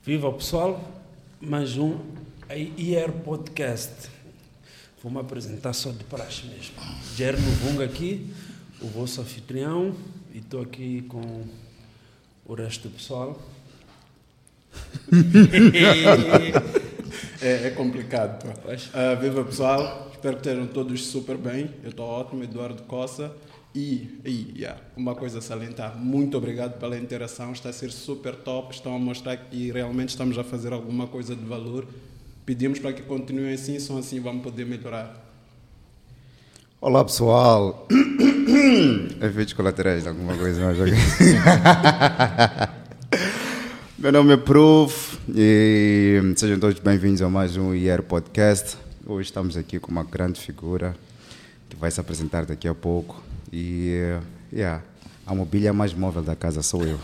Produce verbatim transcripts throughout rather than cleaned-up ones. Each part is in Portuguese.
Viva pessoal, mais um I R Podcast. Vou-me apresentar só de praxe mesmo. Jerno Vunga aqui, o vosso anfitrião, e estou aqui com o resto do pessoal. é, é complicado. Uh, viva pessoal, espero que estejam todos super bem. Eu estou ótimo, Eduardo Costa. E, e yeah, uma coisa a salientar, muito obrigado pela interação, está a ser super top, estão a mostrar que realmente estamos a fazer alguma coisa de valor. Pedimos para que continuem assim, só assim vamos poder melhorar. Olá pessoal, efeitos colaterais de alguma coisa mais aqui. Meu nome é Proof e sejam todos bem-vindos a mais um I R Podcast. Hoje estamos aqui com uma grande figura que vai se apresentar daqui a pouco. E yeah, a mobília mais móvel da casa sou eu.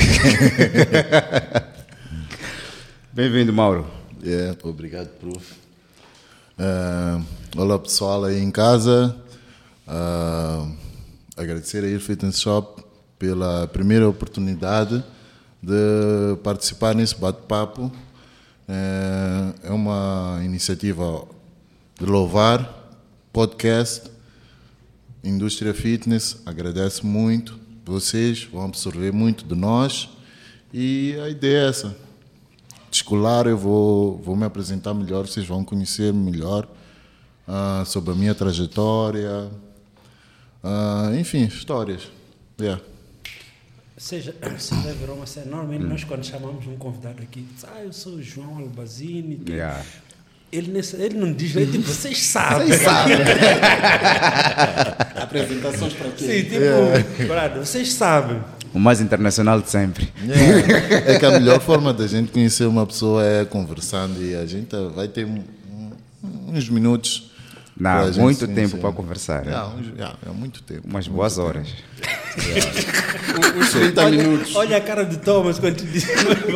Bem-vindo, Mauro. Yeah, obrigado, Proof. Uh, olá, pessoal aí em casa. Uh, agradecer a I R Fitness Shop pela primeira oportunidade de participar nesse bate-papo. Uh, é uma iniciativa de louvar, podcast, Indústria Fitness. Agradeço muito. Vocês vão absorver muito de nós. E a ideia é essa. Descolar, eu vou, vou me apresentar melhor. Vocês vão conhecer melhor uh, sobre a minha trajetória. Uh, enfim, histórias. Yeah. Ou seja, você vai virar uma série. Normalmente hum. nós quando chamamos um convidado aqui, ah, eu sou o João Albazini. Yeah. Ele, nesse, ele não diz, ele tipo, vocês sabem. Vocês sabem. Apresentações para quê? Sim, tipo, yeah. brado, vocês sabem. O mais internacional de sempre. Yeah. É que a melhor forma da gente conhecer uma pessoa é conversando e a gente vai ter um, uns minutos. Não, muito tempo para conversar. Yeah, uns, yeah, é muito tempo. Umas boas tempo. horas. Yeah. Uns trinta olha, minutos. Olha a cara de Thomas quando te diz.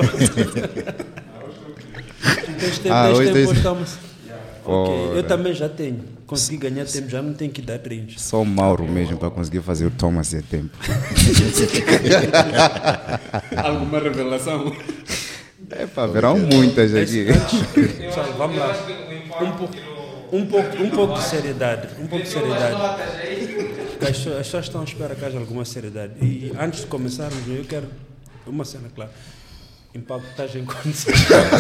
Tens tempo, ah, tens tempo tens... Thomas? Yeah. Okay. Eu também já tenho. Consegui ganhar tempo, já não tenho que dar treinos. Só o Mauro mesmo para conseguir fazer o Thomas a tempo. Alguma revelação? É pá, verão muitas aqui. Pessoal, vamos lá. Um pouco, um, pouco, um pouco de seriedade. Um pouco de seriedade. As pessoas estão à espera que haja alguma seriedade. E antes de começarmos, eu quero uma cena clara. Impactagem condição.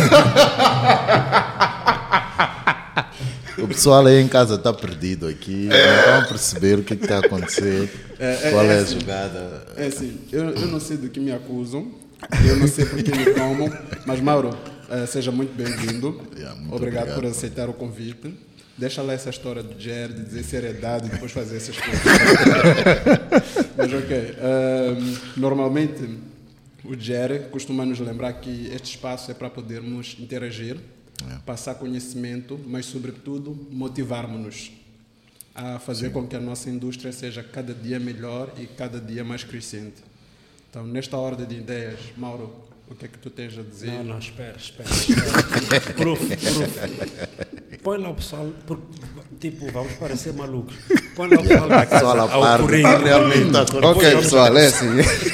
O pessoal aí em casa está perdido aqui, não estão a perceber o que está a acontecer, é, qual é, é a assim, jogada. É assim, eu, eu não sei do que me acusam, eu não sei por que me tomam, mas Mauro, uh, seja muito bem-vindo, yeah, muito obrigado, obrigado por aceitar o convite. Deixa lá essa história do Jer, de dizer seriedade e depois fazer essas coisas. Mas ok, uh, normalmente o Jer costuma nos lembrar que este espaço é para podermos interagir, é. passar conhecimento, mas sobretudo motivarmos-nos a fazer Sim. com que a nossa indústria seja cada dia melhor e cada dia mais crescente. Então, nesta ordem de ideias, Mauro, o que é que tu tens a dizer? Não, não, espera, espera. espera. Proof, proof. Põe lá o pessoal, porque, tipo, vamos parecer malucos. Põe lá o pessoal da casa ao par, corrente. Realmente tá ok, pessoal, é assim.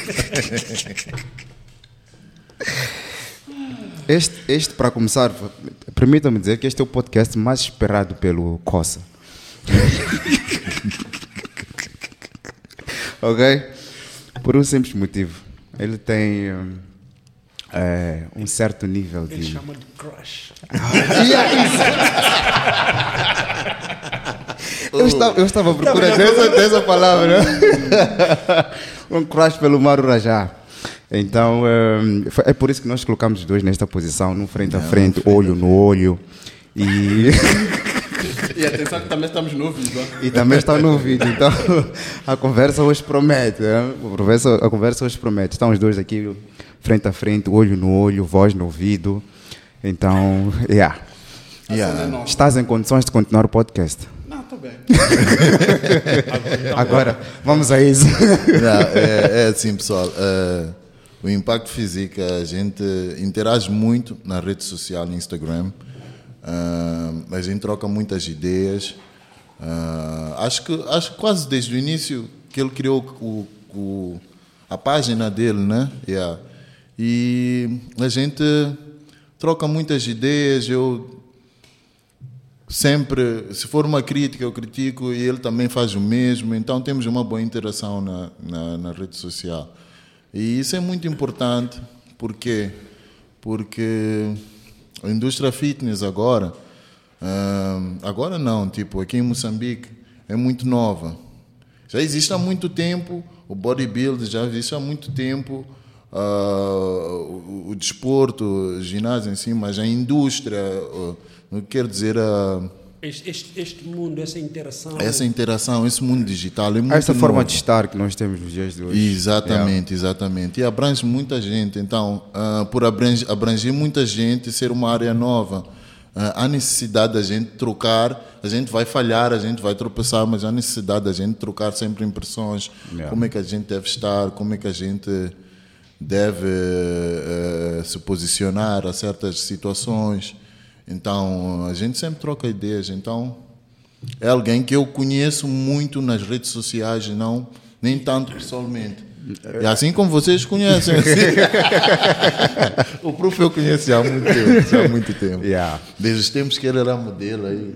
Este, este para começar, permitam-me dizer que este é o podcast mais esperado pelo Coça. Ok? Por um simples motivo. Ele tem um, é, um certo nível de... Ele chama de crush. eu, estava, eu estava à procura dessa, dessa palavra. Um crush pelo Mauro Rajá. Então, é por isso que nós colocamos os dois nesta posição, no frente a frente, olho no olho. E, e atenção que também estamos no ouvido. E também está no ouvido. Então, a conversa hoje promete. A conversa, a conversa hoje promete. Estão os dois aqui, frente a frente, olho no olho, voz no ouvido. Então, yeah. yeah. Estás em condições de continuar o podcast? Não, estou bem. Agora, vamos a isso. Não, é, é assim, pessoal. Uh, o Impacto Física, a gente interage muito na rede social, no Instagram. Uh, a gente troca muitas ideias. Uh, acho, que, acho que quase desde o início que ele criou o, o, a página dele, né? Yeah. E a gente troca muitas ideias, eu sempre, se for uma crítica, eu critico e ele também faz o mesmo, então temos uma boa interação na, na, na rede social. E isso é muito importante, por quê? Porque a indústria fitness agora, uh, agora não, tipo, aqui em Moçambique é muito nova. Já existe há muito tempo, o bodybuilding já existe há muito tempo, uh, o, o desporto, o ginásio em si, mas a indústria, uh, não quero dizer a... Este, este, este mundo, essa interação... Essa interação, esse mundo digital é muito Essa novo. forma de estar que nós temos nos dias de hoje. Exatamente, yeah. exatamente. E abrange muita gente. Então, uh, por abranger, abranger muita gente e ser uma área nova, uh, há necessidade da gente trocar. A gente vai falhar, a gente vai tropeçar, mas há necessidade da gente trocar sempre impressões. Yeah. Como é que a gente deve estar, como é que a gente deve uh, se posicionar a certas situações. Então, a gente sempre troca ideias. Então, é alguém que eu conheço muito nas redes sociais, não, nem tanto pessoalmente. É assim como vocês conhecem. Assim. O prof eu conheço já há muito tempo. Já há muito tempo. Yeah. Desde os tempos que ele era modelo. Aí.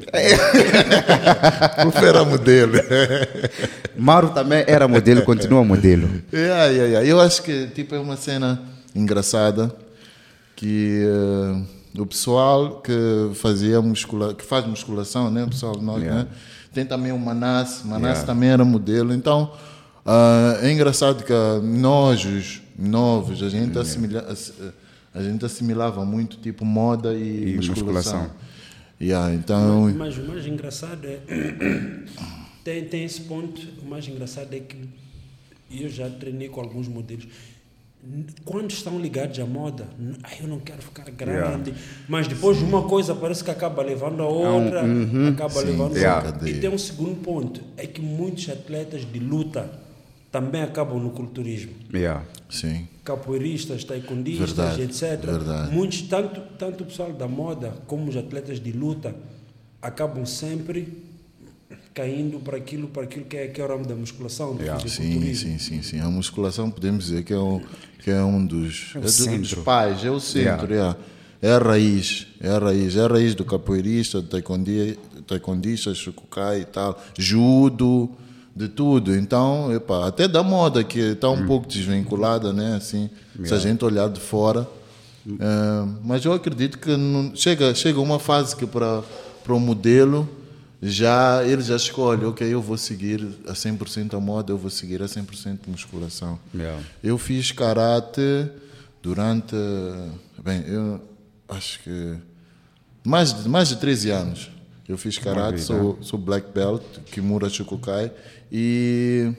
O prof era modelo. Mauro também era modelo, continua modelo. Yeah, yeah, yeah. Eu acho que tipo, é uma cena engraçada que... Uh, o pessoal que fazia muscula, que faz musculação, né, pessoal, nós, yeah. né? Tem também o Manasse, Manasse yeah. também era modelo. Então, uh, é engraçado que nós, os novos, a gente, yeah. assimila, a gente assimilava muito tipo moda e, e musculação. musculação. Yeah, então, mas, mas o mais engraçado é tem, tem esse ponto, o mais engraçado é que eu já treinei com alguns modelos. Quando estão ligados à moda, eu não quero ficar grande, yeah. mas depois uma coisa parece que acaba levando a outra, um, uh-huh, acaba sim, levando yeah. a outra. E tem um segundo ponto, é que muitos atletas de luta também acabam no culturismo. Yeah. Sim. Capoeiristas, taekwondistas, verdade, etcétera. Verdade. Muitos, tanto, tanto o pessoal da moda como os atletas de luta acabam sempre caindo para aquilo, para aquilo que é, que é o ramo da musculação. Do yeah. Sim, sim, sim, sim. A musculação podemos dizer que é um, que é um dos, é é dos pais, é o centro, yeah. é, é a raiz, é a raiz, é a raiz do capoeirista, do taekwondista, shukukai e tal, judo, de tudo. Então, epa, até da moda, que está um hum. pouco desvinculada, né? Assim, yeah. se a gente olhar de fora. Hum. É, mas eu acredito que não, chega, chega uma fase que para o modelo, já ele já escolhe, ok, eu vou seguir a cem por cento a moda, eu vou seguir a cem por cento musculação. Yeah. Eu fiz karate durante, bem, eu acho que mais de, mais de treze anos. Eu fiz karate, sou, sou black belt, Kimura Shukukai, e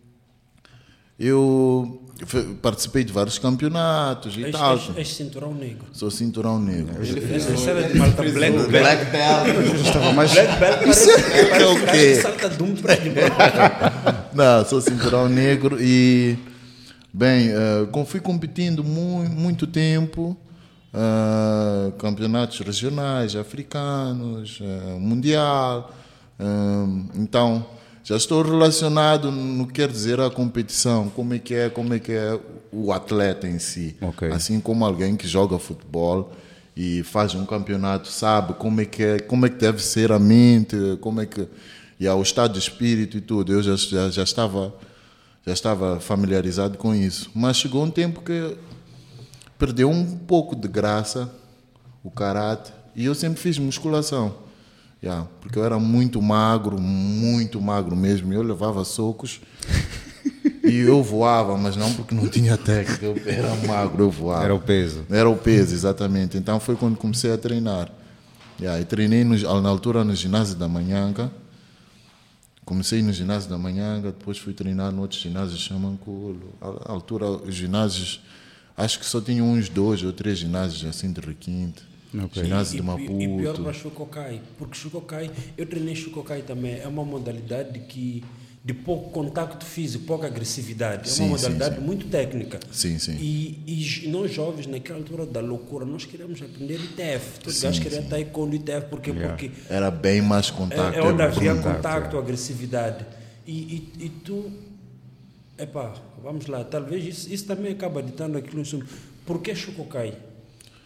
eu participei de vários campeonatos e és, tal. És, és cinturão negro. Sou cinturão negro. Ele fez a cena de malta black belt. Black belt. Estava mais... Black belt parece, é parece o quê? salta de um prédio. Não, sou cinturão negro e, bem, uh, fui competindo muito, muito tempo, uh, campeonatos regionais, africanos, uh, mundial, uh, então... Já estou relacionado no que quer dizer a competição, como é que é, como é que é o atleta em si. Okay. Assim como alguém que joga futebol e faz um campeonato sabe como é que é, como é que deve ser a mente, como é que e o estado de espírito e tudo. Eu já, já já estava já estava familiarizado com isso, mas chegou um tempo que perdeu um pouco de graça o karate e eu sempre fiz musculação. Yeah, porque eu era muito magro, muito magro mesmo. Eu levava socos e eu voava, mas não porque não tinha técnica. Eu era magro, eu voava. Era o peso. Era o peso, exatamente. Então foi quando comecei a treinar. Yeah, e treinei no, na altura no ginásio da Manhanga. Comecei no ginásio da Manhanga, depois fui treinar no outro ginásio de Xamanculo. À altura, os ginásios, acho que só tinham uns dois ou três ginásios assim de requinte. Okay. Ginásio de Maputo. E, e pior para Shukokai, porque Shukokai, eu treinei Shukokai também, é uma modalidade que, de pouco contacto físico, pouca agressividade, é sim, uma modalidade sim, sim. muito técnica. Sim, sim. E, e nós jovens, naquela altura da loucura, nós queríamos aprender I T F, todos os gajos queriam estar aí com o I T F, porque, yeah. porque era bem mais contacto. É, é onde havia contacto, contacto é. agressividade. E, e, e tu, epá, vamos lá, talvez isso, isso também acaba ditando aquilo em suma. Por que Shukokai?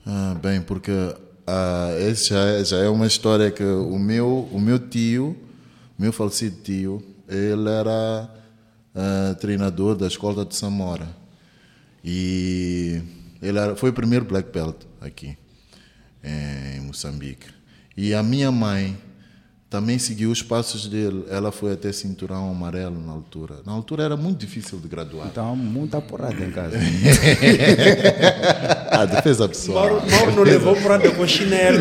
Ah, bem, porque ah, esse já é, já é uma história que o meu, o meu tio, meu falecido tio, ele era ah, treinador da escola de Samora. E ele era, foi o primeiro black belt aqui, em Moçambique. E a minha mãe também seguiu os passos dele. Ela foi até cinturão amarelo na altura. Na altura era muito difícil de graduar. Então, muita porrada em casa. A defesa pessoal. Mauro, Mauro não levou porrada com chinelo.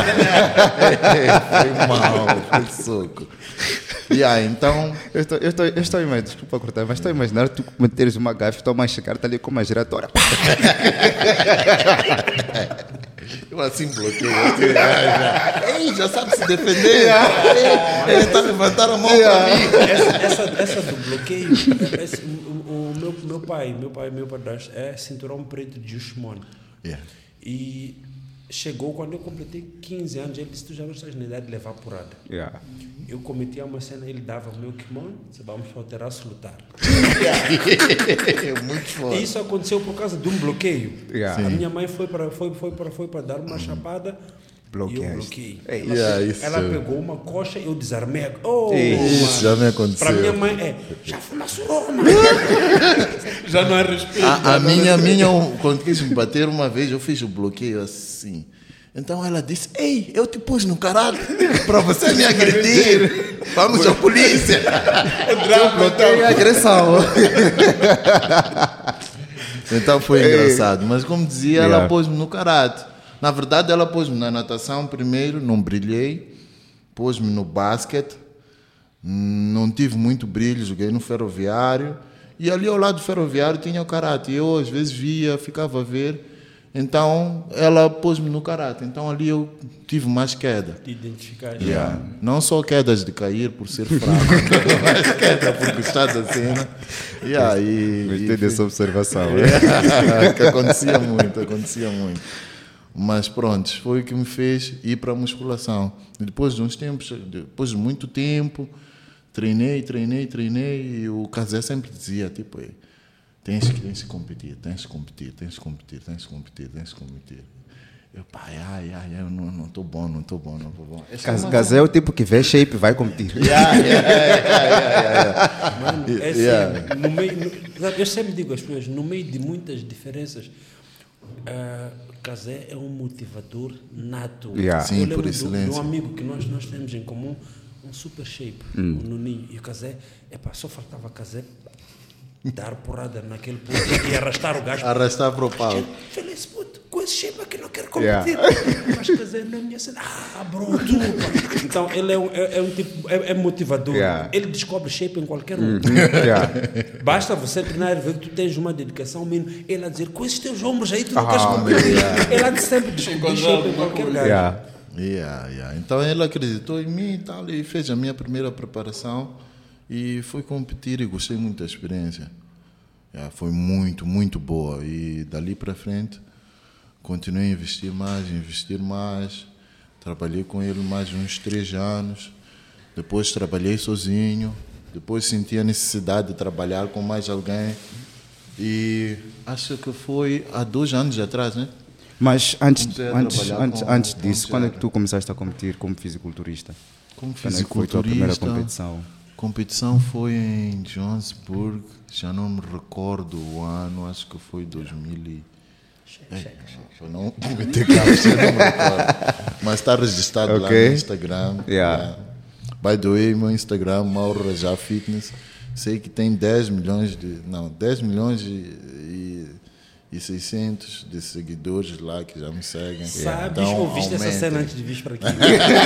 Foi mal, foi soco. E aí, então... Eu estou, eu estou, eu estou imaginando, desculpa cortar, mas estou a imaginar tu cometeres uma gafe, tua mãe chegar, está ali com uma giratória. Eu assim bloqueei. Assim, já, já. Ei, já sabe se defender. Ei, ele está levantando a mão para mim. Essa, essa, essa do bloqueio, esse, o, o meu, meu pai, meu pai, meu padrasto é cinturão preto de Jushmon. Yeah. E chegou quando eu completei quinze anos, ele disse, tu já não estás na idade de levar porrada. Yeah. Eu cometia uma cena, ele dava o meu kimono, disse, vamos para o terraço lutar. Muito forte. E isso aconteceu por causa de um bloqueio. Yeah. A minha mãe foi para foi, foi para foi para dar uma chapada e eu bloqueei. Ei, Ela, yeah, pegou, isso. ela pegou uma coxa e eu desarmei. Oh, Isso já me aconteceu. para minha mãe é, já foi na surona. Já não é respeito. A, a minha, a minha, quando quis me bater uma vez, eu fiz o bloqueio assim. Então ela disse, ei, eu te pus no caralho para você me agredir. Vamos à polícia. Bloqueio e agressão. Então foi engraçado. Mas como dizia, Yeah. ela pôs-me no caráter. Na verdade, ela pôs-me na natação primeiro, não brilhei. Pôs-me no basquete. Não tive muito brilho, joguei no Ferroviário. E ali ao lado do Ferroviário tinha o caráter. Eu às vezes via, ficava a ver. Então ela pôs-me no caráter. Então ali eu tive mais queda. Te identificar. Yeah. Não só quedas de cair por ser fraco, mas queda por gostar da cena. Yeah, e, Gostei e, dessa observação. que acontecia muito, acontecia muito. Mas pronto, foi o que me fez ir para a musculação. E depois de uns tempos, depois de muito tempo, treinei, treinei, treinei, e o Casé sempre dizia, tipo, tens que, tens que competir, tens que competir, tens que competir, tens que competir, tens que competir. Eu, pai, ai, ai, eu não estou bom, não estou bom, não estou bom. Casé é o tipo que vê shape e vai competir. Yeah, yeah, yeah, yeah, Mano, é assim, Yeah. no meio, no, sabe, eu sempre digo às pessoas, no meio de muitas diferenças, uh, Casé é um motivador nato. Yeah. Sim, eu lembro por do- excelência. de um amigo que nós, nós temos em comum, um super shape, Hum. um Nuninho. E o Casé, epá, só faltava Casé dar porrada naquele puto e arrastar o gajo. Arrastar para o palco. Falei, esse puto, com esse shape aqui não quero competir. Mas Casé não é minha cena. Ah, bro, tu, pá. Então ele é um, é, é um tipo, é, é motivador. Yeah. Ele descobre shape em qualquer um. Yeah. Basta você treinar e ver que tu tens uma dedicação mínima. Ele a dizer, com esses teus ombros aí, tu não Ah, queres competir. yeah. Ele há de sempre descobrir shape em qualquer lugar. Yeah. Yeah, yeah. Então ele acreditou em mim e tal, e fez a minha primeira preparação e fui competir e gostei muito da experiência. Yeah, foi muito, muito boa. E dali para frente continuei a investir mais, investir mais. Trabalhei com ele mais uns três anos. Depois trabalhei sozinho. Depois senti a necessidade de trabalhar com mais alguém. E acho que foi há dois anos atrás, né? Mas antes, Comecei a antes, trabalhar antes, com- antes com disso, quando é que teatro. tu começaste a competir como fisiculturista? Como Quando é que foi a tua primeira fisiculturista, competição? competição foi em Johannesburg, já não me recordo o ano, acho que foi dois mil e... É, eu não meter carros, eu não me recordo. Mas está registrado lá Ok. no Instagram. Yeah. Yeah. By the way, meu Instagram, Mauro Rajá Fitness, sei que tem dez milhões de... Não, dez milhões e... e e seiscentos de seguidores lá que já me seguem. Sabes Então, ou viste essa aumentem. cena antes de vir para aqui?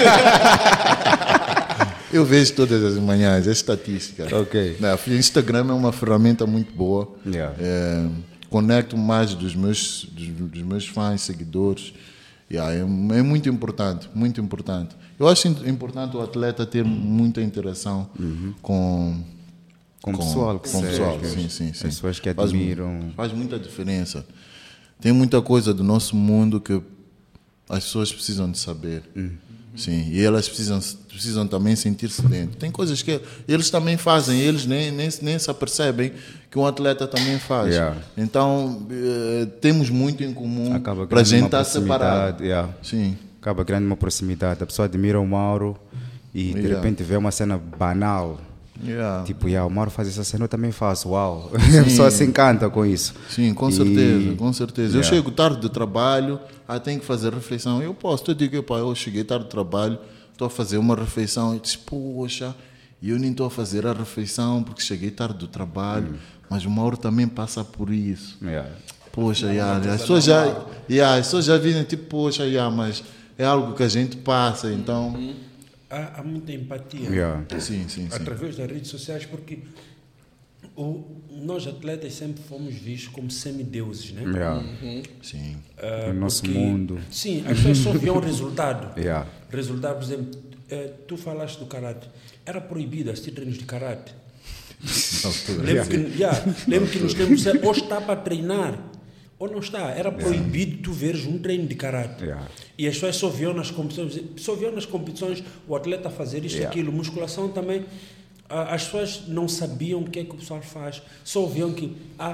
Eu vejo todas as manhãs, é estatística. Ok. Né, o Instagram é uma ferramenta muito boa. Yeah. É, conecto mais dos meus, dos, dos meus fãs, seguidores. Yeah, é, é muito importante, muito importante. Eu acho importante o atleta ter muita interação com... Com o pessoal que com o segue, pessoal, sim, sim, sim. pessoas que Faz mu- admiram. Faz, muita diferença. Tem muita coisa do nosso mundo que as pessoas precisam de saber. Sim, e elas precisam, precisam também sentir-se dentro. Tem coisas que eles também fazem, eles nem, nem, nem se apercebem que um atleta também faz. Yeah. Então, eh, temos muito em comum Acaba para a criando gente uma estar separado. proximidade, yeah. Sim. Acaba criando uma proximidade. A pessoa admira o Mauro e de Yeah. repente vê uma cena banal. Yeah. Tipo, yeah, o Mauro faz essa cena, eu também faço. Uau! A pessoa se encanta com isso. Sim, com E- certeza, com certeza. Eu Yeah. chego tarde do trabalho, ah, tenho que fazer refeição. Eu posso, eu digo, pá, eu cheguei tarde do trabalho, estou a fazer uma refeição. E disse, poxa, eu nem estou a fazer a refeição porque cheguei tarde do trabalho, mas o Mauro também passa por isso. Yeah. Poxa, yeah, as pessoas já, yeah, as pessoas já viram, tipo, poxa, yeah, mas é algo que a gente passa, então... Há, há muita empatia Yeah. Sim, sim, sim. através das redes sociais, porque o, nós atletas sempre fomos vistos como semideuses, né? Yeah. Sim. Ah, O nosso porque- mundo. Sim, as pessoas só viam o resultado. Yeah. Resultado, por exemplo, eh, tu falaste do karate. Era proibido assistir treinos de karate. Lembro que, yeah, lembro que nos tempos disseram, ou está para treinar, ou não está. Era proibido tu veres um treino de karate. Yeah. E as pessoas só viam nas competições, só viam nas competições o atleta fazer isto, Yeah. aquilo. Musculação também, ah, as pessoas não sabiam o que é que o pessoal faz. Só viam que a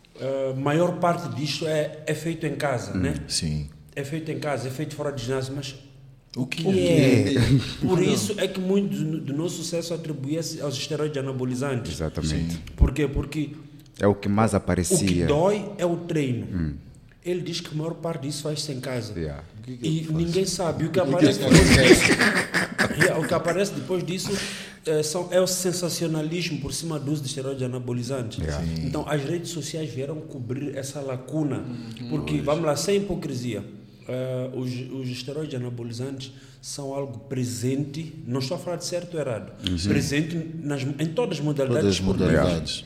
maior parte disto é, é feito em casa, né? Sim. É feito em casa, é feito fora de ginásio, mas O que o que é? Por isso é que muito do, do nosso sucesso atribui-se aos esteroides anabolizantes. Exatamente. Por quê? Porque É o que mais o que aparecia. dói é o treino. Ele diz que a maior parte disso faz-se em casa. Yeah. E ninguém sabe. O que aparece depois disso, Yeah, o que aparece depois disso é, são, é o sensacionalismo por cima do uso de esteroides anabolizantes. Yeah. Então as redes sociais vieram cobrir essa lacuna. Porque, vamos lá, sem hipocrisia, eh, os, os esteroides anabolizantes são algo presente, não estou a falar de certo ou errado, presente nas, em todas as modalidades Todas as esportivas. modalidades.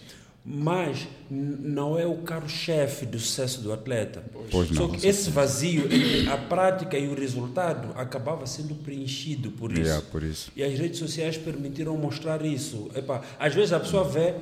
Mas n- não é o carro-chefe do sucesso do atleta. Pois Só não. que esse vazio entre a prática e o resultado acabava sendo preenchido por isso. Yeah, por isso. E as redes sociais permitiram mostrar isso. Epá, às vezes a pessoa vê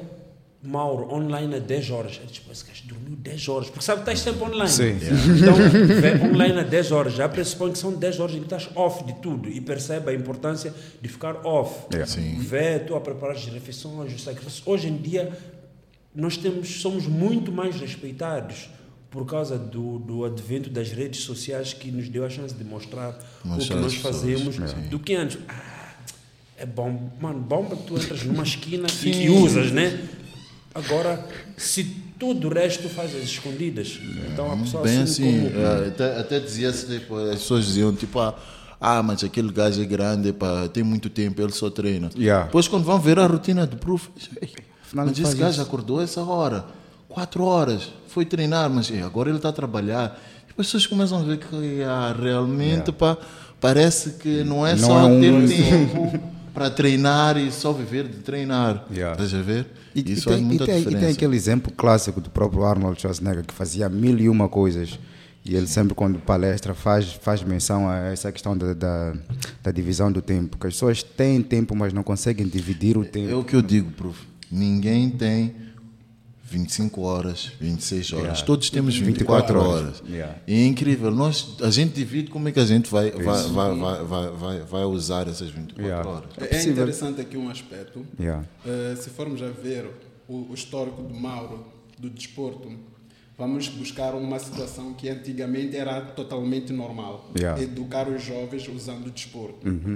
Mauro online há dez horas. Eu digo, esse gajo dormiu dez horas. Porque sabe que estás sempre online. Sim. Então, vê online há dez horas. Já pressupõe que são dez horas em que estás off de tudo. E percebe a importância de ficar off. Yeah. Sim. Vê tu a preparar as refeições, os sacrifícios. Hoje em dia, nós temos, somos muito mais respeitados por causa do, do advento das redes sociais que nos deu a chance de mostrar Mostrar o que nós as pessoas, fazemos sim. do que antes. Ah, é bom, mano, bomba, tu entras numa esquina e, e usas, né? Agora, se tudo o resto tu fazes escondidas, então a pessoa Bem assume assim, como... eh, até, até dizia-se, tipo, as pessoas diziam, tipo, ah, ah, mas aquele gajo é grande, pá, tem muito tempo, ele só treina. Yeah. Depois, quando vão ver a rotina do prof, Afinal, mas não esse faz gajo isso. acordou essa hora, quatro horas, foi treinar, mas eh, agora ele está a trabalhar. E as pessoas começam a ver que ah, realmente, Yeah. pá, parece que não é Não só é um- ter tempo para treinar e só viver de treinar. Yeah. Estás a ver? E, Isso e faz tem, muita e, tem, e diferença. tem aquele exemplo clássico do próprio Arnold Schwarzenegger que fazia mil e uma coisas e ele sempre quando palestra faz, faz menção a essa questão da, da, da divisão do tempo, que as pessoas têm tempo mas não conseguem dividir o É tempo. o que eu digo, prof. Ninguém tem vinte e cinco horas, vinte e seis horas. Yeah. Todos temos vinte e quatro horas. Yeah. E é incrível. Nós, a gente divide como é que a gente vai, vai, vai, vai, vai, vai, vai usar essas vinte e quatro Yeah. horas. É, é possível. interessante aqui um aspecto. Yeah. Eh, se formos a ver o, o histórico do Mauro, do desporto, vamos buscar uma situação que antigamente era totalmente normal. Yeah. Educar os jovens usando o desporto.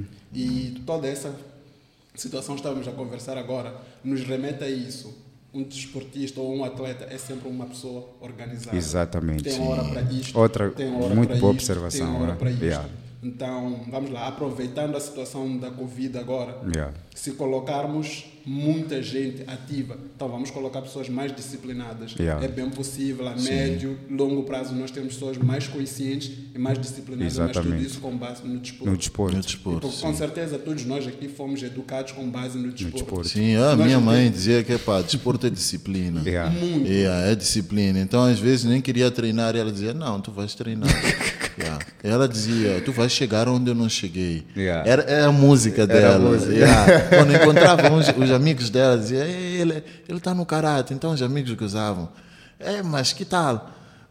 E toda essa situação que estávamos a conversar agora nos remete a isso. Um desportista ou um atleta é sempre uma pessoa organizada. Exatamente. Tem hora para isto. Outra tem hora muito para boa isto, observação, Tem hora né? para isto. Yeah. Então, vamos lá, aproveitando a situação da Covid agora, Yeah. se colocarmos muita gente ativa, então vamos colocar pessoas mais disciplinadas. Yeah. É bem possível, a médio, longo prazo, nós temos pessoas mais conscientes e mais disciplinadas, mas Exatamente. tudo isso com base no desporto. No desporto. No E desporto, por- com sim. certeza todos nós aqui fomos educados com base no desporto. desporto. Sim, a Nós minha não mãe temos- dizia que pá, desporto é disciplina. Yeah. Yeah, é disciplina. Então, às vezes, nem queria treinar e ela dizia, não, tu vais treinar. Yeah. Ela dizia, tu vais chegar onde eu não cheguei. Yeah. Era, era a música Era dela. a música. Yeah. Quando encontravam os, os amigos dela, dizia, "Ei, ele ele está no karate. Então, os amigos gozavam. É, mas que tal?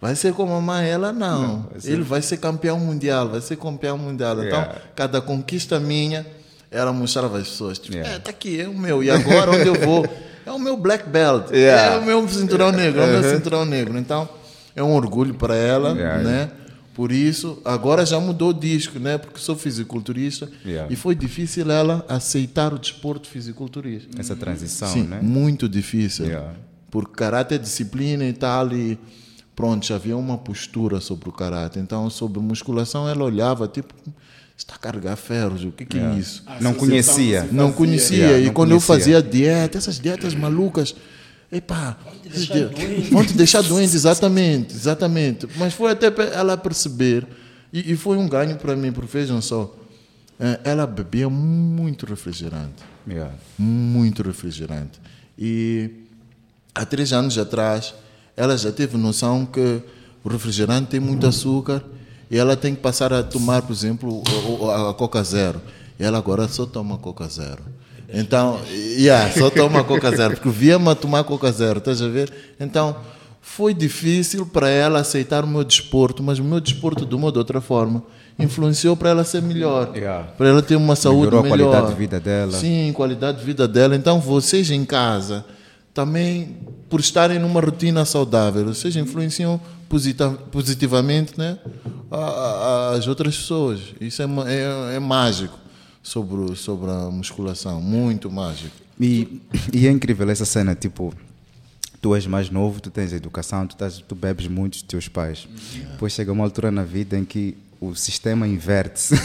vai ser como a mãe. Ela não, Não, vai ser- ele vai ser campeão mundial, vai ser campeão mundial. Então, Yeah. cada conquista minha, ela mostrava às pessoas, tipo, Yeah. é, tá aqui, é o meu, e agora onde eu vou? É o meu black belt, Yeah. é o meu cinturão negro, é o meu cinturão negro. Então, é um orgulho para ela, Yeah. né? Por isso, agora já mudou o disco, né? Porque sou fisiculturista Yeah. e foi difícil ela aceitar o desporto fisiculturista. Essa transição, Sim, né? muito difícil. Yeah. Porque karate é disciplina e tal, e pronto, já havia uma postura sobre o karate. Então, sobre musculação, ela olhava, tipo, está a carregar ferros, o que, que é isso? Não conhecia. Não conhecia. Yeah, e não quando conhecia. eu fazia dieta, essas dietas malucas, epá, essas deixar dietas- doente. vão te deixar doente, exatamente, exatamente. Mas foi até para ela perceber, e, e foi um ganho para mim, porque vejam só, eh, ela bebia muito refrigerante. Yeah. Muito refrigerante. E há três anos atrás, ela já teve noção que o refrigerante tem muito açúcar e ela tem que passar a tomar, por exemplo, o- o- a Coca Zero. E ela agora só toma Coca Zero. Então, yeah, só toma Coca Zero, porque via-me a tomar Coca Zero, estás a ver? Então, foi difícil para ela aceitar o meu desporto, mas o meu desporto, de uma ou de outra forma, influenciou para ela ser melhor, Yeah. para ela ter uma saúde Melhorou a melhor. qualidade de vida dela. Sim, qualidade de vida dela. Então, vocês em casa, também, por estarem numa rotina saudável, vocês influenciam posita- positivamente, né, a- a- as outras pessoas. Isso é, ma- é, é mágico sobre, o- sobre a musculação, muito mágico. E, e é incrível essa cena, tipo, tu és mais novo, tu tens educação, tu, estás, tu bebes muito dos teus pais. Depois chega uma altura na vida em que o sistema inverte-se.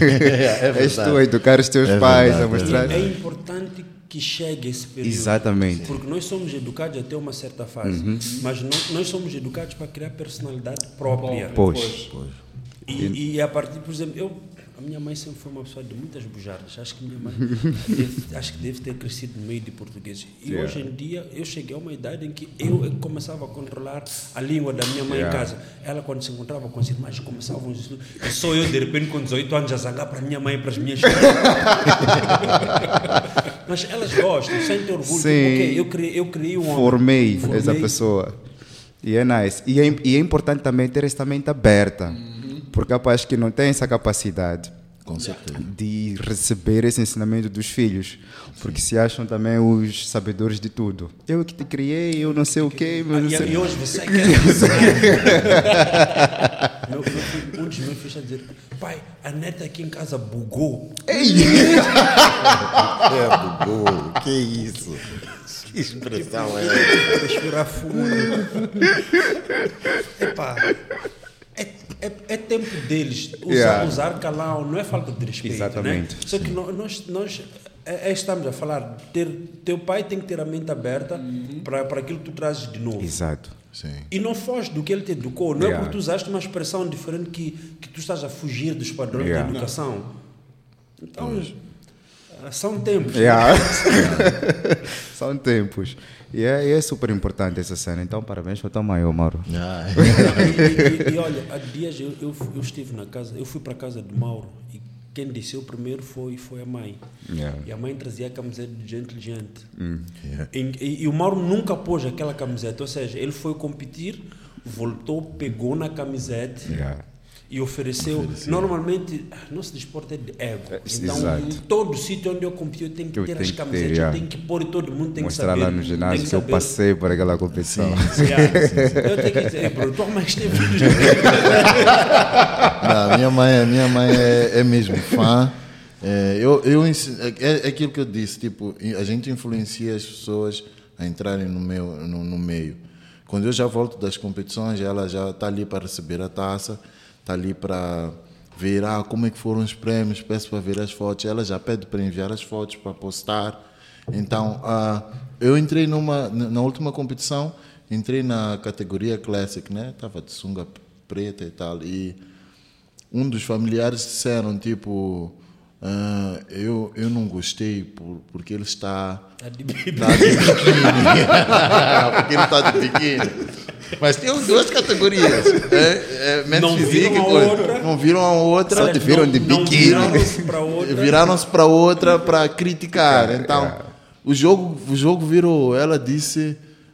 É És tu a educar os teus É pais, verdade, a mostrar... É importante que chegue esse período. Exatamente. Porque nós somos educados até uma certa fase, mas nós, nós somos educados para criar personalidade própria. Pois. E, e a partir, por exemplo, eu, a minha mãe sempre foi uma pessoa de muitas bujardas. Acho que minha mãe deve, acho que deve ter crescido no meio de portugueses. E Yeah. hoje em dia eu cheguei a uma idade em que eu é que começava a controlar a língua da minha mãe Yeah. em casa. Ela, quando se encontrava com as irmãs, começavam os estudos. E só eu, de repente, com dezoito anos, a zangar para a minha mãe e para as minhas filhas. Mas elas gostam, sentem orgulho. Sim. Tipo, ok, eu criei, eu criei um homem. Formei, Formei. essa pessoa. E é nice. E é, e é importante também ter essa mente aberta. Porque há pais que não têm essa capacidade Com certeza. de receber esse ensinamento dos filhos. Porque se acham também os sabedores de tudo. Eu que te criei, eu não sei o quê. Mas não E, sei... e hoje você quer ensinar. meu, meu filho, um dos meus filhos está a dizer: pai, a neta aqui em casa bugou. É, bugou. Que isso? Que expressão é essa? Respirar fundo. Epá, é, é, é tempo deles. Usar, Yeah. usar calão não é falta de respeito. Exatamente. Né? Só que no- nós, nós é, é, estamos a falar: ter, teu pai tem que ter a mente aberta para, para aquilo que tu trazes de novo. Exato. Sim. E não foge do que ele te educou. Não é Yeah. porque tu usaste uma expressão diferente que, que tu estás a fugir dos padrões Yeah. da educação. Então, ah, são tempos. Yeah. São tempos. E é, e é super importante essa cena. Então, parabéns para a tua mãe, ô Mauro. Ah, E, e- e olha, há dias eu, eu, eu estive na casa, eu fui para a casa do Mauro e quem desceu primeiro foi, foi a mãe. Yeah. E a mãe trazia a camiseta de gente gente. yeah. E, e- e o Mauro nunca pôs aquela camiseta, ou seja, ele foi competir, voltou, pegou na camiseta Yeah. e ofereceu. Normalmente, nosso desporto é de ego. Então, exato. em todo sítio onde eu competi, eu tenho que Eu ter tenho as que ter, camisetas, yeah. eu tenho que pôr e todo mundo tem Mostrar que saber. lá no tem ginásio que, eu saber. passei por aquela competição. Yeah. Eu tenho que dizer, bro, tua mãe esteve. Não, minha mãe, minha mãe é, é mesmo fã. É, eu, eu, ensi- é, é aquilo que eu disse, tipo, a gente influencia as pessoas a entrarem no, meu, no, no meio. Quando eu já volto das competições, ela já está ali para receber a taça, está ali para ver ah, como é que foram os prêmios, peço para ver as fotos, ela já pede para enviar as fotos para postar. Então, ah, eu entrei numa, na última competição, entrei na categoria Classic, né? Estava de sunga preta e tal, e um dos familiares disseram, tipo, ah, eu, eu não gostei por, porque ele está, Tá de bibi. está de biquíni. Porque ele está de biquíni. Mas tem duas categorias. É, é, men's Não physique viram e a coisa. outra. Não viram a outra. Só te viram de Não biquíni. viraram-se para outra. Viraram-se para outra para criticar. É, Então, é. o jogo, o jogo virou. Ela disse: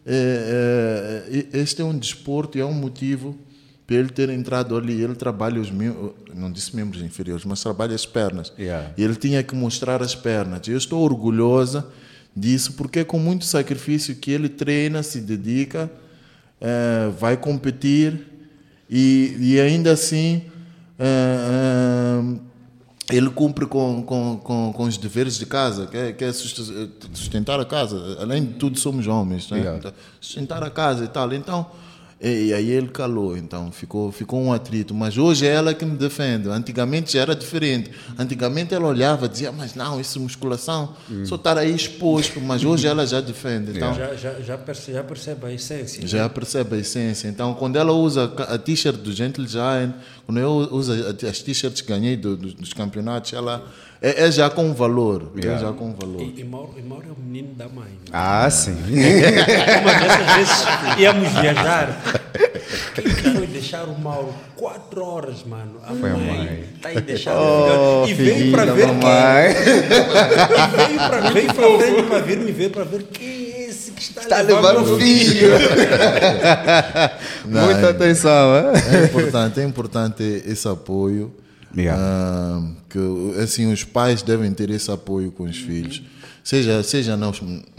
é, é, este é um desporto e é um motivo para ele ter entrado ali. Ele trabalha os membros, não disse membros inferiores, mas trabalha as pernas. Yeah. E ele tinha que mostrar as pernas. Eu estou orgulhosa disso, porque é com muito sacrifício que ele treina, se dedica, é, vai competir e, e ainda assim é, é, ele cumpre com, com, com, com os deveres de casa, que é, que é sustentar a casa. Além de tudo, somos homens, né? Yeah. Sustentar a casa e tal. Então, e, e aí ele calou, então ficou, ficou um atrito. Mas hoje é ela que me defende. Antigamente já era diferente. Antigamente ela olhava e dizia, mas não, isso é musculação, hum. só estar aí exposto. Mas hoje ela já defende. Então, já, já, já, percebe, já percebe a essência. Já né? percebe a essência. Então, quando ela usa a t-shirt do Gentle Giant, quando eu uso as t-shirts que ganhei do, do, dos campeonatos, ela é, é já com valor. Yeah. É já com valor. E, e, Mauro, e Mauro é o menino da mãe. Né? Ah, sim. Uma dessas vezes íamos viajar. Quem foi deixar o Mauro quatro horas, mano? A foi mãe, a mãe. Tá aí deixando oh, e veio para ver mamãe. quem. E veio para veio para frente para vir me ver para ver quem é esse que está, está levando levando o filho. filho. Não, Muita atenção, é? É importante, é importante esse apoio. Yeah. Uh, que assim os pais devem ter esse apoio com os filhos, seja seja não,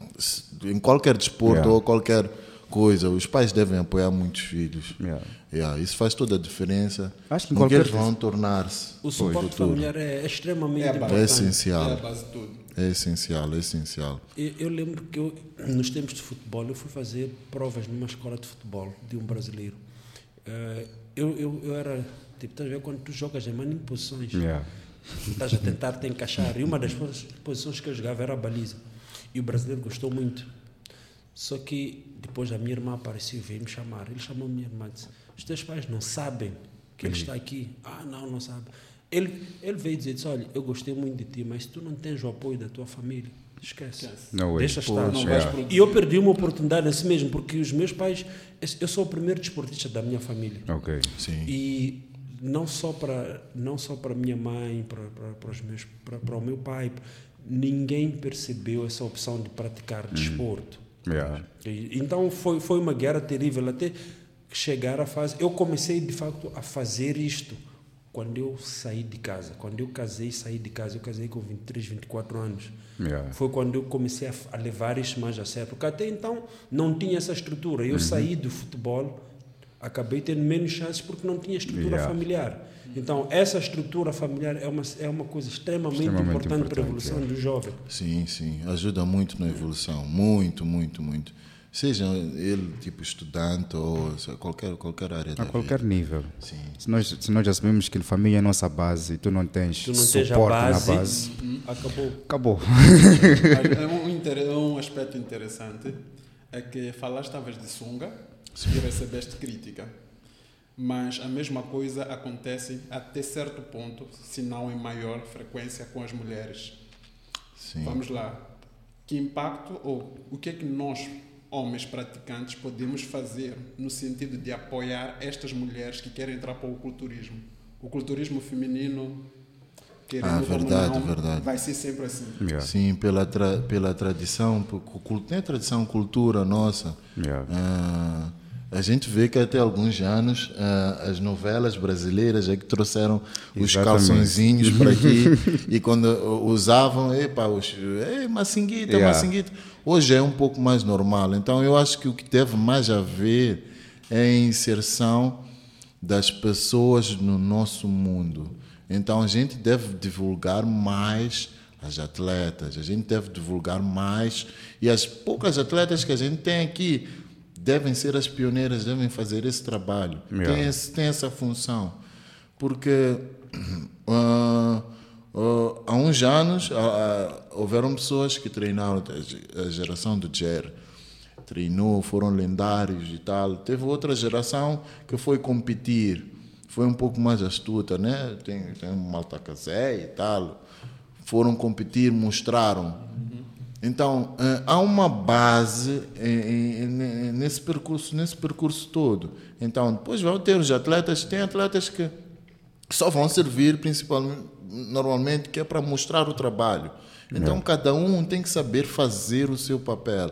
em qualquer desporto yeah. ou qualquer coisa, os pais devem apoiar muitos filhos. Yeah. Yeah, isso faz toda a diferença. Acho que em qualquer eles vão tornar-se. O suporte familiar é, é extremamente é importante. É essencial. É a base de tudo. É essencial, é essencial. Eu, eu lembro que eu, nos tempos de futebol, eu fui fazer provas numa escola de futebol de um brasileiro. Uh, eu, eu, eu era, tipo, estás a ver quando tu jogas em mano em posições, yeah. estás a tentar te encaixar. E uma das posições que eu jogava era a baliza. E o brasileiro gostou muito. Só que depois a minha irmã apareceu e veio me chamar. Ele chamou a minha irmã e disse, os teus pais não sabem que ele está aqui? Ah, não, não sabe. Ele, ele veio dizer, disse, olha, eu gostei muito de ti, mas se tu não tens o apoio da tua família, esquece. Não Deixa é. estar. Não yeah. E eu perdi uma oportunidade assim mesmo, porque os meus pais, eu sou o primeiro desportista da minha família. Ok. Sim. E não só para não só para minha mãe, para, para, para, os meus, para, para o meu pai, ninguém percebeu essa opção de praticar desporto. Hum. Yeah. E, então foi, foi uma guerra terrível até chegar à fase. Eu comecei de facto a fazer isto quando eu saí de casa. Quando eu casei, saí de casa. Eu casei com vinte e três, vinte e quatro anos. Yeah. Foi quando eu comecei a, a levar isto mais a sério. Porque até então não tinha essa estrutura. Eu uhum. saí do futebol, acabei tendo menos chances porque não tinha estrutura yeah. familiar. Então, essa estrutura familiar é uma, é uma coisa extremamente, extremamente importante, importante para a evolução é. do jovem. Sim, sim. Ajuda muito na evolução. Muito, muito, muito. Seja ele tipo estudante ou qualquer, qualquer área a da qualquer vida. nível. Sim. Se nós, se nós assumimos que a família é a nossa base e tu não tens tu não suporte a base, na base, uhum. acabou. Acabou. É um, um aspecto interessante é que falaste talvez de sunga e recebeste crítica. Mas a mesma coisa acontece até certo ponto, se não em maior frequência, com as mulheres. Sim. Vamos lá. Que impacto ou o que é que nós, homens praticantes, podemos fazer no sentido de apoiar estas mulheres que querem entrar para o culturismo? O culturismo feminino, querendo ah, verdade, ou não, verdade. vai ser sempre assim. Yeah. Sim, pela, tra- pela tradição, por, tem a tradição, cultura nossa. Yeah. Ah, a gente vê que até alguns anos uh, as novelas brasileiras é que trouxeram os Exatamente. calçõezinhos para aqui e quando usavam, epa, os, ei, massinguita, yeah. massinguita. Hoje é um pouco mais normal. Então eu acho que o que deve mais haver é a inserção das pessoas no nosso mundo. Então a gente deve divulgar mais as atletas, a gente deve divulgar mais e as poucas atletas que a gente tem aqui devem ser as pioneiras, devem fazer esse trabalho. Yeah. Tem, esse, tem essa função. Porque uh, uh, há uns anos uh, uh, houveram pessoas que treinaram, a geração do Jer treinou, foram lendários e tal. Teve outra geração que foi competir, foi um pouco mais astuta, né? Tem, tem um Maltacazé e tal. Foram competir, mostraram. Então, há uma base nesse percurso, nesse percurso todo. Então, depois vão ter os atletas, tem atletas que só vão servir, principalmente, normalmente, que é para mostrar o trabalho. Então, é. cada um tem que saber fazer o seu papel.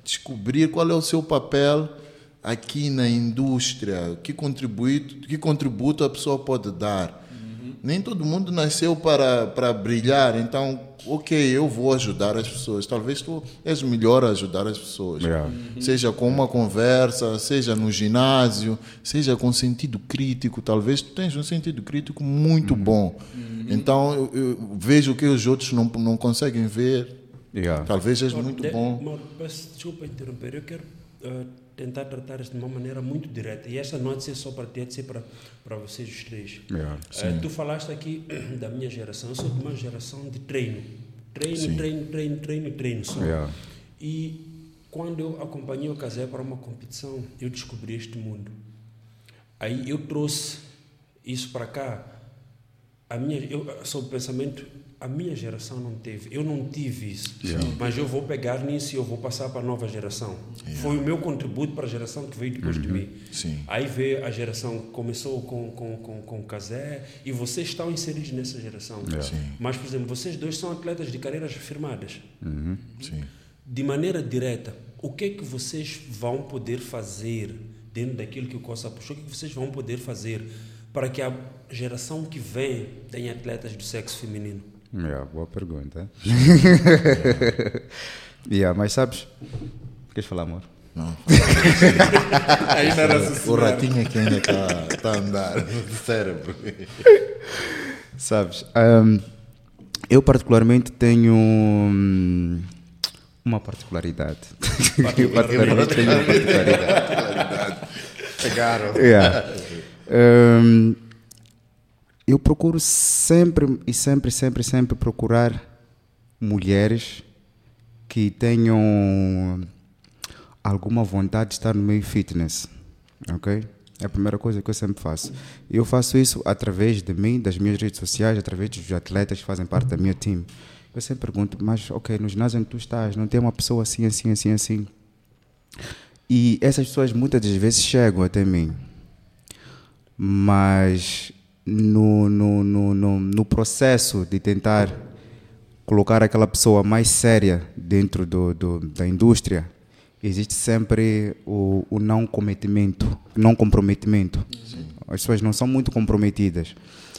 descobrir qual é o seu papel aqui na indústria, que contributo, que contributo a pessoa pode dar. Uhum. Nem todo mundo nasceu para, para brilhar, então, ok, eu vou ajudar as pessoas. Talvez tu és melhor a ajudar as pessoas. Yeah. Uhum. Seja com uma conversa, seja no ginásio, seja com sentido crítico. Talvez tu tenhas um sentido crítico muito uhum. bom. Uhum. Então, eu, eu vejo o que os outros não, não conseguem ver. Yeah. Talvez és muito de, bom. Mauro, peço desculpa interromper, eu quero... Uh, tentar tratar isso de uma maneira muito direta. E esta não é de ser só para ti, é de ser para, para vocês os três. Yeah, uh, tu falaste aqui da minha geração. Eu sou de uma geração de treino. Treino, sim. treino, treino, treino, treino só. Yeah. E quando eu acompanhei o Casé para uma competição, eu descobri este mundo. Aí eu trouxe isso para cá. A minha, eu sou o pensamento... A minha geração não teve, eu não tive isso, yeah. mas eu vou pegar nisso e eu vou passar para a nova geração. Yeah. Foi o meu contributo para a geração que veio depois uhum. de mim. Sim. Aí veio a geração que começou com, com, com, com o Casé e vocês estão inseridos nessa geração. Yeah. Mas, por exemplo, vocês dois são atletas de carreiras firmadas. Uhum. Sim. De maneira direta, o que é que vocês vão poder fazer dentro daquilo que o Costa puxou? O que, é que vocês vão poder fazer para que a geração que vem tenha atletas do sexo feminino? Yeah, boa pergunta. yeah, mas sabes, queres falar, amor? Não. Ainda era o ratinho que ainda está tá a andar no cérebro. Sabes, um, eu particularmente tenho um, uma particularidade. eu particularmente tenho uma particularidade. Pegaram. Yeah. Um, Eu procuro sempre e sempre, sempre, sempre procurar mulheres que tenham alguma vontade de estar no meio fitness, ok? É a primeira coisa que eu sempre faço. Eu faço isso através de mim, das minhas redes sociais, através dos atletas que fazem parte da minha team. Eu sempre pergunto, mas ok, no ginásio onde tu estás, não tem uma pessoa assim, assim, assim, assim? E essas pessoas muitas das vezes chegam até mim, mas... No, no, no, no, no processo de tentar colocar aquela pessoa mais séria dentro do, do, da indústria, existe sempre o, o não cometimento, não comprometimento. Sim. As pessoas não são muito comprometidas.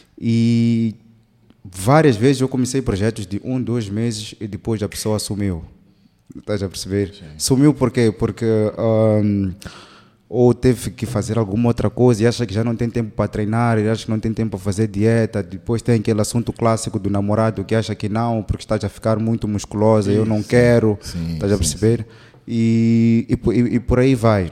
E várias vezes eu comecei projetos de um, dois meses e depois a pessoa sumiu. Estás a perceber? Sim. Sumiu por quê? Porque... Um, ou teve que fazer alguma outra coisa e acha que já não tem tempo para treinar, e acha que não tem tempo para fazer dieta, depois tem aquele assunto clássico do namorado que acha que não, porque está a ficar muito musculosa, sim, eu não sim. quero, sim, estás a perceber? Sim. E, e, e por aí vai.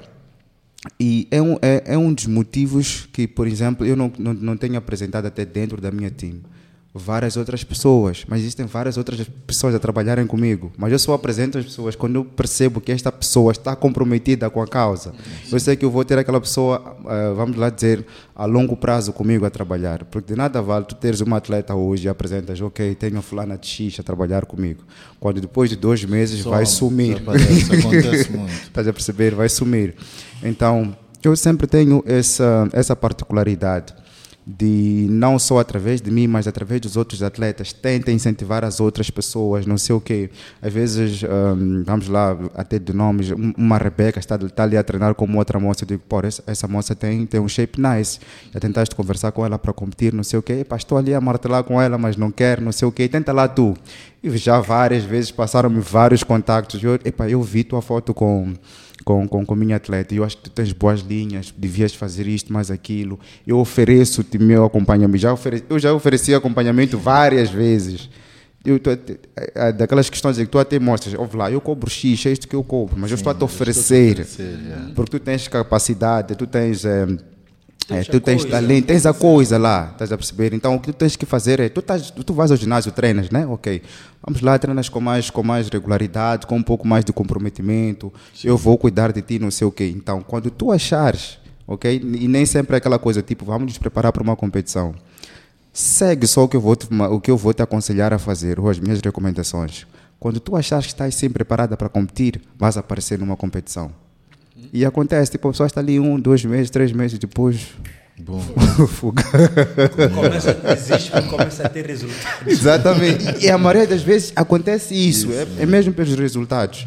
E é um, é, é um dos motivos que, por exemplo, eu não, não, não tenho apresentado até dentro da minha team várias outras pessoas, mas existem várias outras pessoas a trabalharem comigo, mas eu só apresento as pessoas quando eu percebo que esta pessoa está comprometida com a causa. Eu sei que eu vou ter aquela pessoa, uh, vamos lá dizer, a longo prazo comigo a trabalhar, porque de nada vale tu teres uma atleta hoje e apresentas, ok, tenho a fulana de X a trabalhar comigo, quando depois de dois meses só vai sumir. Isso acontece muito. Estás a perceber? Vai sumir. Então, eu sempre tenho essa, essa particularidade de não só através de mim, mas através dos outros atletas, tenta incentivar as outras pessoas, não sei o quê. Às vezes, um, vamos lá, até de nomes, uma Rebeca está, está ali a treinar com outra moça, eu digo, pô, essa, essa moça tem, tem um shape nice, já tentaste conversar com ela para competir, não sei o quê, Epa, estou ali a martelar com ela, mas não quero, não sei o quê, tenta lá tu. E já várias vezes passaram-me vários contactos, eu, epa, eu vi tua foto com... Com, com, com minha atleta, eu acho que tu tens boas linhas, devias fazer isto, mais aquilo, eu ofereço-te meu acompanhamento, já ofereci, eu já ofereci acompanhamento várias vezes, eu, tu, daquelas questões que tu até mostras, ouve lá, eu cobro X, é isto que eu cobro, mas Sim, eu estou a te oferecer, oferecer yeah. porque tu tens capacidade, tu tens... É, É, tu tens talento, tens a coisa lá, estás a perceber? Então o que tu tens que fazer é, tu, estás, tu vais ao ginásio, treinas, né? Ok, vamos lá, treinas com mais, com mais regularidade, com um pouco mais de comprometimento, Sim. eu vou cuidar de ti, não sei o quê. Então, quando tu achares, ok? E nem sempre é aquela coisa, tipo, vamos nos preparar para uma competição. Segue só o que eu vou te, o que eu vou te aconselhar a fazer, ou as minhas recomendações. Quando tu achares que estás sempre preparada para competir, vais aparecer numa competição. E acontece, tipo, a pessoa está ali um, dois meses, três meses depois... Bom. Fuga. Começa a desistir, começa a ter resultados. Exatamente. E a maioria das vezes acontece isso, é, é mesmo pelos resultados.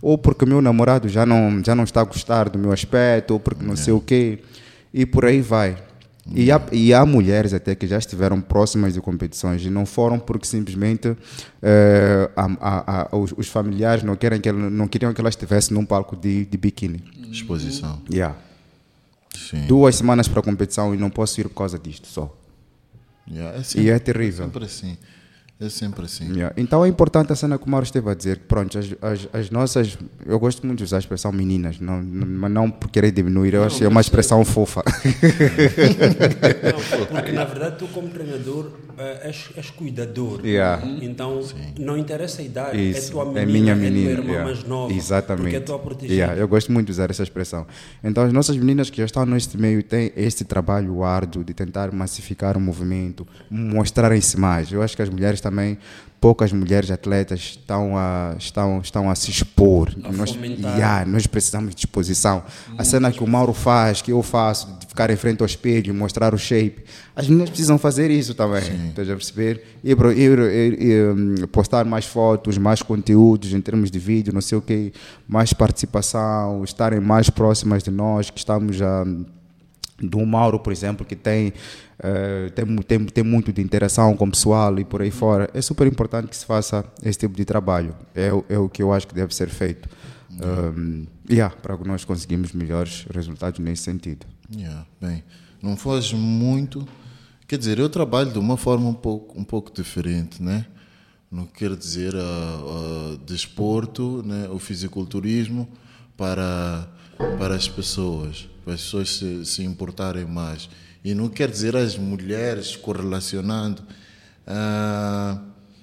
ou porque o meu namorado já não, já não está a gostar do meu aspecto, ou porque não sei o quê, e por aí vai. E há, e há mulheres até que já estiveram próximas de competições e não foram porque simplesmente eh, a, a, a, os, os familiares não, querem que ela, não queriam que elas estivessem num palco de, de biquíni. Exposição. Yeah. Sim. Duas semanas para a competição e não posso ir por causa disto só. Yeah, é E sempre, é terrível. É sempre assim. É sempre assim. Yeah. Então é importante a cena que o Mauro esteve a dizer, que pronto, as, as, as nossas, eu gosto muito de usar a expressão meninas, não, não, mas não por querer diminuir, eu Não, acho que é uma mas- expressão fofa. Não, porque na verdade tu como treinador eh, és, és cuidador. Yeah. Então não interessa a idade, é Isso, tua menina, é minha é menina, tua irmã yeah. mais nova. Exatamente. Porque é tua protegida. Yeah, eu gosto muito de usar essa expressão. Então, as nossas meninas que já estão neste meio têm este trabalho árduo de tentar massificar o movimento, mostrarem-se mais. Eu acho que as mulheres também, poucas mulheres atletas estão a, estão, estão a se expor. A nós, fomentar. yeah, nós precisamos de exposição. A cena que o Mauro faz, que eu faço, de ficar em frente ao espelho, mostrar o shape. As meninas precisam fazer isso também. Estás a perceber? Ir, ir, ir, ir, um, postar mais fotos, mais conteúdos em termos de vídeo, não sei o quê, mais participação, estarem mais próximas de nós, que estamos a. Do Mauro, por exemplo, que tem, uh, tem, tem, tem muito de interação com o pessoal e por aí fora. É super importante que se faça esse tipo de trabalho. É, é o que eu acho que deve ser feito. Um, yeah, para que nós conseguimos melhores resultados nesse sentido. Yeah, bem, não foge muito. Quer dizer, eu trabalho de uma forma um pouco, um pouco diferente, né? Não quero dizer uh, uh, desporto, né? O fisiculturismo para, para as pessoas, para as pessoas se, se importarem mais. E não quer dizer as mulheres correlacionando. Uh,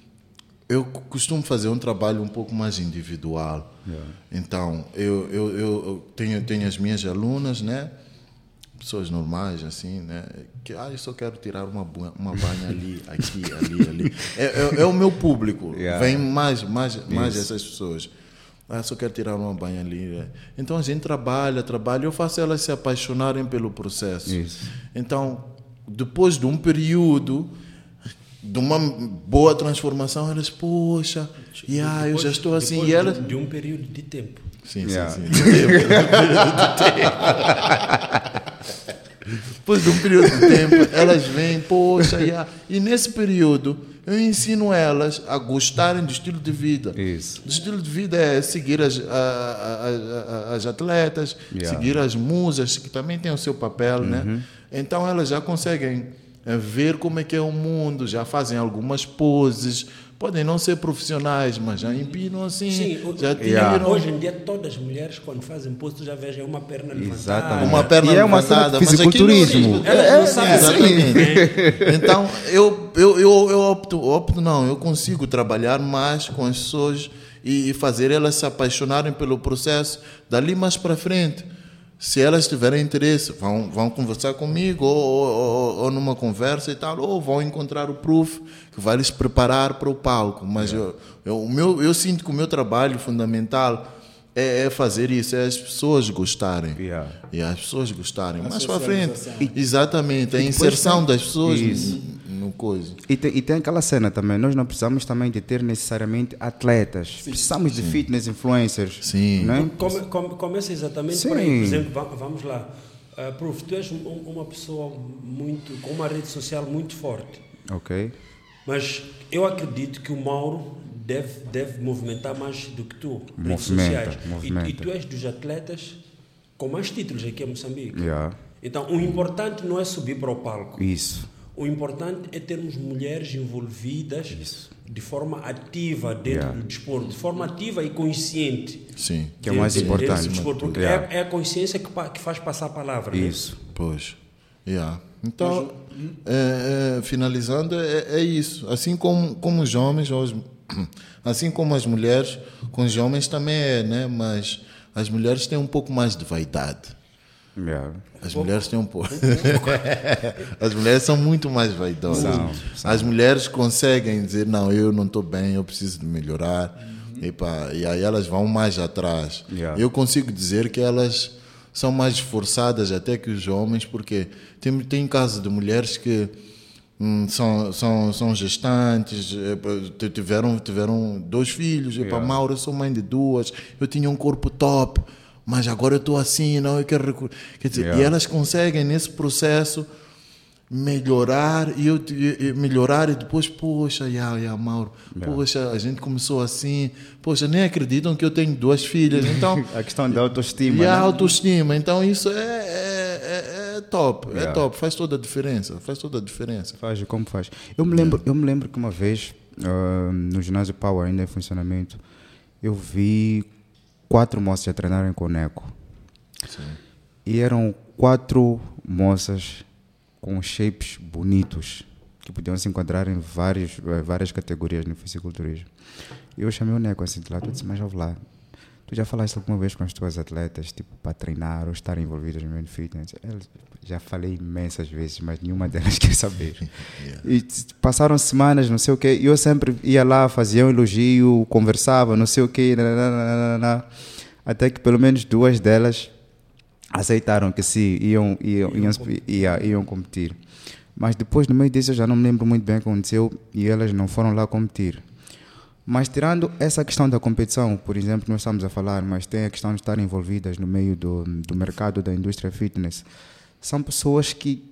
eu costumo fazer um trabalho um pouco mais individual. Yeah. Então, eu, eu, eu tenho, tenho as minhas alunas, né? Pessoas normais, assim, né? Que, ah, eu só quero tirar uma, uma banha ali, aqui, ali, ali. É, é, é o meu público. Yeah. Vem mais, mais, mais essas pessoas. Ah, só quero tirar uma banha ali. Né? Então, a gente trabalha, trabalha. Eu faço elas se apaixonarem pelo processo. Isso. Então, depois de um período de uma boa transformação, elas, poxa, yeah, depois, eu já estou assim. Depois e elas... de, de um período de tempo. Sim, yeah. sim, sim. De tempo, de um período de tempo. Depois de um período de tempo, elas vêm, poxa, yeah. E nesse período, eu ensino elas a gostarem do estilo de vida. Isso. O estilo de vida é seguir as, a, a, a, as atletas, yeah. seguir as musas, que também têm o seu papel, uhum. né? Então, elas já conseguem ver como é que é o mundo, já fazem algumas poses, podem não ser profissionais, mas já empinam assim. Sim, já yeah. tiram. Hoje em dia, todas as mulheres, quando fazem pose, tu já vês uma perna levantada. Exatamente. Uma perna e é uma levantada. Mas fisiculturismo. Elas é, não sabem exatamente. Então, eu, eu, eu, eu opto, opto, não, eu consigo trabalhar mais com as pessoas e fazer elas se apaixonarem pelo processo dali mais para frente. Se elas tiverem interesse, vão, vão conversar comigo ou, ou, ou numa conversa e tal, ou vão encontrar o Proof que vai lhes preparar para o palco. Mas yeah. eu, eu, o meu, eu sinto que o meu trabalho fundamental é, é fazer isso, é as pessoas gostarem. Yeah. E as pessoas gostarem. A mais para frente. Exatamente, a inserção das pessoas no, no coisa. E tem, e tem aquela cena também, nós não precisamos também de ter necessariamente atletas. Sim. Precisamos de Sim. fitness influencers. Sim. Né? Come, come, começa exatamente Sim. por aí. Por exemplo, vamos lá. Uh, Proof, tu és um, uma pessoa muito, com uma rede social muito forte. Ok. Mas eu acredito que o Mauro deve, deve movimentar mais do que tu, redes movimenta, sociais. movimenta. E, e tu és dos atletas com mais títulos aqui em Moçambique. Yeah. Então, o importante não é subir para o palco. Isso. O importante é termos mulheres envolvidas Isso. de forma ativa dentro yeah. do desporto, de forma ativa e consciente. Sim. Que é o mais dentro, importante. Dentro do desporto, porque yeah. é, é a consciência que, que faz passar a palavra. Isso. Né? Pois. Yeah. Então, Mas, é, é, finalizando, é, é isso. Assim como, como os homens, os, assim como as mulheres, com os homens também é, né? Mas as mulheres têm um pouco mais de vaidade. Yeah. As mulheres têm um pouco. As mulheres são muito mais vaidosas. São, são. As mulheres conseguem dizer, não, eu não estou bem, eu preciso de melhorar. Uhum. E, pá, e aí elas vão mais atrás. Yeah. Eu consigo dizer que elas são mais esforçadas até que os homens, porque tem, tem casos de mulheres que hum, são, são, são gestantes, eh, tiveram, tiveram dois filhos. Yeah. Epa, Mauro, eu sou mãe de duas, eu tinha um corpo top, mas agora eu estou assim, não, eu quero... Quer dizer, yeah. E elas conseguem, nesse processo, melhorar e eu e melhorar e depois, poxa, yeah, yeah, Mauro, yeah. poxa, a gente começou assim, poxa, nem acreditam que eu tenho duas filhas, então a questão da autoestima, e a né? autoestima, então isso é, é, é, é top, yeah. é top, faz toda a diferença, faz toda a diferença. Faz, como faz? Eu me lembro, yeah. eu me lembro que uma vez uh, no ginásio Power ainda em funcionamento, eu vi quatro moças a treinarem com o Neco. Sim. E eram quatro moças com shapes bonitos, que podiam se enquadrar em vários, várias categorias no fisiculturismo. Eu chamei o Neco assim de lá, tu disse, mas ouve lá, tu já falaste alguma vez com as tuas atletas, tipo, para treinar ou estar envolvidas no meio fitness? Eu já falei imensas vezes, mas nenhuma delas quer saber. Yeah. E passaram semanas, não sei o quê, e eu sempre ia lá, fazia um elogio, conversava, não sei o quê, nananana, até que pelo menos duas delas aceitaram que sim, iam, iam, iam, iam, iam competir. Mas depois, no meio disso, eu já não me lembro muito bem o que aconteceu e elas não foram lá competir. Mas tirando essa questão da competição, por exemplo, nós estamos a falar, mas tem a questão de estar envolvidas no meio do, do mercado da indústria fitness, são pessoas que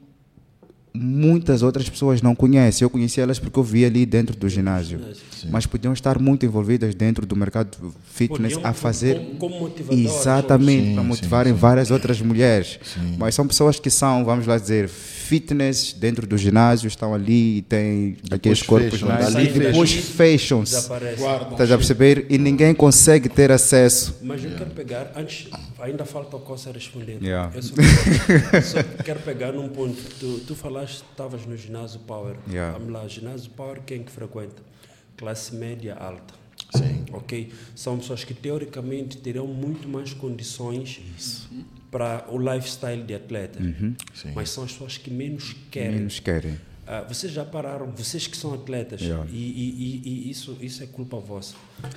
muitas outras pessoas não conhecem. Eu conheci elas porque eu vi ali dentro do ginásio. Sim. Mas podiam estar muito envolvidas dentro do mercado fitness podiam, a fazer como, como motivadores, exatamente sim, para motivarem sim, sim. várias outras mulheres. Sim. Mas são pessoas que são, vamos lá dizer, fitness dentro do ginásio, estão ali e têm aqueles corpos ali e depois fecham-se. Estás a perceber? E ninguém consegue ter acesso. Mas eu yeah. quero pegar, antes, ainda falta o Costa responder. Yeah. Eu só quero, só quero pegar num ponto. Tu, tu falaste que estavas no ginásio Power. Yeah. Vamos lá, ginásio Power, quem que frequenta? Classe média alta. Sim. Ok? São pessoas que teoricamente terão muito mais condições para o lifestyle de atleta. Uhum. Mas são as pessoas que menos querem. Menos querem. Uh, vocês já pararam, vocês que são atletas, yeah. e, e, e, e isso, isso é culpa vossa.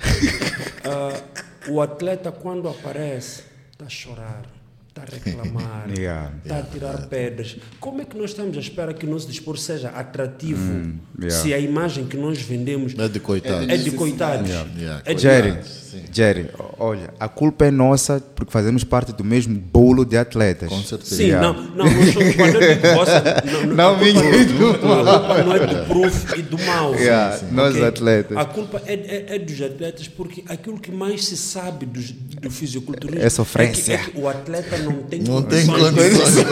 Uh, o atleta, quando aparece, está a chorar, está a reclamar, está yeah. a tirar yeah. pedras. Como é que nós estamos à espera que o nosso desporto seja atrativo mm, yeah. se a imagem que nós vendemos é de coitados? É de coitados. Yeah. Yeah. É de Jerry, coitados. Jerry, olha, a culpa é nossa porque fazemos parte do mesmo bolo de atletas. Com certeza. Sim, yeah. não, não, não sou, quando eu digo vossa, não, não, não a, culpa, não, a culpa não é do Proof e do Mouse. Yeah, sim, sim. Nós okay? atletas. A culpa é, é, é dos atletas porque aquilo que mais se sabe do, do fisiculturismo é sofrência. É que, é que o atleta não tem não condições. Tem condições.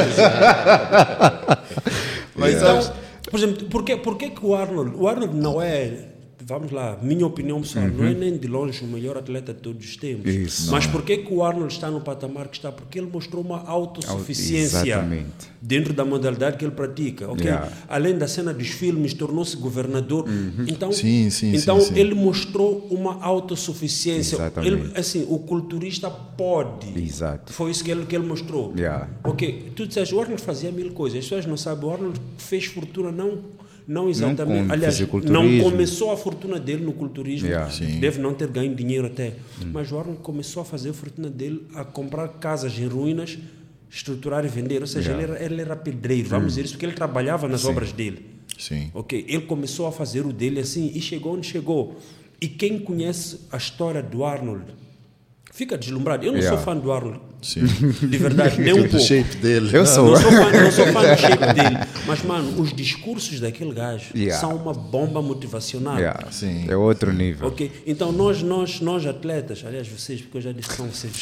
Mas yeah. então, por exemplo, por que, por que, que o Arnold, o Arnold não é, vamos lá, minha opinião pessoal, uhum. não é nem de longe o melhor atleta de todos os tempos. Isso, mas por que, que o Arnold está no patamar que está? Porque ele mostrou uma autossuficiência Exatamente. dentro da modalidade que ele pratica. Okay? Yeah. Além da cena dos filmes, tornou-se governador. Uhum. Então, sim, sim, então sim, sim. ele mostrou uma autossuficiência. Exatamente. Ele, assim, o culturista pode. Exato. Foi isso que ele, que ele mostrou. Yeah. Ok, tu disseste, o Arnold fazia mil coisas. As pessoas não sabem, o Arnold fez fortuna não... Não exatamente. Não Aliás, não começou a fortuna dele no culturismo. Yeah. Deve não ter ganho dinheiro até. Hum. Mas o Arnold começou a fazer a fortuna dele a comprar casas em ruínas, estruturar e vender. Ou seja, yeah. ele, era, ele era pedreiro, vamos hum. dizer isso, porque ele trabalhava nas Sim. obras dele. Sim. Okay? Ele começou a fazer o dele assim e chegou onde chegou. E quem conhece a história do Arnold fica deslumbrado. Eu não yeah. sou fã do Arnold. Sim. De verdade, nem um pouco. Do shape dele. Eu sou. Não sou fã, não sou fã do shape dele. Mas, mano, os discursos daquele gajo yeah. são uma bomba motivacional. Yeah. Sim. É outro nível. Ok? Então, nós, nós, nós atletas, aliás, vocês, porque eu já disse que são vocês.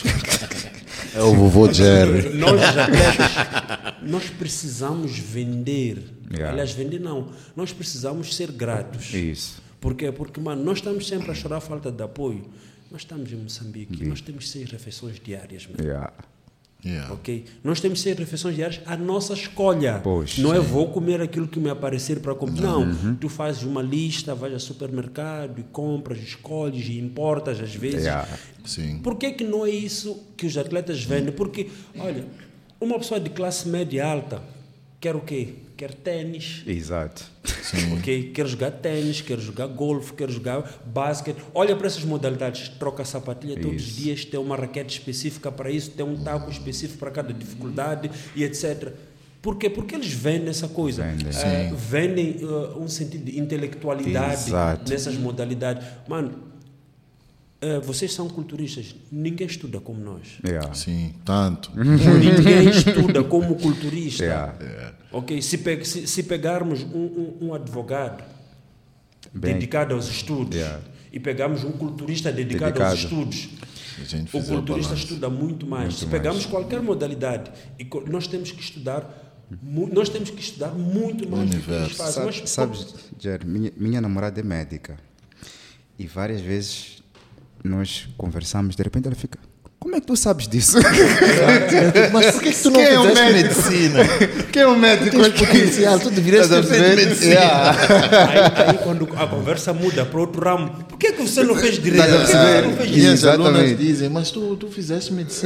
É o vovô Jerry. Nós atletas, nós precisamos vender. Yeah. Aliás, vender não. Nós precisamos ser gratos. Isso. Por quê? Porque, mano, nós estamos sempre a chorar a falta de apoio. Nós estamos em Moçambique, Sim. nós temos seis refeições diárias, mano. Yeah. Yeah. Ok? Nós temos seis refeições diárias à nossa escolha. Pois, não sim. é vou comer aquilo que me aparecer para comer. Não, uhum. tu fazes uma lista, vais ao supermercado e compras, escolhes e importas às vezes. Yeah. Sim. Por que que não é isso que os atletas vendem? Porque, olha, uma pessoa de classe média alta quer o quê? Quer ténis. Exato. Sim. Okay? Quer jogar ténis, quer jogar golfe, quer jogar basquete. Olha para essas modalidades. Troca sapatilha todos Isso. os dias, tem uma raquete específica para isso, tem um taco específico para cada dificuldade e etcétera. Por quê? Porque eles vendem essa coisa. Vendem. Uh, vendem uh, um sentido de intelectualidade Exato. nessas modalidades. Mano, uh, vocês são culturistas. Ninguém estuda como nós. Yeah. Sim, tanto. Ninguém estuda como culturista. Yeah. Ok? Se, pe se, se pegarmos um, um, um advogado Bem, dedicado aos estudos Yeah. e pegarmos um culturista dedicado, Dedicado. aos estudos, A gente o fizer culturista balanço. estuda muito mais. Muito se mais. pegarmos qualquer modalidade, e co- nós temos que estudar, mu nós temos que estudar muito mais do que eles universo. fazem. Sabe, Mas, sabes, Jer, minha, minha namorada é médica e várias vezes nós conversamos, de repente ela fica: como é que tu sabes disso? Mas por que, que tu não Quem é o fizeste médico? medicina? Quem é o médico Tens aqui? potencial, tu deverias ter Estás a feito perceber? medicina. Yeah. aí, aí quando a conversa muda para outro ramo, por que, que você não fez direito? Estás a Por que que você perceber? não fez E direito? as alunas Exatamente. dizem, mas tu, tu fizeste medicina.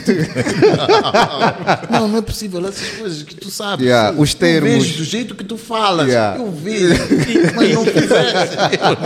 Não, não é possível. Essas coisas que tu sabes. Yeah, os termos. Eu vejo do jeito que tu falas. Yeah. Eu vejo. Mas não fizeste.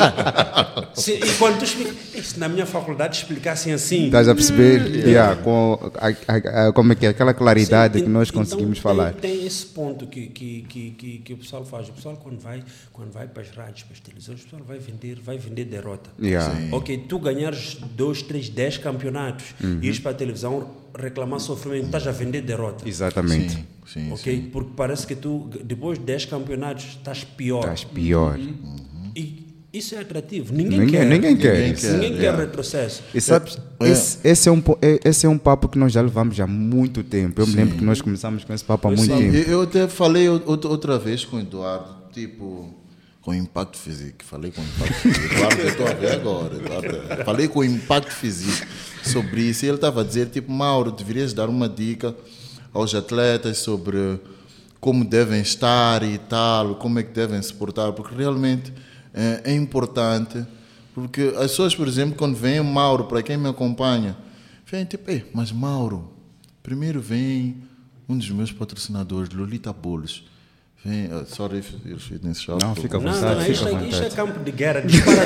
Se- e quando tu explica, "E se na minha faculdade explicassem assim. Estás a perceber? Yeah, com a, a, a, como é que é? Aquela claridade Sim, que nós então conseguimos tem, falar. Tem esse ponto que, que, que, que, que o pessoal faz. O pessoal quando vai, quando vai para as rádios, para as televisões, o pessoal vai vender, vai vender derrota. Yeah. Ok, tu ganhares dois, três, dez campeonatos Uhum. e ires para a televisão reclamar sofrimento, estás a vender derrota. Exatamente. Sim, sim, Ok? sim. Porque parece que tu, depois de dez campeonatos, estás pior. Estás pior. E isso é atrativo. Ninguém, Ninguém, quer. ninguém quer Ninguém isso. quer. Ninguém quer Yeah. retrocesso. E sabes, É. esse, esse, é um, po- é- esse é um papo que nós já levamos já há muito tempo. Eu me lembro que nós começamos com esse papo há Pois muito sim. tempo. Eu eu até falei outra outra vez com o Eduardo, tipo, com impacto físico. Falei com impacto físico. Eduardo, eu estou a ver agora. Eduardo. Falei com impacto físico sobre isso. E ele estava a dizer, tipo, Mauro, deverias dar uma dica aos atletas sobre como devem estar e tal, como é que devem se portar, porque realmente é, é importante. Porque as pessoas, por exemplo, quando vem o Mauro, para quem me acompanha, vem tipo, ei, mas Mauro, primeiro vem um dos meus patrocinadores, Lolita Bolos. Vem, uh, sorry, Ears Fitness Shop. Não, fica à Não, vontade, não, fica isto, à é, isto é vontade. campo de guerra. Dispara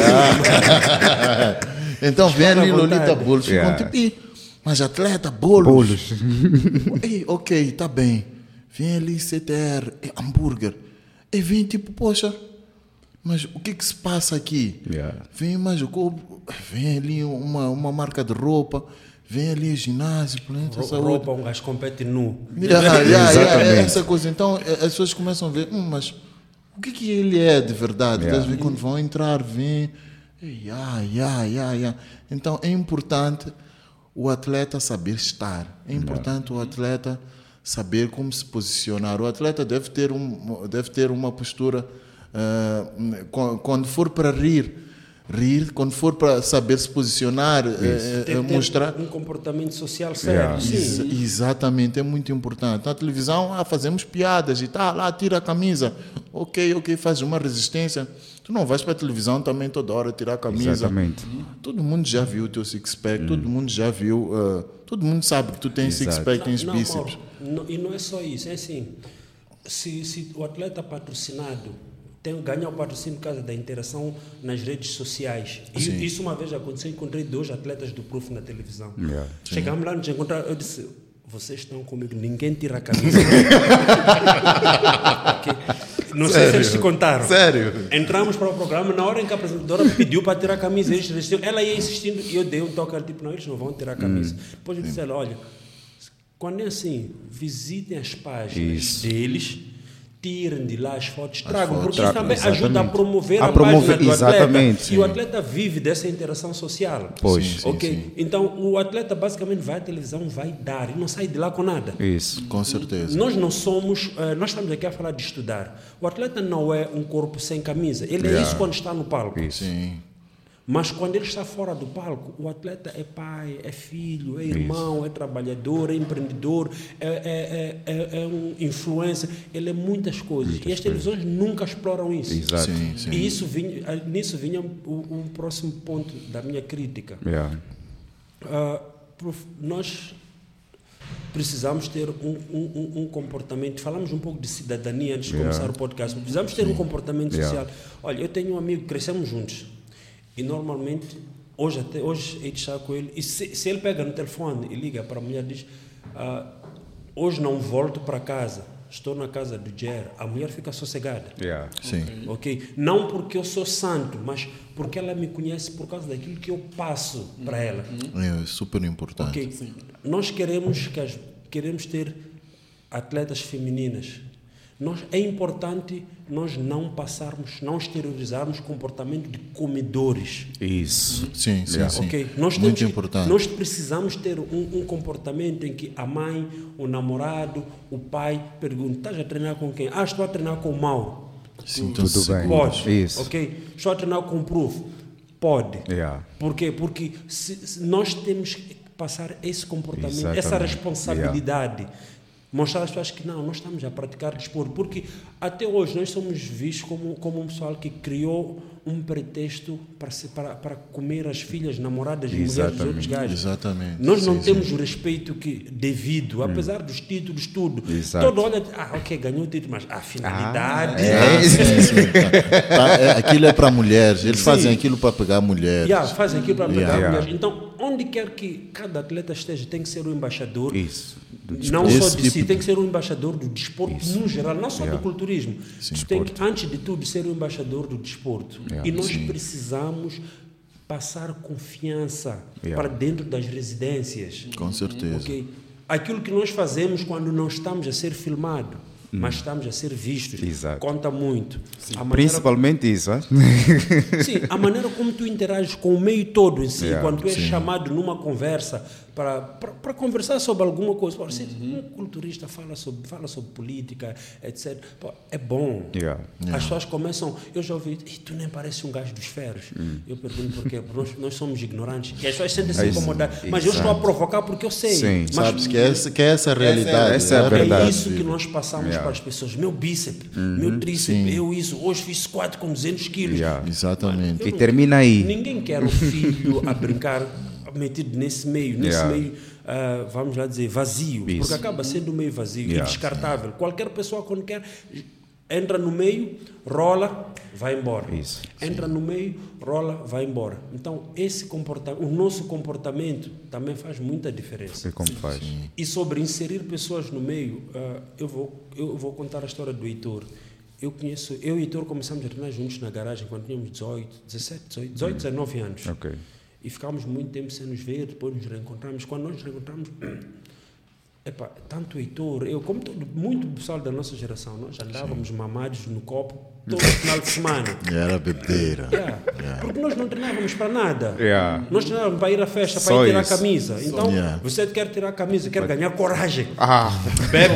assim. Então vem Dispara ali à Lolita vontade. Bolos, ficam Yeah. tipo, "Ih, mas atleta, bolos. Bolos. Ei, ok, tá bem. Vem ali C T R, é hambúrguer. E vem tipo, poxa, mas o que que se passa aqui? Yeah. Vem mais o corpo, vem ali uma, uma marca de roupa, vem ali o ginásio, planeta saúde. Roupa, um gajo compete nu. Yeah, yeah, yeah, Exatamente. essa coisa. Então eh, as pessoas começam a ver, hum, mas o que que ele é de verdade? Yeah. Às vezes quando vão entrar, vem, yeah, yeah, yeah, yeah. Então é importante o atleta saber estar. É importante o atleta saber como se posicionar. O atleta deve ter, um, deve ter uma postura, ah, quan- quando for para rir, rir, quando for para saber se posicionar, eh, Tem eh, que ter mostrar. um comportamento social sério. Yeah. Sim. Ex- exatamente, é muito importante. Na televisão, ah, fazemos piadas e tal, lá tira a camisa. Ok, ok, faz uma resistência. Tu não vais para a televisão também toda hora tirar a camisa. Exatamente. Todo mundo já viu o teu six-pack, todo mundo já viu, ah, todo mundo sabe que tu tens Exato. six-pack, tens Não, bíceps. Mauro, não- e não é só isso, é assim, se, se o atleta patrocinado tem, ganha o patrocínio por causa da interação nas redes sociais, Sim. e isso uma vez aconteceu, encontrei dois atletas do Proof na televisão. Yeah. Chegamos lá, nos encontramos, eu disse, vocês estão comigo, ninguém tira a camisa. Ok? Não sei se eles te contaram. Sério? Entramos para o programa, na hora em que a apresentadora pediu para tirar a camisa, eles resistiram. Ela ia insistindo e eu dei um toque, ela tipo, não, eles não vão tirar a camisa. Depois eu disse a ela, olha, quando é assim, visitem as páginas Isso. deles, tirem de lá as fotos, tragam, fotos. porque Tra- isso também exatamente. ajuda a promover A a, promover- página do exatamente, atleta. sim. E o atleta vive dessa interação social. Pois. Sim, sim, ok? sim. Então, o atleta basicamente vai à televisão, vai dar, e não sai de lá com nada. Isso. Com certeza. Nós não somos, eh, nós estamos aqui a falar de estudar. O atleta não é um corpo sem camisa. Ele é Yeah. isso quando está no palco. Isso. Sim. Mas quando ele está fora do palco, o atleta é pai, é filho, é irmão, é trabalhador, é empreendedor, é, é, é, é, é um influencer, ele é muitas coisas. e as televisões nunca exploram isso. Exato. Sim, sim. E isso vinha, eh, nisso vinha o, o próximo ponto da minha crítica. Yeah. Ah, prof, nós precisamos ter um, um, um- um comportamento. Falamos um pouco de cidadania antes de Yeah. começar o podcast. Precisamos ter um comportamento Yeah. social. Olha, eu tenho um amigo, crescemos juntos. E normalmente, hoje até hoje, eu estar com ele. E se, se ele pega no telefone e liga para a mulher e diz: ah, hoje não volto para casa, estou na casa do Jer, a mulher fica sossegada. Yeah. Sim. Ok? Não porque eu sou santo, mas porque ela me conhece por causa daquilo que eu passo para ela. É super importante. Ok? Nós queremos, que as, queremos ter atletas femininas. Nós, é importante nós não passarmos, não exteriorizarmos comportamento de comedores. Isso. Sim, sim, Yeah. sim. Ok? Nós Muito temos, importante. Nós precisamos ter um, um comportamento em que a mãe, o namorado, o pai perguntam: estás a treinar com quem? Ah, estou a treinar com o Mauro. Sim, Tudo bem. Pode. Isso. Ok? Estou a treinar com o Proof. Pode. Yeah. Por quê? Porque se, se nós temos que passar esse comportamento, Exatamente. essa responsabilidade. Mostrar às pessoas que não, nós estamos a praticar desporto. Porque até hoje nós somos vistos como, como um pessoal que criou um pretexto para, se, para, para comer as filhas, namoradas e mulheres dos outros gajos. Exatamente. Nós não Sim, temos sim. o respeito que devido, hum. apesar dos títulos, tudo. Exato. Todo olha, ah, ok, ganhou o título, mas a finalidade... Ah, Ah, sim, sim, tá. Tá, é, aquilo é para mulheres. Eles Sim. fazem aquilo para pegar mulheres. Yeah, fazem aquilo para pegar Yeah. mulheres. Então, onde quer que cada atleta esteja, tem que ser o embaixador. Isso. Do Não desporto. só Esse de si, tipo tem que ser o embaixador do desporto no geral, não só Yeah. do culturismo. Sim, Tu tem que, desporto. antes de tudo, ser o embaixador do desporto. Yeah. E nós Sim. precisamos passar confiança Yeah. para dentro das residências. Com certeza. Ok? Aquilo que nós fazemos quando não estamos a ser filmados, mas estamos a ser vistos, Exato. conta muito. A maneira- Principalmente isso, hein? Sim, a maneira como tu interages com o meio todo em si, Yeah, quando tu és sim. chamado numa conversa para, para, para conversar sobre alguma coisa. Pô, se um culturista fala sobre, fala sobre política, etcétera. Pô, é bom. Yeah. As pessoas começam, eu já ouvi, "Ih, tu nem parece um gajo dos ferros." Eu pergunto por quê? Porque nós, nós somos ignorantes. E as pessoas sentem-se É, incomodadas. Mas eu estou a exato. provocar porque eu sei. Sim. Mas Sabes que é essa, que é essa a realidade. essa é a é verdade. isso que nós passamos Yeah. para as pessoas. Meu bíceps, meu tríceps, Sim. eu isso. Hoje fiz squat com duzentos quilos. Yeah. Exatamente. Eu E não- termina aí. Ninguém quer o filho a brincar metido nesse meio, nesse Yeah. meio, ah, vamos lá dizer, vazio. Isso. Porque acaba sendo um meio vazio Yeah. e descartável. Qualquer pessoa, quando quer, entra no meio, rola, vai embora. Isso. Entra no meio, rola, vai embora. Então, esse comportamento, o nosso comportamento também faz muita diferença. E como faz? E sobre inserir pessoas no meio, ah, eu, vou, eu vou contar a história do Heitor. Eu conheço, eu e o Heitor começamos a treinar juntos na garagem quando tínhamos dezoito, dezessete, dezoito, dezoito, dezenove anos. Ok. E ficámos muito tempo sem nos ver, depois nos reencontramos. Quando nós nos reencontramos, epá, tanto o Heitor, eu, como todo, muito pessoal da nossa geração, nós andávamos mamados no copo todo final de semana. Era bebedeira. Yeah. Porque nós não treinávamos para nada. Yeah. Nós treinávamos para ir à festa, Só para ir tirar isso. a camisa. Então, Yeah. você quer tirar a camisa, quer ganhar coragem. Ah, Bebe.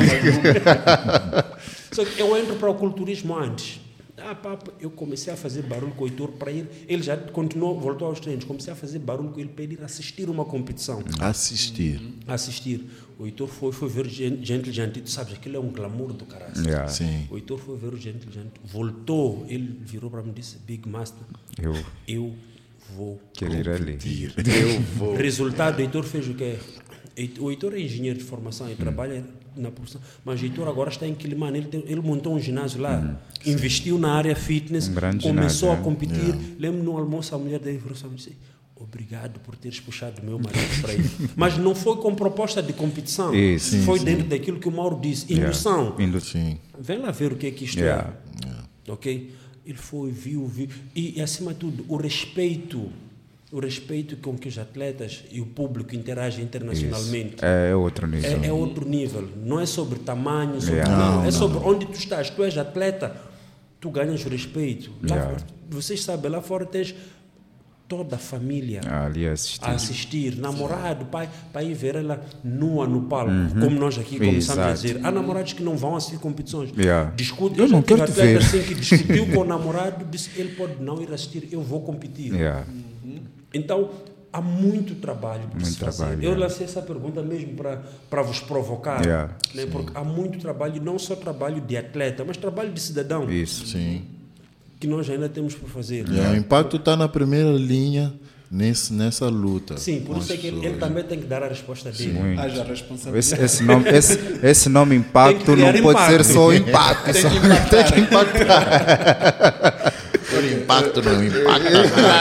Só que eu entro para o culturismo antes. Ah, papo, eu comecei a fazer barulho com o Heitor para ir. Ele já continuou, voltou aos treinos. Comecei a fazer barulho com ele para ir assistir uma competição. Assistir. Assistir. O Heitor foi, foi ver o Gen- Gentle Giant. Tu sabes, aquilo é um glamour do caralho. Yeah. Sim. O Heitor foi ver o Gentle Giant. Voltou. Ele virou para mim e disse: Big Master, eu eu vou quero ir ali. eu vou. Resultado, o Heitor fez o quê? O Heitor é engenheiro de formação e trabalha na produção, mas o Heitor agora está em Quilimane. Ele, tem- ele montou um ginásio lá, investiu na área fitness, Um grande começou ginásio, a é? competir. Lembro no almoço a mulher dele virou e disse: obrigado por teres puxado o meu marido para ir. Mas não foi com proposta de competição, Isso, sim, foi sim. dentro daquilo que o Mauro disse, Yeah. indução. Indu- Sim. Vem lá ver o que é que isto Yeah. é. Ok? Ele foi, viu, viu. E, e, acima de tudo, o respeito, o respeito com que os atletas e o público interagem internacionalmente. Isso. É outro nível. É, é outro nível. Não é sobre tamanho, sobre Yeah. não, Não, é não. sobre onde tu estás. Tu és atleta, tu ganhas o respeito. Lá Yeah. fora, vocês sabem, lá fora tens toda a família Ali assistir. a assistir, namorado, pai, para ir ver ela nua no palco, como nós aqui começamos a Exato. dizer. Há namorados que não vão assistir competições. Yeah. Discute, Eu já não tive quero te atleta ver. assim que discutiu com o namorado, disse que ele pode não ir assistir, eu vou competir. Yeah. Então, há muito trabalho para Muito se fazer. trabalho, Eu é. lancei essa pergunta mesmo para, para vos provocar, Yeah, né? Porque há muito trabalho, não só trabalho de atleta, mas trabalho de cidadão, Isso. Sim. que nós ainda temos por fazer. É, o impacto está na primeira linha nesse, nessa luta. Sim, por com isso é as que ele, pessoas. ele também tem que dar a resposta dele. Muito. Haja Esse, responsabilidade. esse nome, esse, esse nome Tem impacto que criar não pode impacto. ser só impacto. Tem só- que impactar. tem que impactar. O impacto não impacta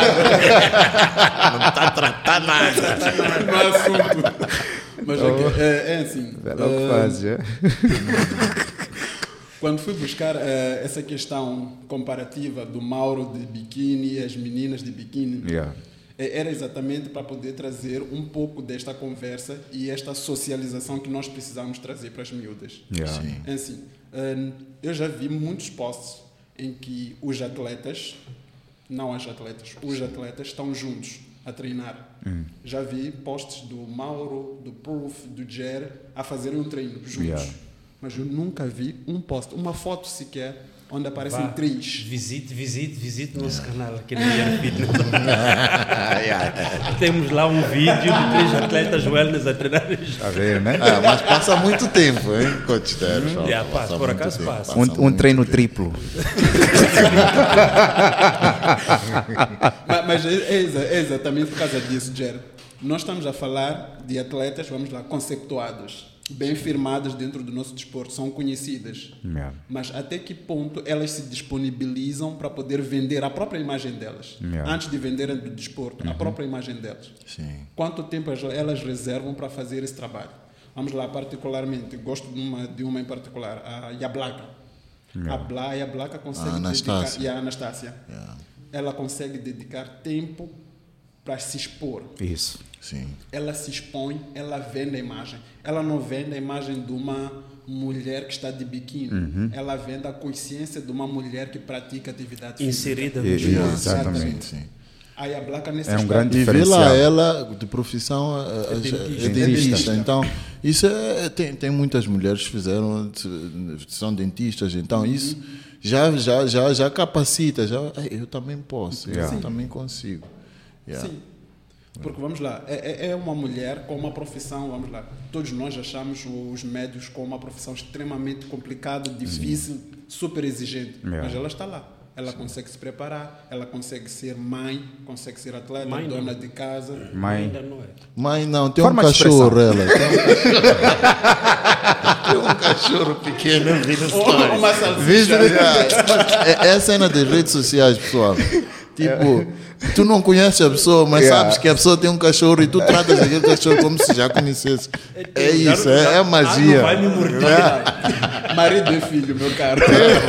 nada. Não está a tratar nada. no assunto. Mas ok, é, é assim. Vê lá o que eh, faz, é? Quando fui buscar uh, essa questão comparativa do Mauro de biquíni e as meninas de biquíni, Yeah. era exatamente para poder trazer um pouco desta conversa e esta socialização que nós precisamos trazer para as miúdas. Yeah. Sim. É assim, uh, eu já vi muitos posts em que os atletas, não as atletas, os atletas estão juntos a treinar. Hum. Já vi posts do Mauro, do Proof, do Jer a fazerem um treino juntos. Yeah. Mas eu nunca vi um post, uma foto sequer, onde aparecem Vá, três. Visite, visite, visite o nosso canal aqui no Year Fitness. Temos lá um vídeo de três atletas wellness a treinar. Está a ver, né? Ah, mas passa muito tempo, hein, Coach Teres? Yeah, passa, por acaso passa. Um, um treino triplo. mas mas é, é exa- é exatamente por causa disso, Jer. Nós estamos a falar de atletas, vamos lá, conceituados, bem firmadas dentro do nosso desporto, são conhecidas. Yeah. Mas até que ponto elas se disponibilizam para poder vender a própria imagem delas? Yeah. Antes de venderem do desporto, a própria imagem delas. Sim. Quanto tempo elas- elas reservam para fazer esse trabalho? Vamos lá, particularmente, gosto de uma, de uma em particular, a Yablaka. Yeah. A Bla, a Yablaka consegue A Anastácia. dedicar... E a Anastácia. Yeah. Ela consegue dedicar tempo para se expor. Isso. Sim. Ela se expõe, ela vende a imagem. Ela não vende a imagem de uma mulher que está de biquíni. Uhum. Ela vende a consciência de uma mulher que pratica atividade física. Inserida no Yeah, esporte. exatamente. Sim. A Yablaka nesse É um aspecto- grande E vê diferencial. lá, ela de profissão é, é, dentista. é dentista. Então, isso é, tem, tem muitas mulheres que fizeram, são dentistas, então isso já, já, já, já capacita, já, eu também posso, Yeah. eu também consigo. Yeah. Sim. Porque vamos lá, é, é- é uma mulher com uma profissão, vamos lá, todos nós achamos os médicos com uma profissão extremamente complicada, difícil, super exigente, Yeah. mas ela está lá. Ela consegue se preparar, ela consegue ser mãe, consegue ser atleta, Mãe não. dona de casa. Mãe. Ainda não é. Mas não, tem Forma um de expressão. cachorro, ela. Tem, tem um cachorro pequeno, eu vi no stories. Uma salsicha. Veja, é, é a cena das redes sociais, pessoal. Tipo, tu não conheces a pessoa, mas Yeah. sabes que a pessoa tem um cachorro e tu tratas aquele cachorro como se já conhecesse. É isso, é, é a magia. Ah, não vai me morder. Marido e filho, meu caro.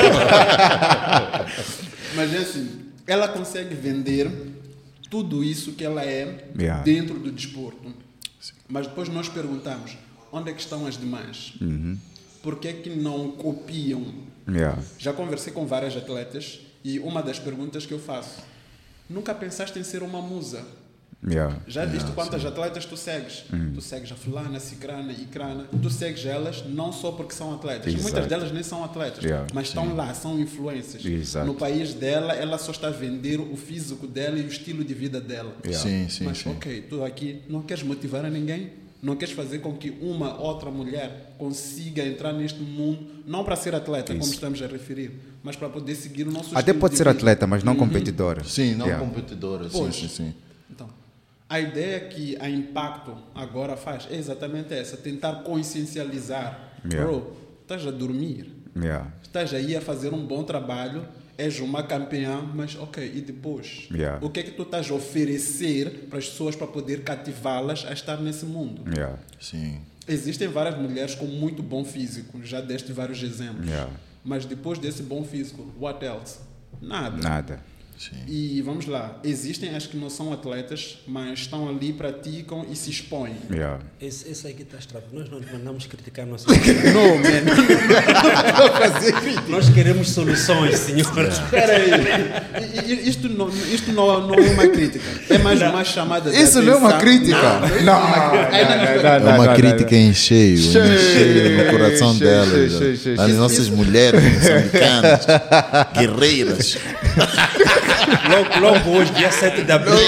Mas é assim, ela consegue vender tudo isso que ela é Yeah. dentro do desporto. Mas depois nós perguntamos, onde é que estão as demais? Por que é que não copiam? Yeah. Já conversei com várias atletas e uma das perguntas que eu faço, nunca pensaste em ser uma musa? Yeah. Já viste quantas atletas tu segues? Tu segues a fulana, cicrana, icrana. Tu segues elas não só porque são atletas. Exato. Muitas delas nem são atletas, Yeah, mas estão lá, são influências. Exato. No país dela, ela só está a vender o físico dela e o estilo de vida dela. Yeah. Sim, sim, mas sim. ok, tu aqui não queres motivar a ninguém? Não queres fazer com que uma outra mulher consiga entrar neste mundo, não para ser atleta, como Isso. estamos a referir, mas para poder seguir o nosso Até estilo pode de ser vida. atleta, mas não competidora. Sim, não Yeah. competidora, sim, Pois. sim, sim. Então, a ideia que a Impacto agora faz é exatamente essa, tentar consciencializar. Yeah. Bro, estás a dormir, Yeah. estás aí a fazer um bom trabalho, és uma campeã, mas ok, e depois? Yeah. O que é que tu estás a oferecer para as pessoas para poder cativá-las a estar nesse mundo? Yeah. Sim. Existem várias mulheres com muito bom físico, já deste vários exemplos. Yeah. Mas depois desse bom físico, what else? Nada. Nada. Sim. E vamos lá, existem as que não são atletas, mas estão ali, praticam e se expõem. Yeah. Esse, esse aqui está estragado. Nós não mandamos criticar a nossa Não, man. fazer crítica. Nós queremos soluções, senhor. Espera aí. I- i- Isto, não, isto não, não é uma crítica. É mais uma chamada de Isso não é uma atenção. crítica. Não, Não, É uma crítica em cheio, em cheio no coração cheio, delas. cheio, cheio, cheio, As cheio. nossas mulheres moçambicanas, guerreiras. Logo, logo hoje, dia sete de abril.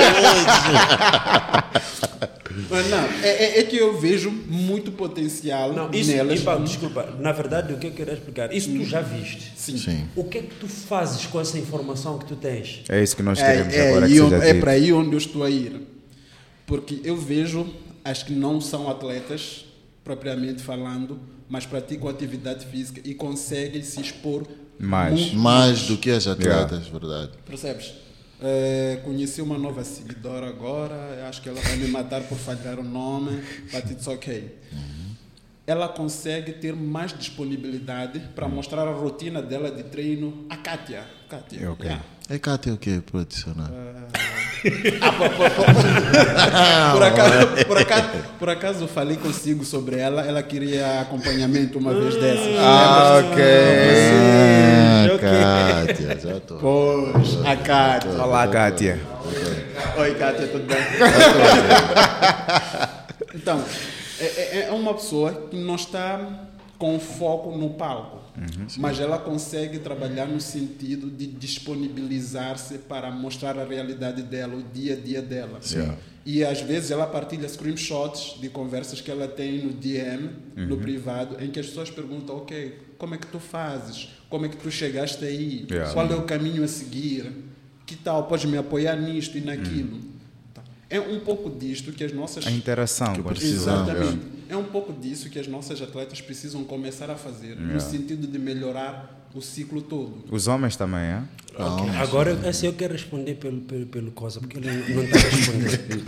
Mas não, é, é- é que eu vejo muito potencial Não, isso, nelas. Ivan, desculpa, na verdade o que eu quero explicar, isso tu já viste. Sim. Sim. O que é que tu fazes com essa informação que tu tens? É isso que nós É, queremos é, agora e que eu- seja é dito. para aí onde eu estou a ir. Porque eu vejo as que não são atletas, propriamente falando, mas praticam atividade física e conseguem se expor Mais. muito Mais do que as atletas, verdade. Percebes? Eh, conheci uma nova seguidora agora, acho que ela vai me matar por falhar o nome, but it's ok. ela consegue ter mais disponibilidade para mostrar a rotina dela de treino à Kátia. Kátia, Ok. yeah. É cá tem o quê para adicionar? Ah, por, por- por- por acaso, por, acaso, por acaso eu falei consigo sobre ela, ela queria acompanhamento uma vez dessas. Ah, ok. Ah, ok. Kátia, já estou. Pois, a Kátia. Olá, Kátia. Oi, Kátia, tudo bem? Então, é, é- é uma pessoa que não está com foco no palco, mas ela consegue trabalhar no sentido de disponibilizar-se para mostrar a realidade dela, o dia a dia dela. Sim. E às vezes ela partilha screenshots de conversas que ela tem no D M, no privado, em que as pessoas perguntam, ok, como é que tu fazes? Como é que tu chegaste aí? Yeah. Qual é o caminho a seguir? Que tal? Podes me apoiar nisto e naquilo? Tá. É um pouco disto que as nossas... A interação. Que com as precisamos, pessoas. Exatamente. É um pouco disso que as nossas atletas precisam começar a fazer, no Yeah. sentido de melhorar o ciclo todo. Os homens também, é? Ok, agora assim, eu quero responder pelo, pelo, pelo Cosa, porque ele não está respondendo.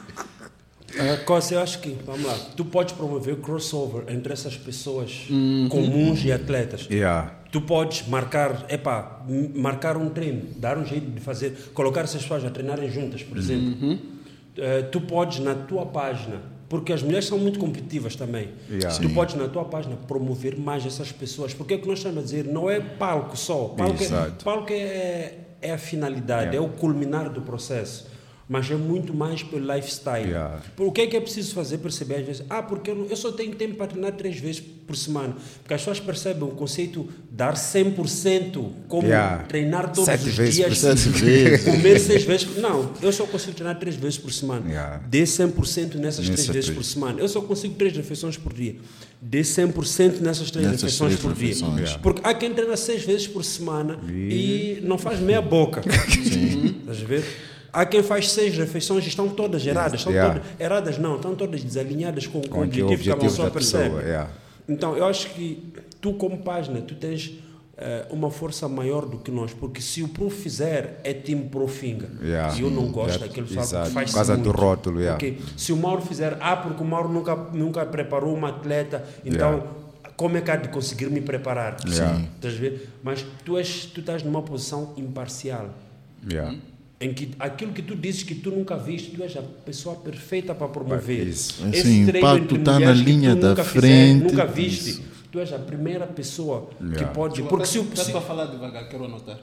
Uh, Cosa, eu acho que, vamos lá, tu podes promover crossover entre essas pessoas comuns e atletas. Yeah. Tu podes marcar, epá, m- marcar um treino, dar um jeito de fazer, colocar essas pessoas a treinarem juntas, por exemplo. Uh, tu podes na tua página, porque as mulheres são muito competitivas também. Yeah. Tu Sim. podes na tua página promover mais essas pessoas, porque é o que nós estamos a dizer, não é palco só. Palco, é, Exato. palco é, é a finalidade, Yeah. é o culminar do processo. Mas é muito mais pelo lifestyle. Yeah. Por o que é que é preciso fazer? Perceber às vezes, ah, porque eu, não- eu só tenho tempo para treinar três vezes por semana. Porque as pessoas percebem o conceito de dar cem por cento, como Yeah. treinar todos Sete os vezes dias, por Sete vezes. comer seis vezes por... Não, eu só consigo treinar três vezes por semana. Yeah. Dê cem por cento nessas Nessas três vezes três. por semana. Eu só consigo três refeições por dia. Dê cem por cento nessas três Nessas refeições três por dia. refeições. Yeah. Porque há quem treina seis vezes por semana e não faz meia boca. Sim. Estás a ver? Há quem faz seis refeições e estão todas erradas. Estão Yeah. todas, erradas não, estão todas desalinhadas com, com o Com que o objetivo que a objetivo pessoa da pessoa, percebe. yeah. Então, eu acho que tu como página, tu tens eh, uma força maior do que nós, porque se o Prof fizer, é time Profinga. Yeah. E eu não gosto Yeah. daquele pessoal Exato. que faz Por causa do muito. rótulo, yeah. Ok. Se o Mauro fizer, ah, porque o Mauro nunca, nunca preparou uma atleta, então... Yeah. Como é que há de conseguir me preparar? Yeah. Sim. Estás a ver? Mas tu, és, tu estás numa posição imparcial, Yeah. em que aquilo que tu dizes que tu nunca viste, tu és a pessoa perfeita para promover. Isso. Esse Assim, treino pá, entre tu tá mulheres na que linha tu da nunca frente, nunca viste. isso. Tu és a primeira pessoa Yeah. que pode... Porque se o... Peço Se, para falar devagar, quero anotar.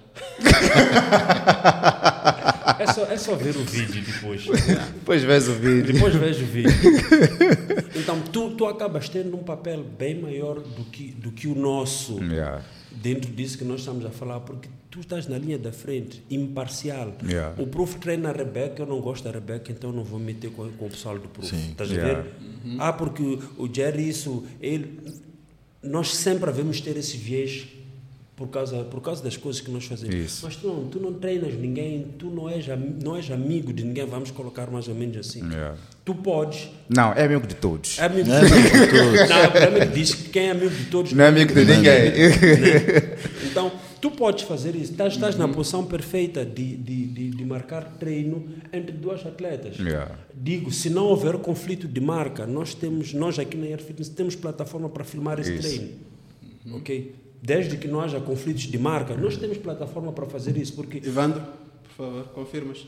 é, só, é só ver o vídeo depois. Depois vês o vídeo. Depois vejo o vídeo. Então, tu, tu acabas tendo um papel bem maior do que, do que o nosso, Yeah. dentro disso que nós estamos a falar, porque tu estás na linha da frente, imparcial. Yeah. O Prof treina a Rebeca, eu não gosto da Rebeca, então não vou meter com, com o pessoal do Prof. Sim. Estás a Yeah. ver? Ah, porque o, o Jerry, isso, ele... Nós sempre devemos ter esse viés por causa, por causa das coisas que nós fazemos. Isso. Mas tu não, tu não treinas ninguém, tu não és, am- não és amigo de ninguém, vamos colocar mais ou menos assim. Yeah. Tu podes... Não, é amigo de todos. É amigo É de amigo de todos. Não, o problema é que diz que quem é amigo de todos Não é amigo de ninguém. Então, tu podes fazer isso. Estás, estás na posição perfeita de, de, de, de marcar treino entre duas atletas. Yeah. Digo, se não houver conflito de marca, nós temos, nós aqui na Air Fitness temos plataforma para filmar esse Isso. treino. Ok? Desde que não haja conflitos de marca, nós temos plataforma para fazer isso, porque Evandro, por favor, confirmas?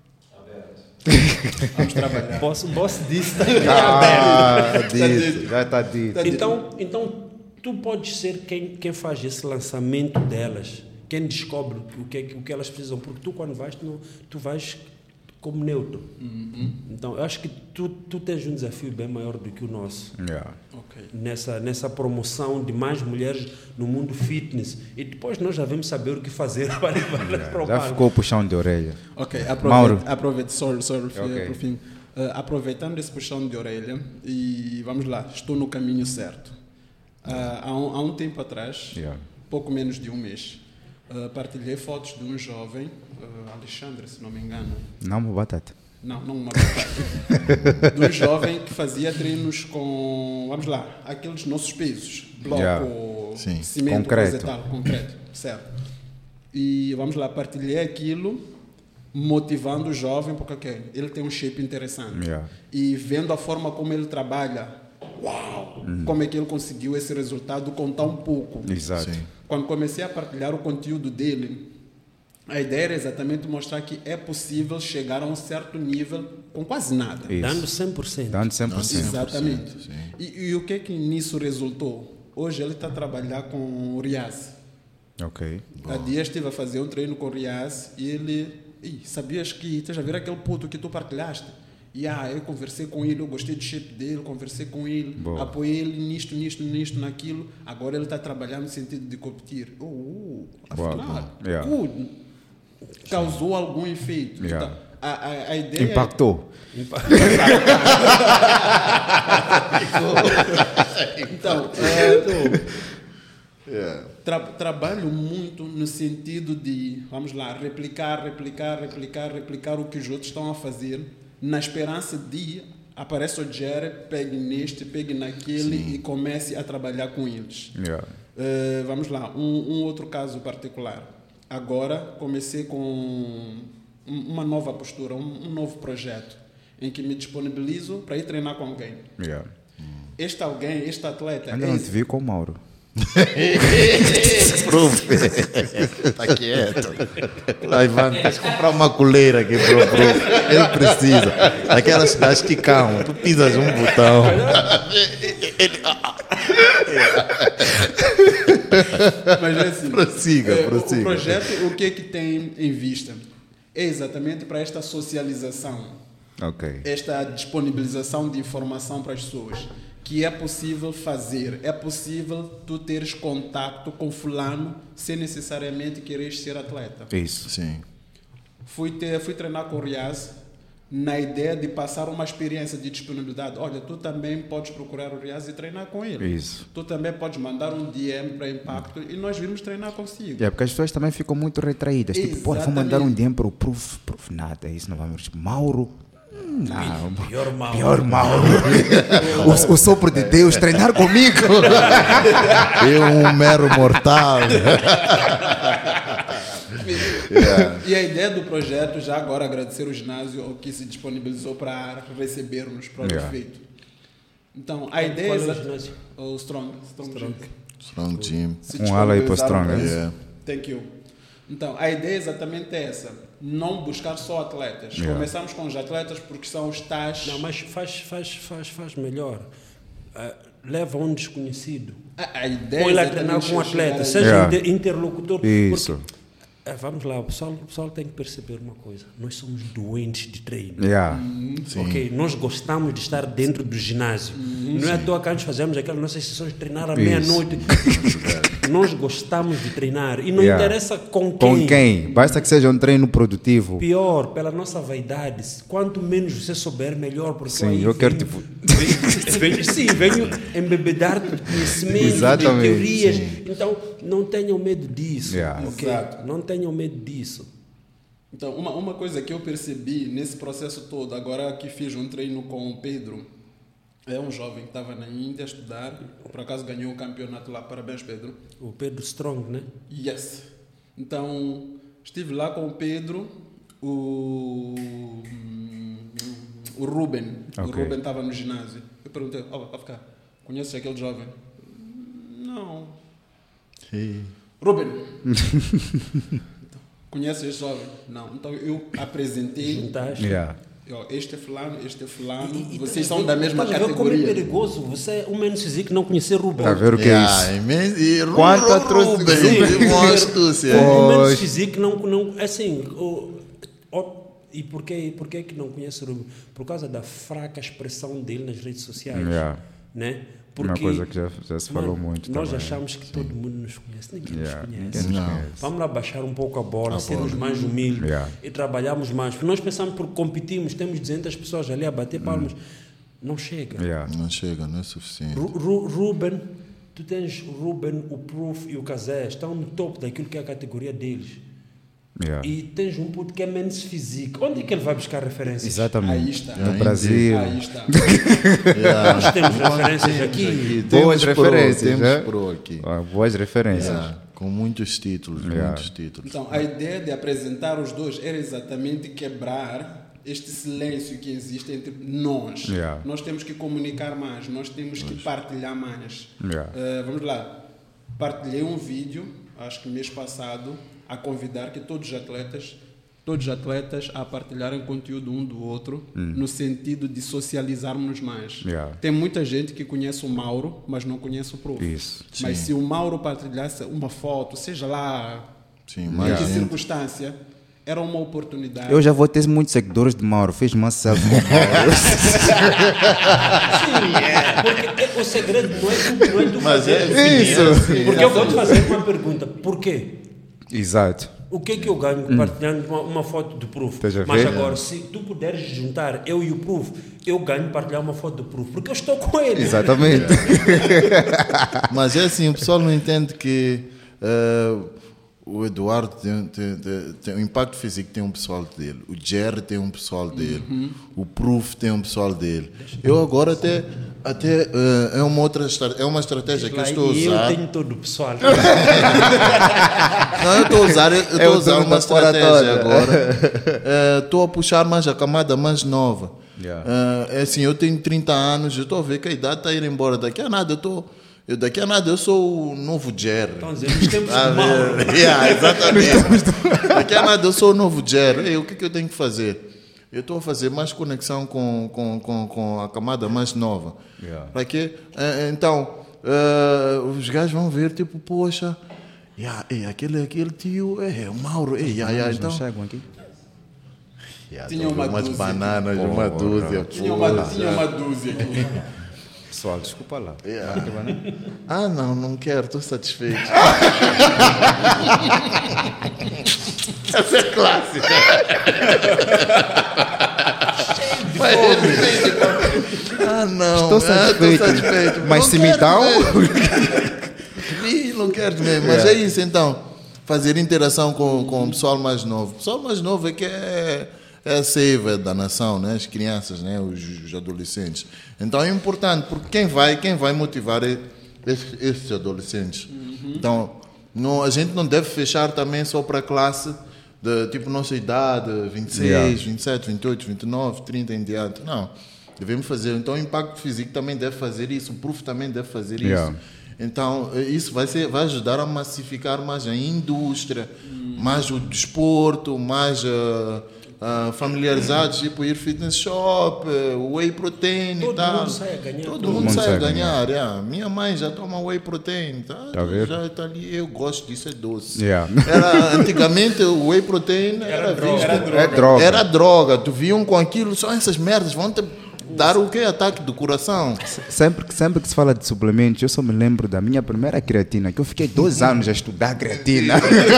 Vamos trabalhar. posso, posso disso. Ah, dito, já está dito. Então, então tu podes ser quem, quem faz esse lançamento delas, quem descobre o que, é que- o que elas precisam, porque tu quando vais, tu, não, tu vais como neutro. Então, eu acho que tu, tu tens um desafio bem maior do que o nosso, Yeah. Ok. nessa, nessa promoção de mais mulheres no mundo fitness. E depois nós já vamos saber o que fazer para levar para o Já palco. ficou puxão de orelha. Ok, Mauro. aproveita, aproveita sorry, sorry, Ok. por fim. Uh, aproveitando esse puxão de orelha, e vamos lá, estou no caminho certo. Uh, há, um, há um tempo atrás, Yeah. pouco menos de um mês, uh, partilhei fotos de um jovem, uh, Alexandre, se não me engano. Não, uma batata. Não, não uma batata. De um jovem que fazia treinos com, vamos lá, aqueles nossos pesos. Bloco, Yeah. Sim. cimento, Concreto. coisa e tal, concreto, certo. E vamos lá, partilhei aquilo, motivando o jovem, porque ok, ele tem um shape interessante. Yeah. E vendo a forma como ele trabalha, uau, uhum. como é que ele conseguiu esse resultado com tão pouco. Exato. Sim. Quando comecei a partilhar o conteúdo dele, a ideia era exatamente mostrar que é possível chegar a um certo nível com quase nada. Isso. Dando cem por cento. Dando cem por cento. Exatamente. Sim. E, e o que é que nisso resultou? Hoje ele está a trabalhar com o Riaz. Ok. Há dias estive a fazer um treino com o Riaz e ele... Ih, sabias que... Tu já viu aquele puto que tu partilhaste? E ah, eu conversei com ele, eu gostei do shape dele, conversei com ele, Boa. apoiei ele nisto, nisto, nisto, naquilo. Agora ele está trabalhando no sentido de competir. Oh, oh afinal, Boa. Yeah. good. Causou algum efeito. Yeah. Então, a, a, a ideia Impactou. Então, é, Yeah. tra, trabalho muito no sentido de, vamos lá, replicar, replicar, replicar, replicar o que os outros estão a fazer, na esperança de apareça o Jerry, pegue neste, pegue naquele Sim. e comece a trabalhar com eles. Yeah. Uh, vamos lá, um, um outro caso particular. Agora comecei com uma nova postura, um, um novo projeto, em que me disponibilizo para ir treinar com alguém. Yeah. Este alguém, este atleta... Ainda é não te vi com o Mauro. Prof, está quieto. Lá, Ivan, tens que comprar uma coleira aqui para o prof. Ele precisa. Aquelas das que cão, tu pisas um botão. Ele... Mas é assim, prossiga, é, prossiga. O projeto, o que é que tem em vista? É exatamente para esta socialização, Ok. esta disponibilização de informação para as pessoas, que é possível fazer, é possível tu teres contato com fulano sem necessariamente quereres ser atleta. Isso. Sim. Fui, ter, fui treinar com o Riaz na ideia de passar uma experiência de disponibilidade. Olha, tu também podes procurar o Riaz e treinar com ele. Isso. Tu também podes mandar um D M para Impacto e nós vimos treinar consigo. É porque as pessoas também ficam muito retraídas. Tipo, pô, vou mandar um D M para o Prof. Prof, nada, isso não vamos. Mauro. Não, Pior mal. pior Mauro. o, o sopro de Deus treinar comigo. Eu, um mero mortal. Yeah. E a ideia do projeto, já agora agradecer o ginásio que se disponibilizou para receber-nos para o Yeah. efeito. Então, a ideia Qual é o é ginásio? o Strong. Strong, Strong. Gym. Strong Gym. Se Um ala aí para o disponibilizaram Strong, para é? isso. Yeah. Thank you. Então, a ideia é exatamente essa. Não buscar só atletas. Yeah. Começamos com os atletas porque são os tais... Não, mas faz, faz, faz, faz melhor. Uh, leva um desconhecido. A, a ideia Põe lá é a treinar exatamente com um chegar atleta. aí. Seja Yeah. inter- interlocutor. Isso. Porque, uh, vamos lá, o pessoal, o pessoal tem que perceber uma coisa. Nós somos doentes de treino. Yeah. Ok, nós gostamos de estar dentro do ginásio. Não é à toa que antes fazemos aquelas nossas sessões de treinar à Isso. meia-noite. Nós gostamos de treinar. E não Yeah. interessa com quem. Com quem? Basta que seja um treino produtivo. Pior, pela nossa vaidade. Quanto menos você souber, melhor. Porque Sim, aí eu quero, venho- tipo- venho- venho- sim, venho embebedar-te de conhecimento, Exatamente, de teorias. sim. Então, não tenham medo disso. Yeah. ok? Exato. Não tenham medo disso. Então, uma, uma coisa que eu percebi nesse processo todo, agora que fiz um treino com o Pedro, é um jovem que estava na Índia a estudar, por acaso ganhou o campeonato lá. Parabéns, Pedro. O Pedro Strong, né? Yes. Então, estive lá com o Pedro, o, o Ruben. O Ok. Ruben estava no ginásio. Eu perguntei, ó, oh, ficar, conheces aquele jovem? Não. Hey. Ruben, conheces esse jovem? Não. Então, eu apresentei, Juntaste. Yeah. ó, este é fulano, este é fulano, E- e vocês estás são a ver- da mesma estás a ver como é categoria. perigoso. Você é um menos físico não conhecer Rubem. Para ver o que é Yeah, isso. imenso. E Ru- Quanto Ru- atroci- Rubem, Sim. que uma astúcia. Um menos Pois. físico não, não assim. O, o, e por que, por que que não conhece o Rubem? Por causa da fraca expressão dele nas redes sociais. Yeah. Né? Uma coisa que já, já se falou mano, muito nós também. achamos que todo mundo nos conhece. Ninguém Yeah, nos ninguém conhece. nos Não. conhece. Vamos lá baixar um pouco a bola, A sermos bola. mais humildes Yeah. e trabalharmos mais. Porque nós pensamos porque competimos, temos duzentas pessoas ali a bater palmas. Hum. Não chega. Yeah. Não chega, não é suficiente. Ru- Ru- Ruben, tu tens o Ruben, o Proof e o Casé, estão no topo daquilo que é a categoria deles. Yeah. E tens um puto que é menos físico. Onde é que ele vai buscar referências? Aí Exatamente. está. No Aí Brasil. Aí está. Yeah. Nós temos referências aqui. Boas Temos pro, referências, temos né? pro aqui. Ah, boas referências. Yeah, com muitos títulos, Yeah. muitos títulos. Então, a ideia de apresentar os dois era exatamente quebrar este silêncio que existe entre nós. Yeah. Nós temos que comunicar mais, nós temos que partilhar mais. Yeah. Uh, vamos lá. Partilhei um vídeo, acho que mês passado, a convidar que todos os atletas, todos os atletas a partilharem conteúdo um do outro, hum. no sentido de socializarmos mais. Yeah. Tem muita gente que conhece o Mauro, mas não conhece o Prof. Isso. Mas Sim. se o Mauro partilhasse uma foto, seja lá Sim, em mais que gente. circunstância, era uma oportunidade. Eu já vou ter muitos seguidores de Mauro. Fiz uma selfie com o Mauro. Sim, é. Porque o segredo não é tu, não é tu Mas fazer. é Isso. Porque eu vou te fazer uma pergunta. Por quê? Exato. O que é que eu ganho partilhando uma, uma foto do Proof? Estás a ver? Mas agora, se tu puderes juntar eu e o Proof, eu ganho partilhar uma foto do Proof, porque eu estou com ele. Exatamente. Mas é assim, o pessoal não entende que uh, o Eduardo tem, tem, tem, tem um impacto físico, tem um pessoal dele. O Jerry tem um pessoal dele. Uhum. O Proof tem um pessoal dele. Eu agora até, até uh, é uma outra é uma estratégia que eu estou a E usar. eu tenho todo o pessoal. Não, eu estou a usar, eu estou É a o usar dono uma da fora estratégia toda. agora. Uh, Estou a puxar mais a camada mais nova. Yeah. Uh, é assim, eu tenho trinta anos, eu estou a ver que a idade está a ir embora. Daqui a nada eu estou. Eu, daqui a nada eu sou o novo Jerry. Então, dizer, nos tempos Ah, do Mauro. yeah, exatamente. Daqui a nada eu sou o novo Jerry. Ei, o que, que eu tenho que fazer? Eu estou a fazer mais conexão com, com, com, com a camada mais nova. Yeah. Para quê? Uh, então, uh, os gajos vão ver, tipo, poxa, yeah, ei, aquele, aquele tio, é, o Mauro. Ei, yeah, yeah, então, Não chegam aqui? yeah, Tinha tô uma umas dúzia. bananas, Porra. uma dúzia. Tinha uma, poxa. tinha uma dúzia aqui. Pessoal, desculpa lá. Yeah. Ah, não, não quero, estou satisfeito. Essa é clássica. Mas, ah, não. Estou satisfeito. Ah, estou satisfeito. Mas Não se me quero dão... mesmo. Ih, não quero mesmo. Mas Yeah. é isso, então. Fazer interação com, com o pessoal mais novo. O pessoal mais novo é que é... é a seiva da nação, né? As crianças, né? os, os adolescentes. Então é importante, porque quem vai, quem vai motivar é esses, esses adolescentes. Uhum. Então, não, a gente não deve fechar também só para a classe de tipo nossa idade, vinte e seis, Yeah. vinte e sete, vinte e oito, vinte e nove, trinta em diante. Não, devemos fazer. Então o impacto físico também deve fazer isso, o Proof também deve fazer Yeah. isso. Então, isso vai, ser, vai ajudar a massificar mais a indústria, uhum. mais o desporto, mais... Uh, Uh, familiarizados, tipo ir fitness shop, uh, whey protein Todo e tal. mundo sai a ganhar. Todo, Todo mundo, mundo sai a ganhar. Yeah. Minha mãe já toma whey protein. Tá, Tá vendo? já está ali. Eu gosto disso, é doce. Yeah. Era, antigamente o whey protein era, Era droga. visto. Era droga. É droga. Era droga. Tu viam com aquilo, só essas merdas vão te dar o quê? Ataque do coração. Sempre, que- sempre que se fala de suplementos, eu só me lembro da minha primeira creatina, que eu fiquei dois anos a estudar creatina.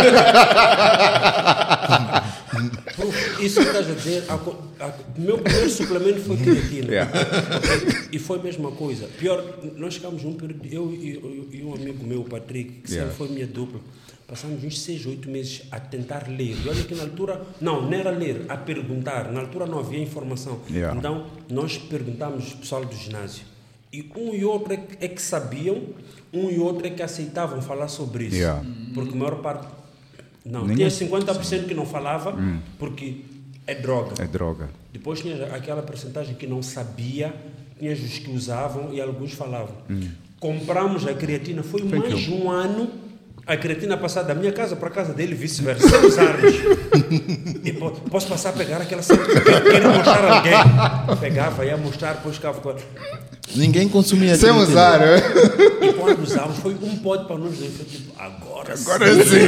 Proof, isso que estás a dizer, a co- a- o meu primeiro suplemento foi creatina. Yeah. Ok? E foi a mesma coisa. Pior, nós ficamos um período, eu e, e um amigo meu, o Patrick, que Yeah. sempre foi minha dupla, passamos uns seis, oito meses a tentar ler. E olha que na altura, não, não era ler, a perguntar. Na altura não havia informação. Yeah. Então, nós perguntamos ao pessoal do ginásio. E um e outro é que, é que sabiam, um e outro é que aceitavam falar sobre isso. Yeah. Porque a maior parte... Não, Ninguém- tinha cinquenta por cento que não falava, porque é droga. É droga. Depois tinha aquela porcentagem que não sabia, tinha os que usavam e alguns falavam. Compramos a creatina, foi mais de um ano a creatina passar da minha casa para a casa dele, vice-versa, sem usarmos. E po- posso passar a pegar aquela cena que quero mostrar a alguém. Pegava, ia mostrar, depois ficava com ela. Ninguém consumia Sem creatina. usar, né? E quando usávamos, foi um pote para nós dois. Foi tipo, agora, Agora sim.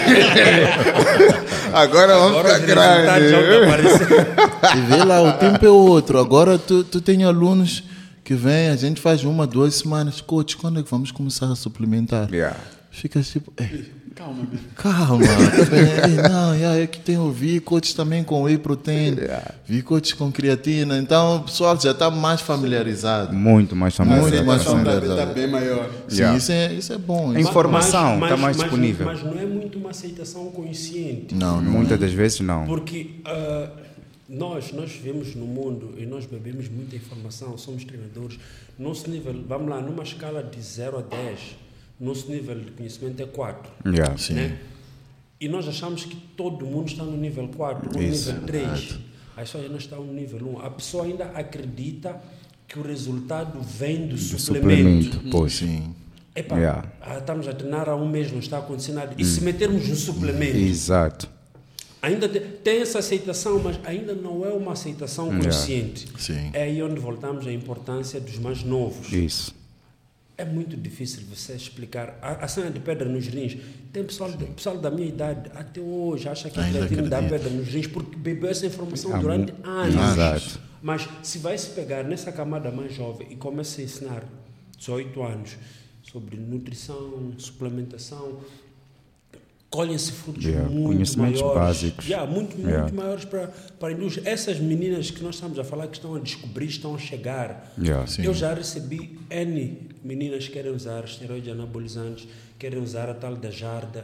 Agora vamos Agora ficar os resultados já vão grandes. aparecer. E vê lá, o tempo é outro. Agora tu, tu tem alunos que vêm, a gente faz uma, duas semanas. Coach, quando é que vamos começar a suplementar? Yeah. Fica tipo, ei, Calma, Bi. calma. Ei, não, yeah, eu que tenho, vi coaches também com whey protein, Yeah. vi coaches com creatina. Então o pessoal já está mais familiarizado. Muito mais Muito familiarizado. mais Está familiarizado. bem maior. Sim, Yeah. isso, é, isso é bom. Em Isso- Informação, tá mais disponível. Mas não é muito uma aceitação consciente. Não, não. Muitas das vezes não. Porque ah, nós, nós vivemos no mundo e nós bebemos muita informação, somos treinadores. Nosso nível, vamos lá, numa escala de zero a dez, nosso nível de conhecimento é quatro. Yeah. Sim. Né? E nós achamos que todo mundo está no nível quatro, no Isso, nível três. as pessoas ainda estão no nível um. A pessoa ainda acredita que o resultado vem do, do suplemento. suplemento. Pois. Sim. Epa, Yeah. estamos a treinar há um mês, não está acontecendo nada. E se metermos um suplemento, Exato. ainda tem, tem essa aceitação, mas ainda não é uma aceitação consciente. Sim. É aí onde voltamos à importância dos mais novos. Isso. É muito difícil você explicar. A, a cena de pedra nos rins. Tem pessoal, pessoal da minha idade, até hoje, acha que Ainda o creatine dá acredita. pedra nos rins porque bebeu essa informação Há durante mu- anos. Exato. Mas se vai se pegar nessa camada mais jovem e começa a ensinar dezoito anos sobre nutrição, suplementação, colhem-se frutos Yeah, muito conhecimentos maiores. básicos. Yeah, muito, muito Yeah. maiores para, para a indústria. Essas meninas que nós estamos a falar que estão a descobrir, estão a chegar. Yeah. Sim. Eu já recebi N meninas que querem usar esteroides anabolizantes, querem usar a tal da jarda.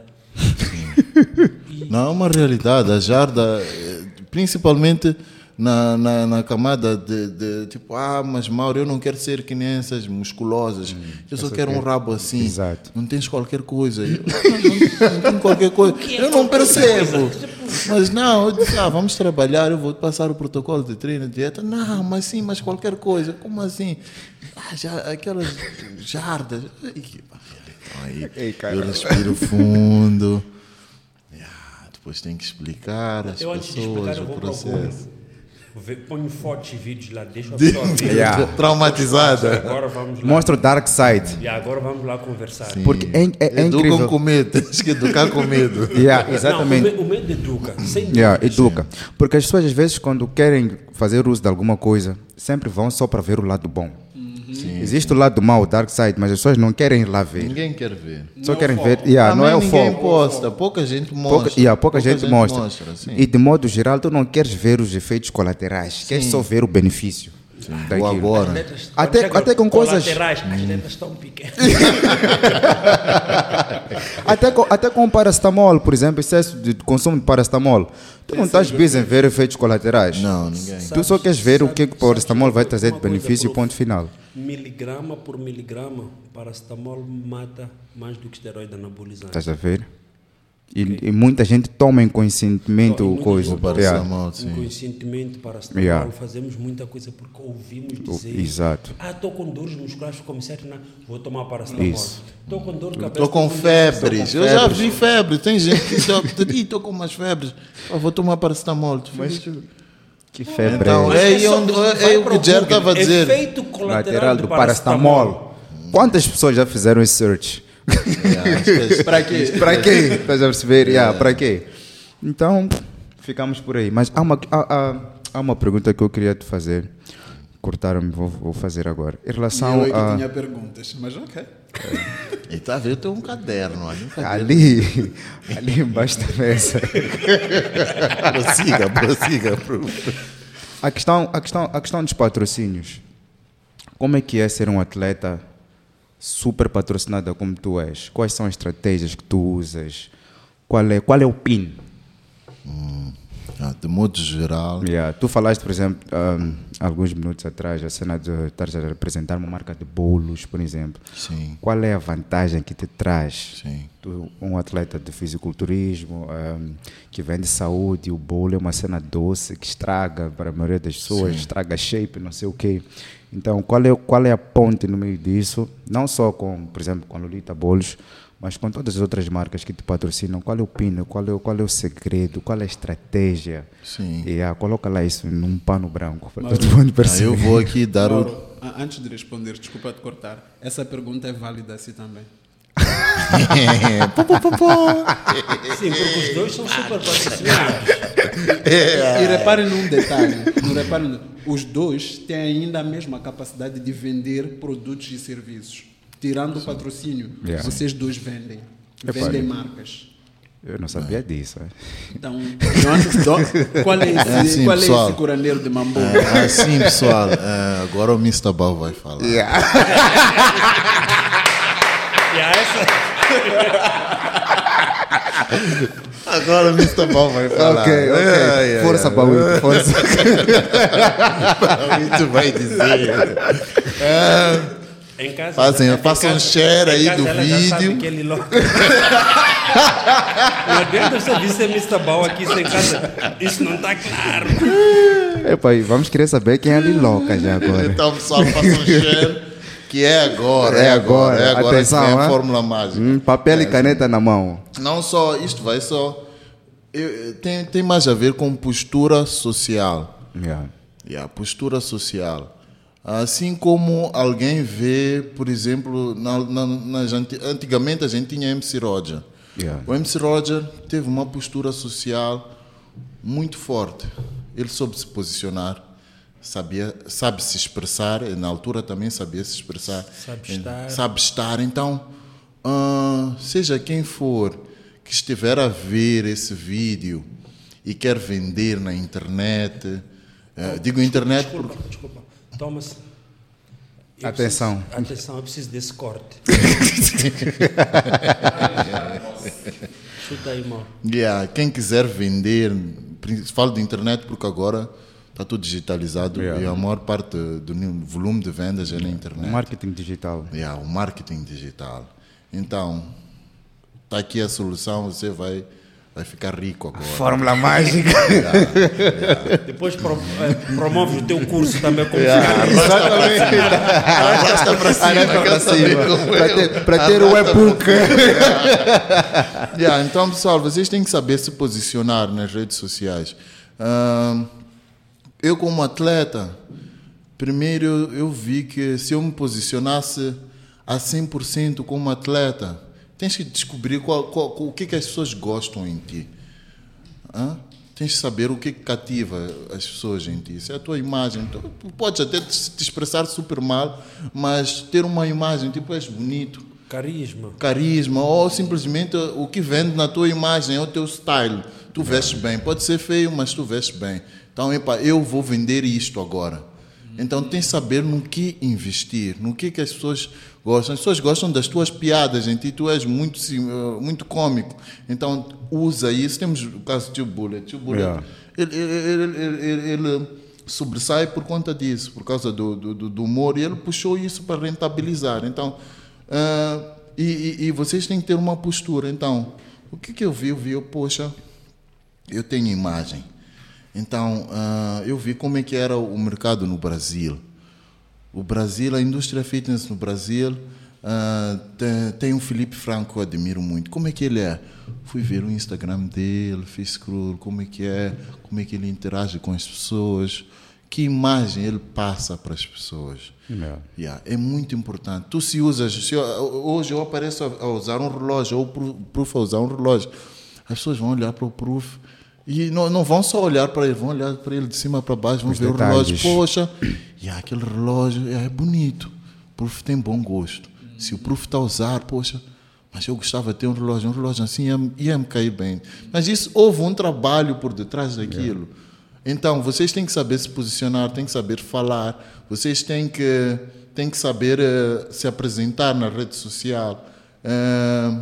Não, é uma realidade. A jarda, eh, principalmente na, na, na camada de, de tipo, ah, mas Mauro, eu não quero ser que nem essas musculosas. eu só essa quero um aqui. rabo assim. Exato. Não tens qualquer coisa. Eu, não, não tenho qualquer coisa. Eu não percebo. Mas não, eu disse, ah, vamos trabalhar, eu vou te passar o protocolo de treino, de dieta. Não, mas sim, mas qualquer coisa. Como assim? Ah, já, aquelas jardas. Ai, que- então aí, Ei, cara. eu respiro fundo. Ah, depois tem que explicar às Eu antes de explicar, pessoas eu o vou para o processo. Google. Ve- Ponho fotos e vídeos lá, deixa a pessoa ver. Yeah. Traumatizada. Agora vamos lá. Mostra o dark side. E agora vamos lá conversar. Porque é, é, é Educam incrível. com medo, tens que educar com medo. Yeah, Não, exatamente. o, me- o medo educa, sem dúvida. Yeah, educa. Porque as pessoas, às vezes, quando querem fazer uso de alguma coisa, sempre vão só para ver o lado bom. Existe o lado mau, o dark side, mas as pessoas não querem ir lá ver. Ninguém quer ver. Só Não é o querem foco. ver. Yeah, não Também é o ninguém foco. posta, pouca gente mostra. Pouca, yeah, pouca, gente, mostra. sim. E de modo geral, tu não queres ver os efeitos colaterais, queres só ver o benefício. O daquilo. agora. Letras- Até- quando chega até com coisas- colaterais, as letras estão pequenas. Até, com, até com o paracetamol, por exemplo, excesso de consumo de paracetamol. Tu não estás busy em ver efeitos colaterais. Não, ninguém. Tu só queres ver o que o Sabes- paracetamol vai sabes trazer de uma coisa, benefício, prof? ponto final. Miligrama por miligrama, paracetamol mata mais do que esteroide anabolizante. Estás a ver? E, e muita gente toma inconscientemente E o muita coisa. gente O toma Yeah. paracetamol, sim. Inconscientemente, paracetamol, Yeah. fazemos muita coisa porque ouvimos O- dizer. exato. Ah, estou com dores musculares, comecei a treinar, vou tomar paracetamol. Isso. Estou com dor de cabeça. Estou com tô febres. com Eu já febres. vi febre. Tem gente que estou com umas febres. Ah, vou tomar paracetamol. Tu Mas fica- que febre Então, é é, É só- onde, vai é o para que o Jer Google, estava a dizer. Efeito colateral lateral do do paracetamol. Quantas pessoas já fizeram esse search? Para quê? Para quê? Estás a perceber? Yeah, para quê? Então, ficamos por aí. Mas há uma, há, há, há uma pergunta que eu queria te fazer. Cortaram-me, vou, vou fazer agora. Em relação Eu é que a... tinha perguntas, mas ok. E está a ver, eu tenho um caderno ali. Um caderno. Ali, ali embaixo da mesa. Prossiga, prossiga. prof. A questão, a, questão, a questão dos patrocínios. Como é que é ser um atleta super patrocinado como tu és? Quais são as estratégias que tu usas? Qual é, qual é o PIN? Ah, de modo geral, Yeah. Tu falaste, por exemplo, um, alguns minutos atrás, a cena de estar a representar uma marca de bolos, por exemplo. sim, Qual é a vantagem que te traz? sim. Tu, um atleta de fisiculturismo um, que vende saúde, o bolo é uma cena doce que estraga para a maioria das pessoas, Sim. estraga shape, não sei o quê. Então, qual é, qual é a ponte no meio disso? Não só com, por exemplo, com a Lolita Bolos, mas com todas as outras marcas que te patrocinam. Qual é o pino? Qual é, o- qual é o segredo? Qual é a estratégia? Sim. E, ah, coloca lá isso num pano branco para Mauro, todo mundo Ah, perceber. eu vou aqui dar Mauro, o. a- antes de responder, desculpa te cortar, essa pergunta é válida assim também. Sim, porque os dois são super patrocinados. E reparem num detalhe, não reparem num- os dois têm ainda a mesma capacidade de vender produtos e serviços. Tirando o patrocínio, Yeah. vocês dois vendem. Epá, Vendem eu- marcas. Eu não sabia disso. é. Então, não- não- qual é esse, É assim, qual é pessoal. esse curandeiro de mambo? Ah, assim, pessoal, ah, agora o mister Bal vai falar. E a essa... Agora o mister Bal vai falar. Ok, ok. Ai, ai, Força, ai. Paulo, força. Tu vai dizer. Ah, Em casa, Fazem, em façam casa, share aí em casa do ela já sabe vídeo. que ele louco. Não adianta você vir ser mister Bau aqui sem casa. Isso não está claro. Epa, e vamos querer saber quem é a Liloca já agora. Então, pessoal, façam share, que é agora, É é agora, é agora Atenção, que vem a hein? fórmula mágica. Hum, papel e caneta na mão. Não só, isto vai só... eu- tem, tem mais a ver com postura social. Yeah. Yeah, postura social. Assim como alguém vê, por exemplo, na, na, nas anti- antigamente a gente tinha M C Roger. Yeah. O M C Roger teve uma postura social muito forte. Ele soube se posicionar, sabia, sabe se expressar, e na altura também sabia se expressar. Sabe estar. Sabe estar. Então, ah, seja quem for que estiver a ver esse vídeo e quer vender na internet, eh, digo internet Desculpa, porque desculpa. Toma-se. Eu Atenção. preciso- atenção, eu preciso desse corte. Chuta aí, mal. yeah, quem quiser vender, prin- falo de internet porque agora está tudo digitalizado Yeah. e a maior parte do ni- volume de vendas é na internet. Marketing digital. Yeah, o marketing digital. Então, está aqui a solução, você vai, vai ficar rico agora. Fórmula mágica. Depois pro, eh, promove o teu curso também como Exatamente. Arrasta para cima, Arrasta quer pra saber cima. como é Para o- ter, pra ter o arrasta e-book. Yeah, então, pessoal, vocês têm que saber se posicionar nas redes sociais. Ahn, eu, como atleta, primeiro eu, eu vi que se eu me posicionasse a cem por cento como atleta, tens que descobrir qual, qual, o que, que as pessoas gostam em ti. Hã? Tens que saber o que que cativa as pessoas em ti. Se é a tua imagem, tu tu podes até te te expressar super mal, mas ter uma imagem, tipo, és bonito, carisma. carisma, ou simplesmente o que vende na tua imagem é o teu style. Tu vestes bem, pode ser feio, mas tu vestes bem. Então, epa, eu vou vender isto agora. Então, tens de saber no que investir, no que, que as pessoas gostam. As pessoas gostam das tuas piadas em ti, tu és muito, sim, eh, muito cômico. Então, usa isso. Temos o caso do Tio Bullet. Tio Bullet, Yeah. ele, ele, ele, ele, ele sobressai por conta disso, por causa do, do, do humor, e ele puxou isso para rentabilizar. Então, ah, e, e, e vocês têm que ter uma postura. Então, o que, que eu vi? Eu vi, eu, poxa, eu tenho imagem. Então, ah, eu vi como é que era o mercado no Brasil. O Brasil, a indústria fitness no Brasil, ah, tem, tem um Felipe Franco que eu admiro muito. Como é que ele é? Fui ver o Instagram dele, fiz scroll, como é que é, como é que ele interage com as pessoas, que imagem ele passa para as pessoas. Yeah. Yeah, é muito importante. Tu se usas, se eu, hoje eu apareço a, a usar um relógio, ou o Proof a usar um relógio, as pessoas vão olhar para o Proof e não, não vão só olhar para ele, vão olhar para ele de cima para baixo, vão Os ver detalhes. o relógio, poxa, yeah, aquele relógio yeah, é bonito, o Proof tem bom gosto. Se o Proof está a usar, poxa, mas eu gostava de ter um relógio, um relógio assim ia, ia me cair bem. Mas isso, houve um trabalho por detrás daquilo. Yeah. Então, vocês têm que saber se posicionar, têm que saber falar, vocês têm que, têm que saber uh, se apresentar na rede social. Uh,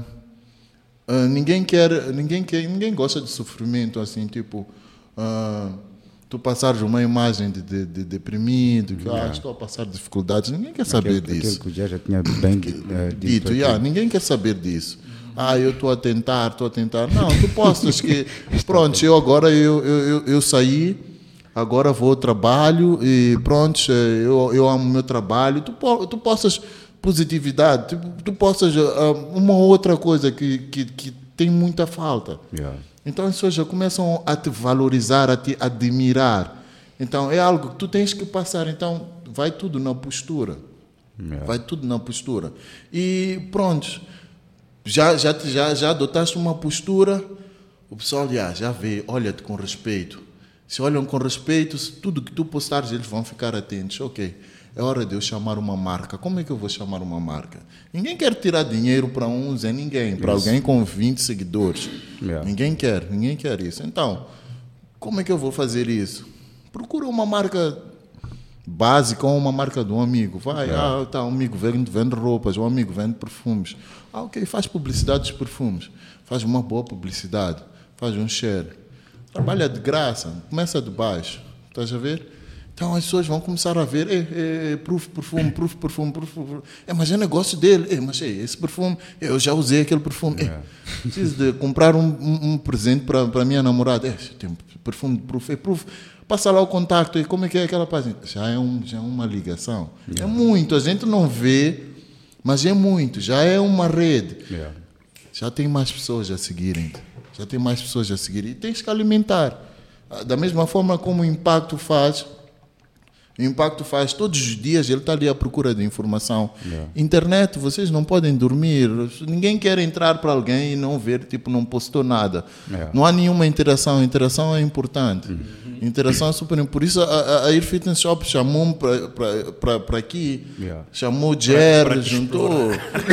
uh, ninguém quer, ninguém quer, ninguém gosta de sofrimento, assim, tipo, uh, tu passares uma imagem de, de, de deprimido, que ah, estou a passar dificuldades, ninguém quer saber aquilo, disso. Aquilo que o Jé já tinha bem uh, dito. dito yeah, ninguém quer saber disso. Ah, eu estou a tentar, estou a tentar. Não, tu postas que, pronto, eu agora eu, eu, eu, eu saí, agora vou ao trabalho e pronto, eu, eu amo o meu trabalho. Tu, tu postas positividade, tu, tu postas uh, uma outra coisa que, que, que tem muita falta. Yeah. Então as pessoas já começam a te valorizar, a te admirar. Então é algo que tu tens que passar. Então vai tudo na postura. Yeah. Vai tudo na postura. E pronto. Já, já, já, já adotaste uma postura, o pessoal já, já vê, olha-te com respeito. Se olham com respeito, tudo que tu postares, eles vão ficar atentos. Ok, é hora de eu chamar uma marca. Como é que eu vou chamar uma marca? Ninguém quer tirar dinheiro para uns, é ninguém. Para alguém com vinte seguidores. Yeah. Ninguém quer, ninguém quer isso. Então, como é que eu vou fazer isso? Procura uma marca básica ou uma marca de um amigo. Vai, é. ah, tá, um amigo vende, vende roupas, um amigo vende perfumes. Ah, ok, faz publicidade dos perfumes. Faz uma boa publicidade. Faz um share. Trabalha de graça. Começa de baixo. Estás a ver? Então as pessoas vão começar a ver, é, é, proof, perfume, proof, perfume, proof, perfume. É, mas é negócio dele, é, mas é, esse perfume, eu já usei aquele perfume. É, preciso de comprar um, um, um presente para a minha namorada. É, tem perfume de proof, é proof. Passa lá o contato, e como é que é aquela página? Já é, um, já é uma ligação. Yeah. É muito, a gente não vê, mas é muito, já é uma rede. Yeah. Já tem mais pessoas a seguirem, já tem mais pessoas a seguirem. E tens que alimentar. Da mesma forma como o Impacto faz, o Impacto faz todos os dias, ele está ali à procura de informação. Yeah. Internet, vocês não podem dormir, ninguém quer entrar para alguém e não ver, tipo, não postou nada. Yeah. Não há nenhuma interação, interação é importante. Uhum. Interação é super importante. Por isso a, a Air Fitness Shop chamou-me para aqui, yeah. chamou o Jerry, juntou.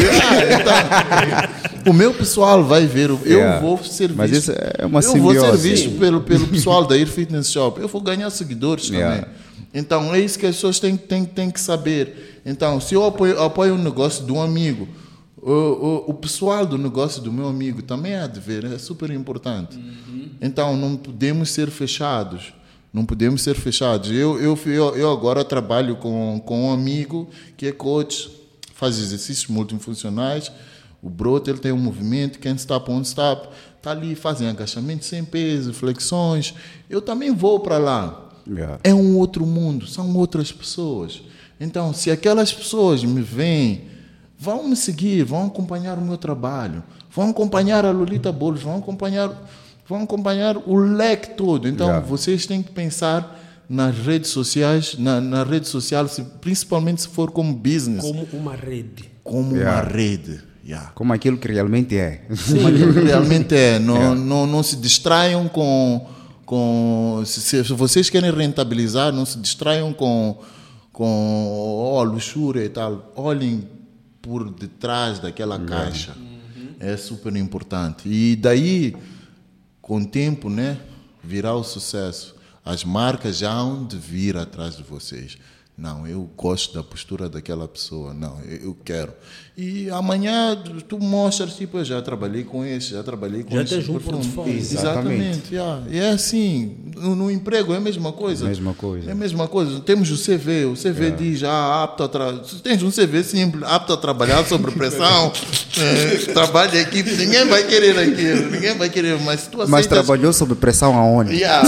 Yeah, então, o meu pessoal vai ver, eu yeah. vou ser visto. Mas isso é uma eu simbiose. vou ser visto pelo, pelo pessoal da Air Fitness Shop, eu vou ganhar seguidores yeah. também. Então, é isso que as pessoas têm, têm, têm que saber. Então, se eu apoio, apoio um negócio de um amigo, o, o, o pessoal do negócio do meu amigo também há de ver, é super importante. Uhum. Então, não podemos ser fechados. Não podemos ser fechados. Eu, eu, eu, eu agora trabalho com, com um amigo que é coach, faz exercícios multifuncionais. O Broto, ele tem um movimento, Can't Stop, Won't Stop. Está ali, fazem agachamento sem peso, flexões. Eu também vou para lá. Yeah. É um outro mundo, são outras pessoas. Então, se aquelas pessoas me veem, vão me seguir, vão acompanhar o meu trabalho, vão acompanhar a Lolita Bolos, vão acompanhar, vão acompanhar o leque todo. Então, yeah. vocês têm que pensar nas redes sociais, na, na rede social, se, principalmente se for como business. Como uma rede. Como yeah. uma rede. Yeah. Como aquilo que realmente é. Como aquilo que realmente é. Não, yeah. não, não se distraiam com... Com, se, se vocês querem rentabilizar, não se distraiam com, com oh, luxúria e tal. Olhem por detrás daquela uhum. caixa. Uhum. É super importante. E daí, com o tempo, né, virá o sucesso. As marcas já hão de vir atrás de vocês. Não, eu gosto da postura daquela pessoa. Não, eu, eu quero. E amanhã tu mostras, tipo, eu já trabalhei com esse, já trabalhei com já esse. Já tens um portfólio. Exatamente. Yeah. E é assim, no, no emprego é a mesma coisa. Mesma coisa. É a mesma coisa. Temos o C V, o C V yeah. diz, ah, apto a trabalhar. Tens um C V simples, apto a trabalhar sob pressão, é, trabalho em equipe, ninguém vai querer aquilo, ninguém vai querer, mas se tu aceitas... Mas trabalhou sob pressão aonde? Yeah.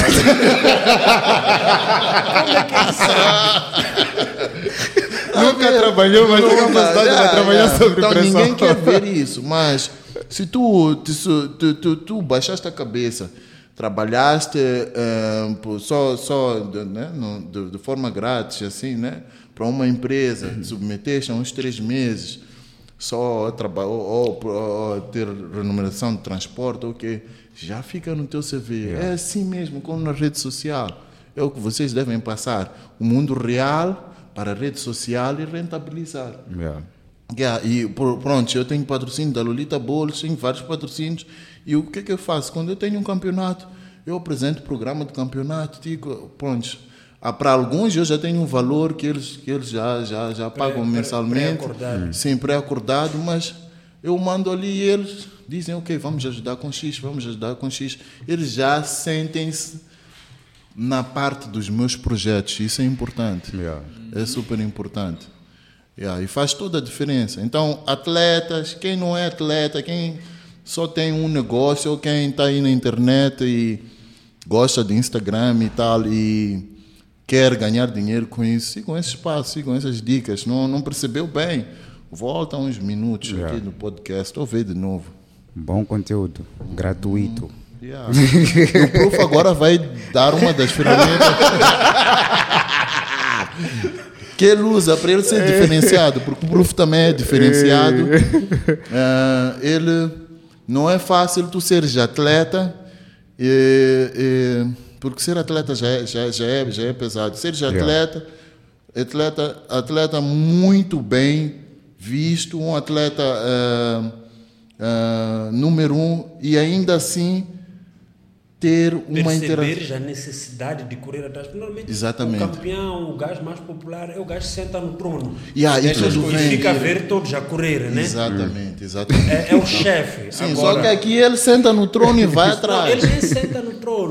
Como é que é isso? Nunca trabalhou, mas tem capacidade de trabalhar sobre então, pressão. Ninguém quer ver isso, mas se tu, tu, tu, tu baixaste a cabeça, trabalhaste uh, só, só de, né, de, de forma grátis, assim, né, para uma empresa, te submeteste a uns três meses, só trabalhar ou, ou, ou ter remuneração de transporte, ok, já fica no teu C V. Yeah. É assim mesmo, como na rede social. É o que vocês devem passar. O mundo real para a rede social e rentabilizar. Yeah. Yeah, e pronto, eu tenho patrocínio da Lolita Bolos, tenho vários patrocínios. E o que é que eu faço? Quando eu tenho um campeonato, eu apresento o programa do campeonato, digo, pronto, para alguns eu já tenho um valor que eles, que eles já, já, já pagam pré, mensalmente. Pré-acordado. Sim, pré-acordado, mas eu mando ali e eles dizem, ok, vamos ajudar com X, vamos ajudar com X. Eles já sentem-se na parte dos meus projetos, isso é importante, yeah. é super importante, yeah. E faz toda a diferença. Então, atletas, quem não é atleta, quem só tem um negócio, ou quem está aí na internet e gosta de Instagram e tal, e quer ganhar dinheiro com isso, sigam esse espaço, sigam essas dicas. Não, não percebeu bem? Volta uns minutos yeah. aqui no podcast, ou vê de novo. Bom conteúdo, gratuito. Hum. Yeah. O Proof agora vai dar uma das ferramentas que ele usa para ele ser diferenciado, porque o Proof também é diferenciado. Uh, ele não é fácil tu seres atleta, e, e, porque ser atleta já é, já, já é, já é pesado. Seres atleta, atleta, atleta muito bem visto, um atleta uh, uh, número um, e ainda assim ter uma interação. Perceber a necessidade de correr atrás. Normalmente, exatamente. O campeão, o gajo mais popular, é o gajo que senta no trono. Yeah, e, e fica a ver todos a correr, né? Exatamente, exatamente. É, é o chefe. Sim, agora, só que aqui ele senta no trono e vai atrás. Não, ele nem senta no trono.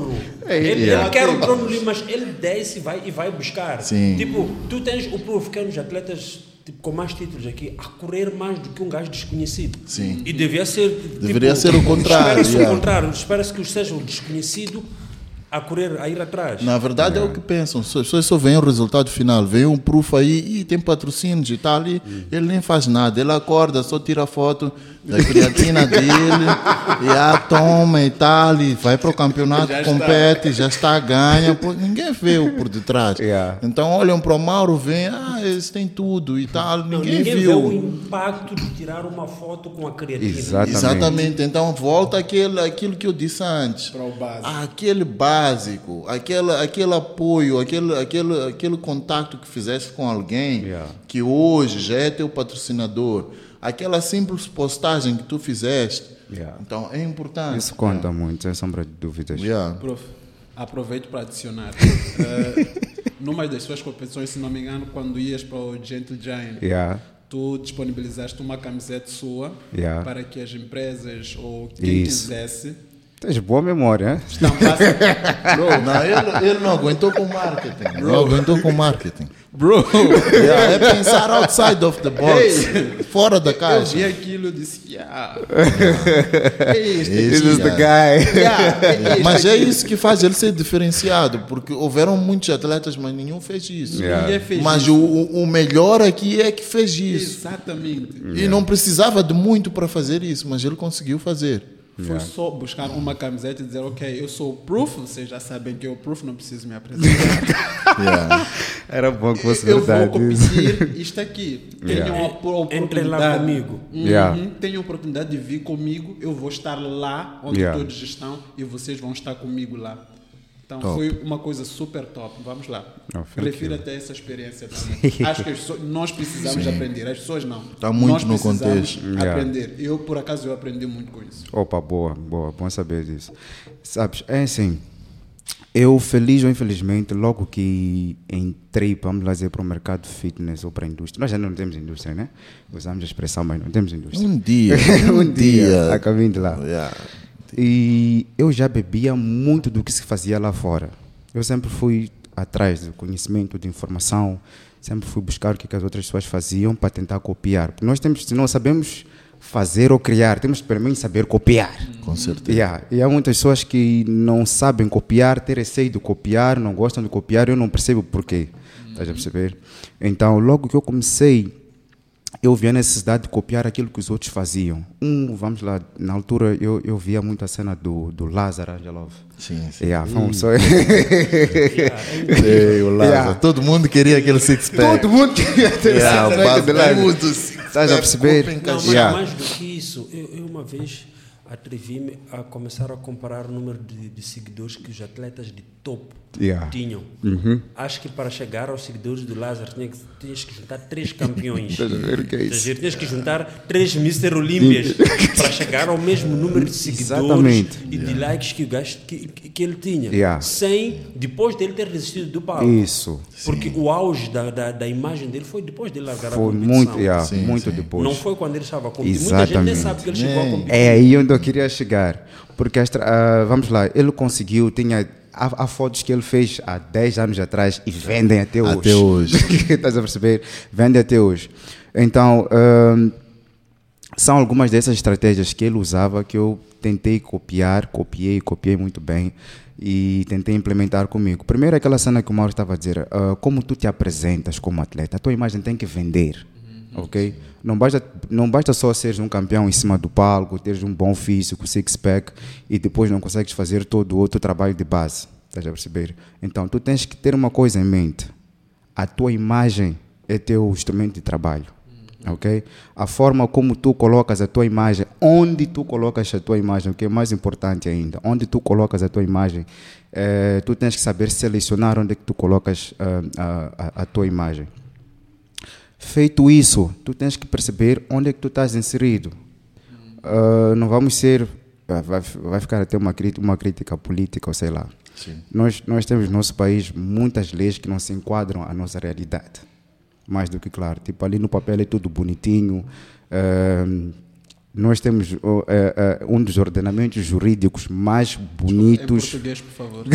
Ele, yeah. ele quer o trono ali, mas ele desce e vai, e vai buscar. Sim. Tipo, tu tens o Proof, que é um dos atletas tipo, com mais títulos aqui, a correr mais do que um gajo desconhecido. Sim. E devia ser. Tipo, Deveria ser o contrário, Espera-se yeah. o contrário. Espera-se que seja o desconhecido a correr, a ir atrás. Na verdade é o que pensam, as pessoas só veem o resultado final, veem um proof aí, e tem patrocínios e tal, e ele nem faz nada, ele acorda, só tira foto da creatina dele, e ah, toma e tal, e vai para o campeonato, Já compete, já está, ganha, pô, ninguém vê o por detrás. Yeah. Então olham para o Mauro, veem, ah, eles têm tudo e tal, Não, ninguém, ninguém viu. vê o impacto de tirar uma foto com a creatina. Exatamente. Exatamente, então volta aquele, aquilo que eu disse antes. Para o básico. Aquele básico, aquele, aquele apoio, aquele, aquele, aquele contato que fizeste com alguém Yeah. que hoje já é teu patrocinador, aquela simples postagem que tu fizeste. Yeah. Então é importante. Isso conta muito, sem sombra de dúvidas. Yeah. Prof, aproveito para adicionar. uh, numa das suas competições, se não me engano, quando ias para o Gentle Giant, Yeah. tu disponibilizaste uma camiseta sua Yeah. para que as empresas ou quem Isso. quisesse Tens boa memória, hein? estampassem. Bro, não, ele, ele não aguentou com marketing. Não aguentou com marketing. Bro, Yeah, é pensar outside of the box, fora da eu caixa. vi aquilo e disse, yeah. É isto, é Esse This is the guy. guy. yeah, é isto Mas é aqui. isso que faz ele ser diferenciado, porque houveram muitos atletas, mas nenhum fez isso. Yeah. Ninguém fez Mas isso. o, o melhor aqui é que fez isso. Exatamente. E não precisava de muito para fazer isso, mas ele conseguiu fazer. Foi só buscar uma camiseta e dizer, ok, eu sou o Proof, vocês já sabem que eu o Proof, não preciso me apresentar. Yeah. Era bom que fosse Eu vou verdade. competir isto aqui. Yeah. Tenham a oportunidade. Entrem lá comigo. Uhum, Yeah. Tenham a oportunidade de vir comigo. Eu vou estar lá onde Yeah. todos estão e vocês vão estar comigo lá. Então Top. foi uma coisa super top. Vamos lá. Oh, thank Prefiro you. até essa experiência também. Acho que as pessoas- nós precisamos aprender. As pessoas não. Tá muito nós no precisamos contexto. Yeah. aprender. Eu, por acaso, eu aprendi muito com isso. Opa, boa, boa, bom saber disso. Sabes, é assim, eu feliz ou infelizmente, logo que entrei, vamos lá dizer, para o mercado de fitness ou para a indústria, nós ainda não temos indústria, né? Usamos a expressão, mas não temos indústria. Um dia, um, Um dia, dia. a caminho de lá. Yeah. E eu já bebia muito do que se fazia lá fora. Eu sempre fui atrás do conhecimento, de informação, sempre fui buscar o que as outras pessoas faziam para tentar copiar. Porque nós temos, se não sabemos fazer ou criar, temos que pelo menos saber copiar. Com certeza. Yeah. E há muitas pessoas que não sabem copiar, têm receio de copiar, não gostam de copiar, eu não percebo porquê. Estás a perceber? Então, logo que eu comecei, eu vi a necessidade de copiar aquilo que os outros faziam. Um, vamos lá, na altura eu, eu via muito a cena do, do Lázaro Angelov. Sim, sim. Yeah, foi uma pessoa- Ei, o Lázaro. Yeah. Todo mundo queria aquele six-pack. Todo mundo queria ter Yeah, esse track de Lázaro. barbudo, six-pack, Estás a perceber? corpo Não, mas Yeah. mais do que isso, eu, eu uma vez atrevi-me a começar a comparar o número de, de seguidores que os atletas de topo Yeah. tinham. Acho que para chegar aos seguidores do Lázaro tinha que, tinhas que juntar três campeões. Estás a ver o que é isso? Estás a ver? Tinhas que juntar três mister Olímpias para chegar ao mesmo número de seguidores Exatamente. e de likes que, o gajo, que, que que ele tinha. Yeah. Sem, depois dele ter resistido do palco. Isso. Porque o auge da, da, da imagem dele foi depois dele largar a Foi competição. muito, yeah, Sim, muito sim. depois. Não foi quando ele estava a competir. Muita gente nem Exatamente. sabe que ele chegou a competir. É aí onde eu queria chegar. Porque, esta- ah, vamos lá, ele conseguiu, tinha... Há, há fotos que ele fez há dez anos atrás e vendem até hoje. Até hoje. Estás a perceber? Vendem até hoje. Então, ah, são algumas dessas estratégias que ele usava que eu tentei copiar, copiei, copiei muito bem e tentei implementar comigo. Primeiro, aquela cena que o Mauro estava a dizer, ah, como tu te apresentas como atleta, a tua imagem tem que vender. Ok? Não basta, não basta só seres um campeão em cima do palco, teres um bom físico, six-pack e depois não consegues fazer todo o outro trabalho de base. Estás a perceber? Então, tu tens que ter uma coisa em mente. A tua imagem é teu instrumento de trabalho. Ok? A forma como tu colocas a tua imagem, onde tu colocas a tua imagem, o que é mais importante ainda, onde tu colocas a tua imagem, eh, tu tens que saber selecionar onde é que tu colocas ah, a, a, a tua imagem. Feito isso, tu tens que perceber onde é que tu estás inserido. Uh, não vamos ser... ah, Vai, vai ficar até uma crítica, uma crítica política, ou sei lá. Sim. Nós, nós temos no nosso país muitas leis que não se enquadram à nossa realidade. Mais do que claro. Tipo, ali no papel é tudo bonitinho. ah, nós temos uh, uh, um dos ordenamentos jurídicos mais bonitos. Em português, por favor.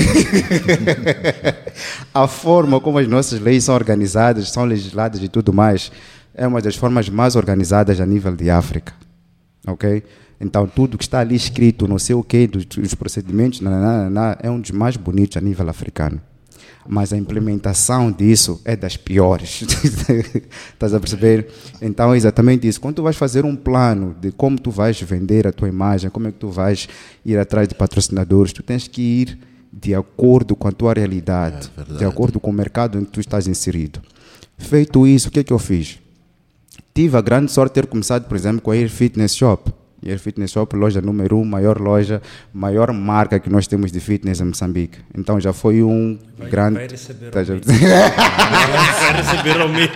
A forma como as nossas leis são organizadas, são legisladas e tudo mais, é uma das formas mais organizadas a nível de África. Ok? Então, tudo que está ali escrito, não sei o quê, dos, dos procedimentos, não, não, não, é um dos mais bonitos a nível africano. Mas a implementação disso é das piores. Estás a perceber? Então é exatamente isso. Quando tu vais fazer um plano de como tu vais vender a tua imagem, como é que tu vais ir atrás de patrocinadores, tu tens que ir de acordo com a tua realidade, é de acordo com o mercado em que tu estás inserido. Feito isso, o que é que eu fiz? Tive a grande sorte de ter começado, por exemplo, com a Air Fitness Shop. Air Fitness Shop, loja número um, maior loja, maior marca que nós temos de fitness em Moçambique. Então já foi um vai, grande... Vai receber tá, já... vai receber aumento.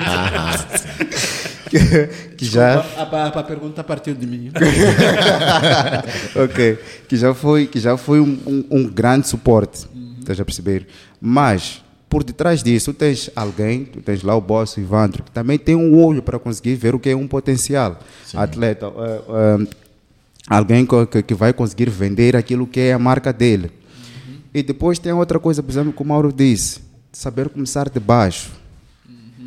que, que já... A, a, a pergunta partiu de mim. Ok. Que já foi, que já foi um, um, um grande suporte. Uhum. Estás a perceber? Mas... por detrás disso, tu tens alguém, tu tens lá o boss, o Ivandro, que também tem um olho para conseguir ver o que é um potencial Sim. atleta, uh, uh, alguém que, que vai conseguir vender aquilo que é a marca dele. Uhum. E depois tem outra coisa, por exemplo, que o Mauro disse, saber começar de baixo. Uhum.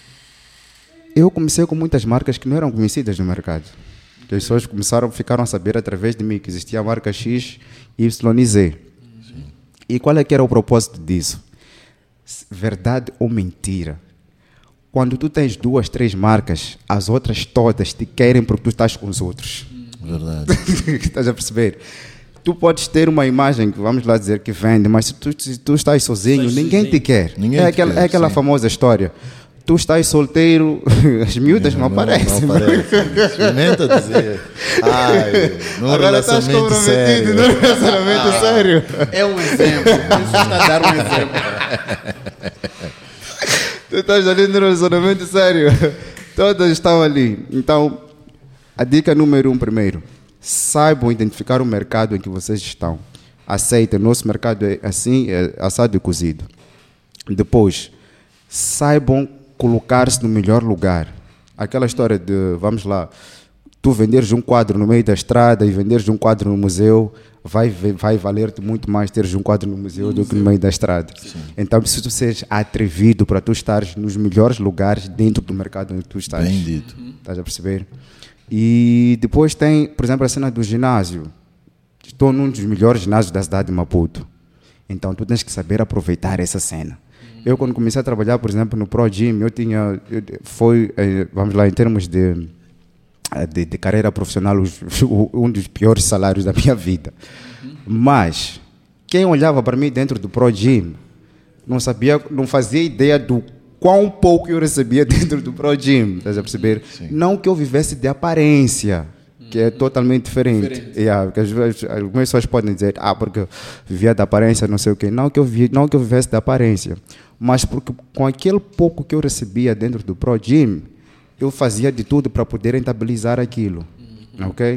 Eu comecei com muitas marcas que não eram conhecidas no mercado. Que as pessoas começaram, ficaram a saber através de mim que existia a marca X, Y e Z. Uhum. E qual é que era o propósito disso? Verdade ou mentira? Quando tu tens duas, três marcas, as outras todas te querem porque tu estás com os outros. Verdade. Estás a perceber? Tu podes ter uma imagem que vamos lá dizer que vende, mas se tu, se tu estás sozinho, Estás ninguém sozinho. te quer. Ninguém é te aquela, quer, é aquela sim. famosa história. Tu estás solteiro, as miúdas não, não aparecem. Não aparecem. Experimenta dizer. Ai, num agora estás relacionamento comprometido sério. num relacionamento Ah, sério. É um exemplo. Isso está a dar um exemplo. Tu estás ali no relacionamento sério. Todas estão ali. Então, a dica número um primeiro. Saibam identificar o mercado em que vocês estão. Aceitem. Nosso mercado é assim, é assado e cozido. Depois, saibam colocar-se no melhor lugar. Aquela história de, vamos lá, tu venderes um quadro no meio da estrada e venderes um quadro no museu, vai, vai valer-te muito mais teres um quadro no museu no do museu. que no meio da estrada. Sim. Então, se tu seres atrevido para tu estares nos melhores lugares dentro do mercado onde tu estás. Bem dito. Estás a perceber? E depois tem, por exemplo, a cena do ginásio. Estou num dos melhores ginásios da cidade de Maputo. Então, tu tens que saber aproveitar essa cena. Eu, quando comecei a trabalhar, por exemplo, no Pro Gym, eu tinha, eu, foi, vamos lá, em termos de, de, de carreira profissional, os, um dos piores salários da minha vida. Uhum. Mas, quem olhava para mim dentro do Pro Gym, não sabia, não fazia ideia do quão pouco eu recebia dentro do Pro Gym, estás a perceber? Sim. Não que eu vivesse de aparência, que é totalmente diferente. diferente. Yeah, porque às vezes, algumas pessoas podem dizer, ah, porque eu vivia de aparência, não sei o quê. Não que eu, vi, não que eu vivesse de aparência, mas porque com aquele pouco que eu recebia dentro do Pro Gym, eu fazia de tudo para poder rentabilizar aquilo. Uhum. Ok?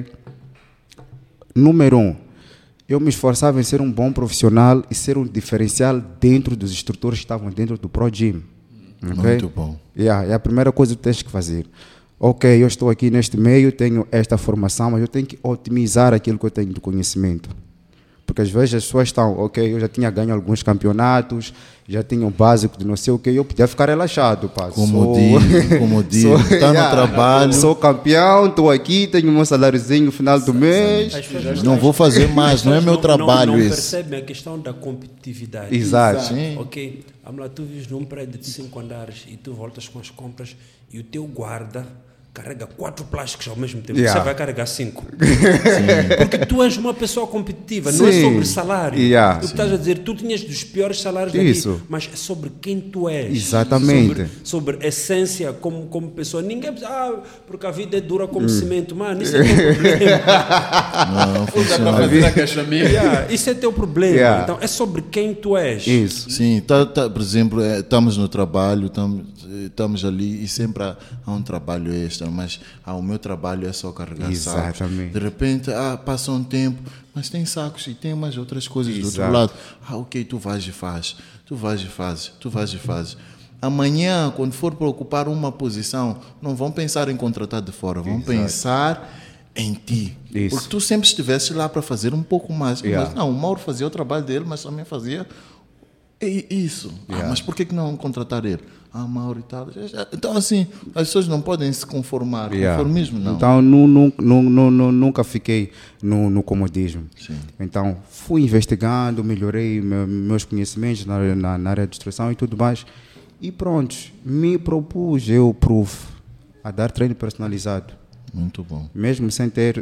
Número um, eu me esforçava em ser um bom profissional e ser um diferencial dentro dos instrutores que estavam dentro do Pro Gym. Okay? Muito bom. Yeah, é a primeira coisa que tens que fazer. Ok, eu estou aqui neste meio, tenho esta formação, mas eu tenho que otimizar aquilo que eu tenho de conhecimento. Porque às vezes as pessoas estão, ok, eu já tinha ganho alguns campeonatos, já tinha um básico de não sei o que, eu podia ficar relaxado. Pá. Como sou, digo, como digo, está yeah, no trabalho. Sou campeão, estou aqui, tenho um saláriozinho no final do mês. Não vou fazer mais, não é meu trabalho não, não isso. Percebem a questão da competitividade. Exato. Exato. Ok, vamos lá, tu vives num prédio de cinco andares e tu voltas com as compras e o teu guarda carrega quatro plásticos ao mesmo tempo, yeah. Você vai carregar cinco. Sim. Porque tu és uma pessoa competitiva, sim. Não é sobre salário. Yeah. Tu estás a dizer, tu tinhas dos piores salários Isso. daqui, mas é sobre quem tu és. Exatamente. Sobre, sobre essência como, como pessoa. Ninguém diz, ah, porque a vida é dura como hum. cimento. Mano, isso é teu problema. Não, não funciona. Para fazer a caixa-minha. Yeah, isso é teu problema. Yeah. Então, é sobre quem tu és. Isso. Sim, tá, tá, por exemplo, é, estamos no trabalho, estamos, estamos ali e sempre há, há um trabalho extra. Mas ah, o meu trabalho é só carregar Exatamente. sacos. De repente, ah, passa um tempo, mas tem sacos e tem mais outras coisas Exato. do outro lado. Ah, ok, tu vais e fazes, tu vais e fazes, tu vais e fazes. Amanhã, quando for para ocupar uma posição, não vão pensar em contratar de fora, vão Exato. pensar em ti. Isso. Porque tu sempre estivesse lá para fazer um pouco mais. Yeah. Mas não, o Mauro fazia o trabalho dele, mas também fazia isso. Yeah. Ah, mas por que que não contratar ele? Ah, Mauro e tal. Então, assim, as pessoas não podem se conformar. Yeah. Conformismo, não. Então, nu, nu, nu, nu, nu, nunca fiquei no, no comodismo. Sim. Então, fui investigando, melhorei me- meus conhecimentos na, na, na área de instrução e tudo mais. E pronto, me propus, eu, Proof, a dar treino personalizado. Muito bom. Mesmo sem ter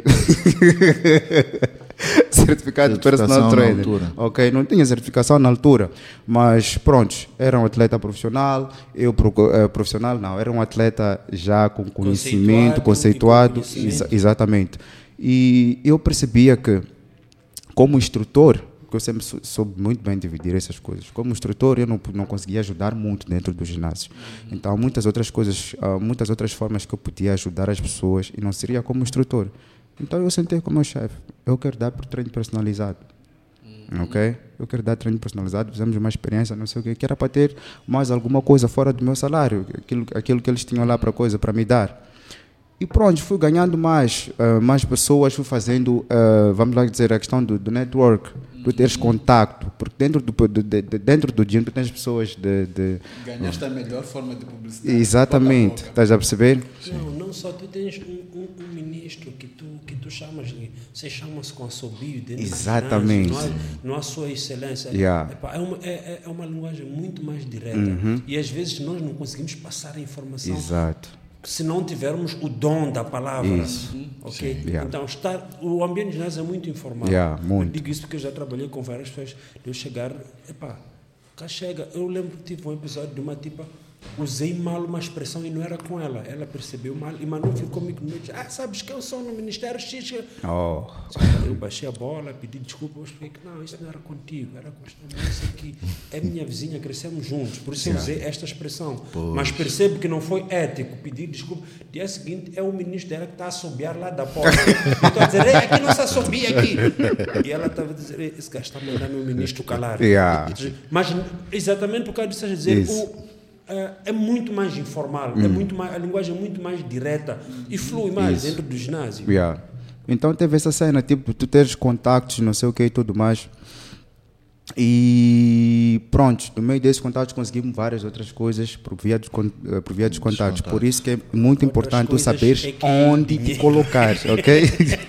certificado de Certificação personal na trainer. altura. Ok, não tinha certificação na altura, mas pronto, era um atleta profissional, eu pro- eh, profissional não, era um atleta já com conhecimento, Conceituado conceituado, e com conhecimento. exa- exatamente. E eu percebia que, como instrutor, porque eu sempre sou- soube muito bem dividir essas coisas. Como instrutor, eu não, não conseguia ajudar muito dentro do ginásio. Então, há muitas outras coisas, há muitas outras formas que eu podia ajudar as pessoas e não seria como instrutor. Então, eu sentei com o meu chefe. Eu quero dar por treino personalizado. Ok? Eu quero dar treino personalizado, fizemos uma experiência, não sei o quê, que era para ter mais alguma coisa fora do meu salário, aquilo, aquilo que eles tinham lá para coisa, para me dar. E pronto, fui ganhando mais, ah, mais pessoas, fui fazendo, ah, vamos lá dizer, a questão do, do network, tu teres contacto, porque dentro do, do, de, de- dentro do gym tu tens pessoas de... de Ganhaste a melhor forma de publicidade. exatamente, Boca a boca. estás a perceber? Não, não só tu tens um, um, um ministro que tu, que tu chamas, de- você chama-se com assobio dentro do Exatamente. ginásio, não há, não há sua excelência. Yeah. Epá, é, uma, é, é uma linguagem muito mais direta. E às vezes nós não conseguimos passar a informação Exato. se não tivermos o dom da palavra. Isso. Ok? Yeah. Então, estar, o ambiente de ginásio é muito informal. Yeah, muito. Eu digo isso porque eu já trabalhei com várias pessoas. De eu chegar, epá, cá chega. Eu lembro que tive um episódio de uma tipa, usei mal uma expressão e não era com ela. Ela percebeu mal e mandou ficou comigo no meio. Ah, sabes que eu sou no Ministério X. Oh. Eu baixei a bola, pedi desculpa, eu expliquei que não, isso não era contigo, era com esta moça aqui. É minha vizinha, crescemos juntos, por isso eu usei esta expressão. Mas percebo que não foi ético pedir desculpa. Dia seguinte é o ministro dela que está a assobiar lá da porta. Eu estou a dizer, "Ei, aqui não se assobia aqui." E ela estava a dizer, "Ei, esse gajo está a mandar meu ministro calar." Yeah. Mas exatamente por causa disso, a dizer, Isso. o, é, é muito mais informal, é muito mais, a linguagem é muito mais direta e flui mais Isso. dentro do ginásio. Yeah. Então teve essa cena, tipo, tu teres contactos, não sei o que e tudo mais. E pronto, no meio desses contatos conseguimos várias outras coisas por via dos, con- eh, por via dos contatos. Por isso que é muito importante tu coisas saberes é que- onde te colocar, ok?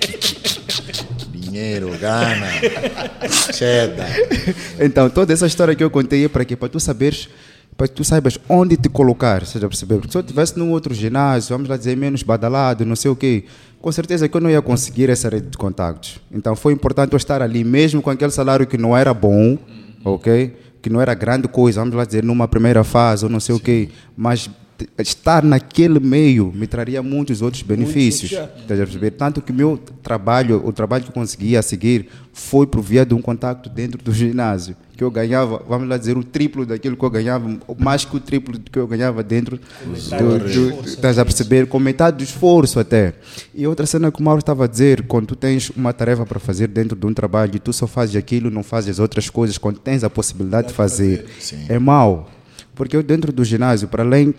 Dinheiro, gana, cheddar. Então, toda essa história que eu contei é para quê? Para tu saberes, para que tu saibas onde te colocar, seja a perceber? Porque se eu estivesse num outro ginásio, vamos lá dizer, menos badalado, não sei o quê, com certeza que eu não ia conseguir essa rede de contactos. Então, foi importante eu estar ali, mesmo com aquele salário que não era bom, ok? Que não era grande coisa, vamos lá dizer, numa primeira fase ou não sei o quê, mas t- estar naquele meio me traria muitos outros benefícios. Muitos, Estás a perceber? Tanto que o meu trabalho, o trabalho que eu conseguia seguir, foi por via de um contacto dentro do ginásio, que eu ganhava, vamos lá dizer, o triplo daquilo que eu ganhava, mais que o triplo do que eu ganhava dentro do, do, do estás a perceber? Com metade do esforço até. E outra cena que o Mauro estava a dizer, quando tu tens uma tarefa para fazer dentro de um trabalho e tu só fazes aquilo, não fazes outras coisas, quando tens a possibilidade de fazer, é mau. Porque eu dentro do ginásio, para além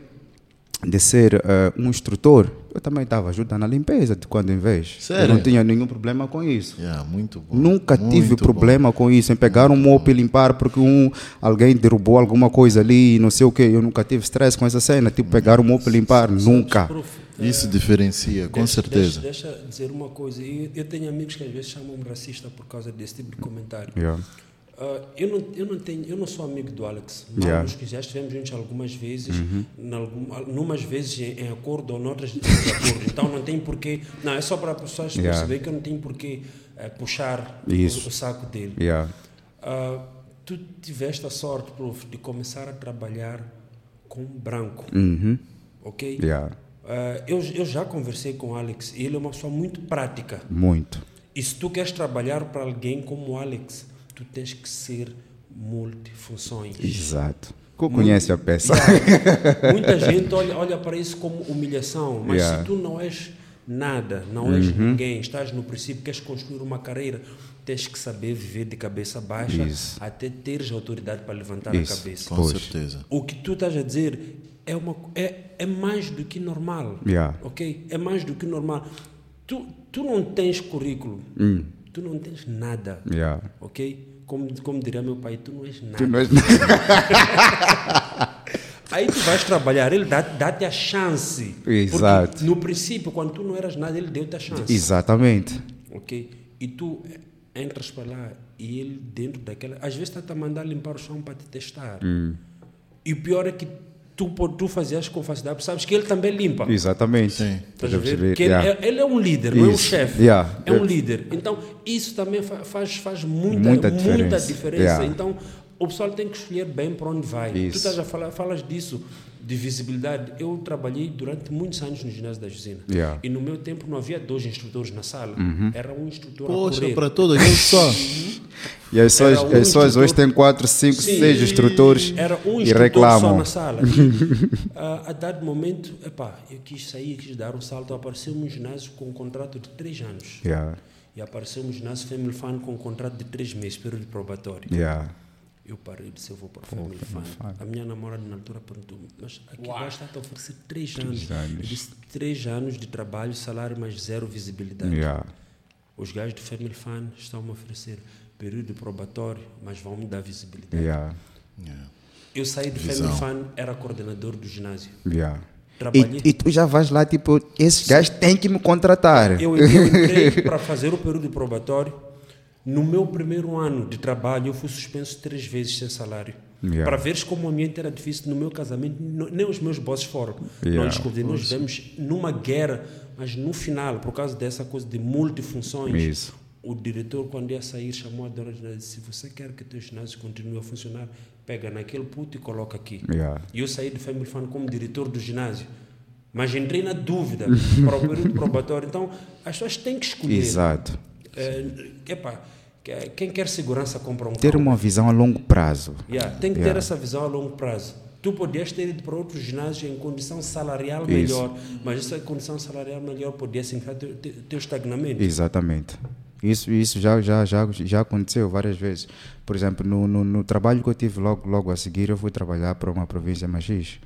de ser eh, um instrutor, eu também estava ajudando na limpeza de quando em vez. Sério? Eu não tinha nenhum problema com isso. Yeah, muito bom. Nunca muito tive bom. problema com isso, em pegar um mop e limpar porque um, alguém derrubou alguma coisa ali e não sei o quê. Eu nunca tive stress com essa cena, tipo pegar um mop e limpar, nunca. Prof, Isso diferencia, com deixa- certeza. Deixa, deixa dizer uma coisa. Eu, eu tenho amigos que às vezes chamam-me racista por causa desse tipo de comentário. Yeah. Ah, eu, não, eu, não tenho, eu não sou amigo do Alex, mas Yeah. nós que já estivemos juntos algumas vezes, em algum, numas vezes em, em acordo ou noutras em desacordo. Então não tem porquê. Não, é só para as pessoas Yeah. perceberem que eu não tenho porquê eh, puxar o, Isso. o saco dele. Yeah. Ah, tu tiveste a sorte, prof, de começar a trabalhar com branco, Uhum. ok? Yeah. Ah, eu, eu já conversei com o Alex e ele é uma pessoa muito prática. Muito. E se tu queres trabalhar para alguém como o Alex, tu tens que ser multifunções. Exato. Tu conhece a peça. Yeah. Muita gente olha, olha para isso como humilhação, mas Yeah. se tu não és nada, não és ninguém, estás no princípio, queres construir uma carreira, tens que saber viver de cabeça baixa Isso. até teres autoridade para levantar Isso. a cabeça. Com Pois. certeza. O que tu estás a dizer é, uma, é, é mais do que normal. Yeah. Ok? É mais do que normal. tu, tu não tens currículo, hum. tu não tens nada, Yeah. ok? Como, como diria meu pai, tu não és nada. Tu não és... Aí tu vais trabalhar, ele dá, dá-te a chance. Exato. Porque no princípio, quando tu não eras nada, ele deu-te a chance. Exatamente. Ok? E tu entras para lá e ele dentro daquela... Às vezes está-te a mandar limpar o chão para te testar. Hum. E o pior é que tu, tu fazias com facilidade, sabes que ele também limpa. Exatamente. Sim. Estás a ver? Perceber, Que ele, yeah. é, ele é um líder, não é um Isso. chefe. Yeah. É um líder. Então, isso também fa- faz, faz muita, Muita muita diferença. diferença. Yeah. Então, o pessoal tem que escolher bem para onde vai. Isso. Tu estás a falar, falas disso, de visibilidade. Eu trabalhei durante muitos anos no ginásio da Jusina. Yeah. E no meu tempo não havia dois instrutores na sala. Uhum. Era um instrutor Poxa, a correr. para todo aquele pessoal. E as pessoas, Era um as pessoas instrutor- hoje têm quatro, cinco, Sim. seis instrutores Era um e instrutor reclamam. só na sala. E, a, a dado momento, epá, eu quis sair, quis dar um salto. Apareceu um ginásio com um contrato de três anos. Yeah. E apareceu um ginásio Family Fun com um contrato de três meses, período probatório. Yeah. Eu parei e disse, eu vou para o Family Fun. A minha namorada na altura perguntou-me, mas aqui vai estar a oferecer três anos. anos. Eu disse, três anos de trabalho, salário, mais zero visibilidade. Yeah. Os gajos do Family Fun estão a oferecer período probatório, mas vão me dar visibilidade. Yeah. Yeah. Eu saí do Visão. Family Fun, era coordenador do ginásio. Yeah. Trabalhei. E, e tu já vais lá, tipo, esses gajos têm que me contratar. Eu, eu entrei para fazer o período probatório. No meu primeiro ano de trabalho, eu fui suspenso três vezes sem salário. Yeah. Para veres como o ambiente era difícil no meu casamento, no- nem os meus bosses foram. Yeah. Nós descobrimos, nós vivemos numa guerra, mas no final, por causa dessa coisa de multifunções, Isso. o diretor, quando ia sair, chamou a dona e disse: se você quer que o teu ginásio continue a funcionar, pega naquele puto e coloca aqui. Yeah. E eu saí do Family Fun como diretor do ginásio. Mas entrei na dúvida para o período probatório. Então, as pessoas têm que escolher. Exato. É, epá, que- quem quer segurança compra um Ter carro. uma visão a longo prazo. Yeah, tem que ter Yeah. essa visão a longo prazo. Tu podias ter ido para outro ginásio em condição salarial Isso. melhor, mas essa condição salarial melhor podia significar teu, teu, teu estagnamento. Exatamente. Isso, isso já, já, já, já aconteceu várias vezes. Por exemplo, no, no, no trabalho que eu tive logo, logo a seguir, eu fui trabalhar para uma província Magis.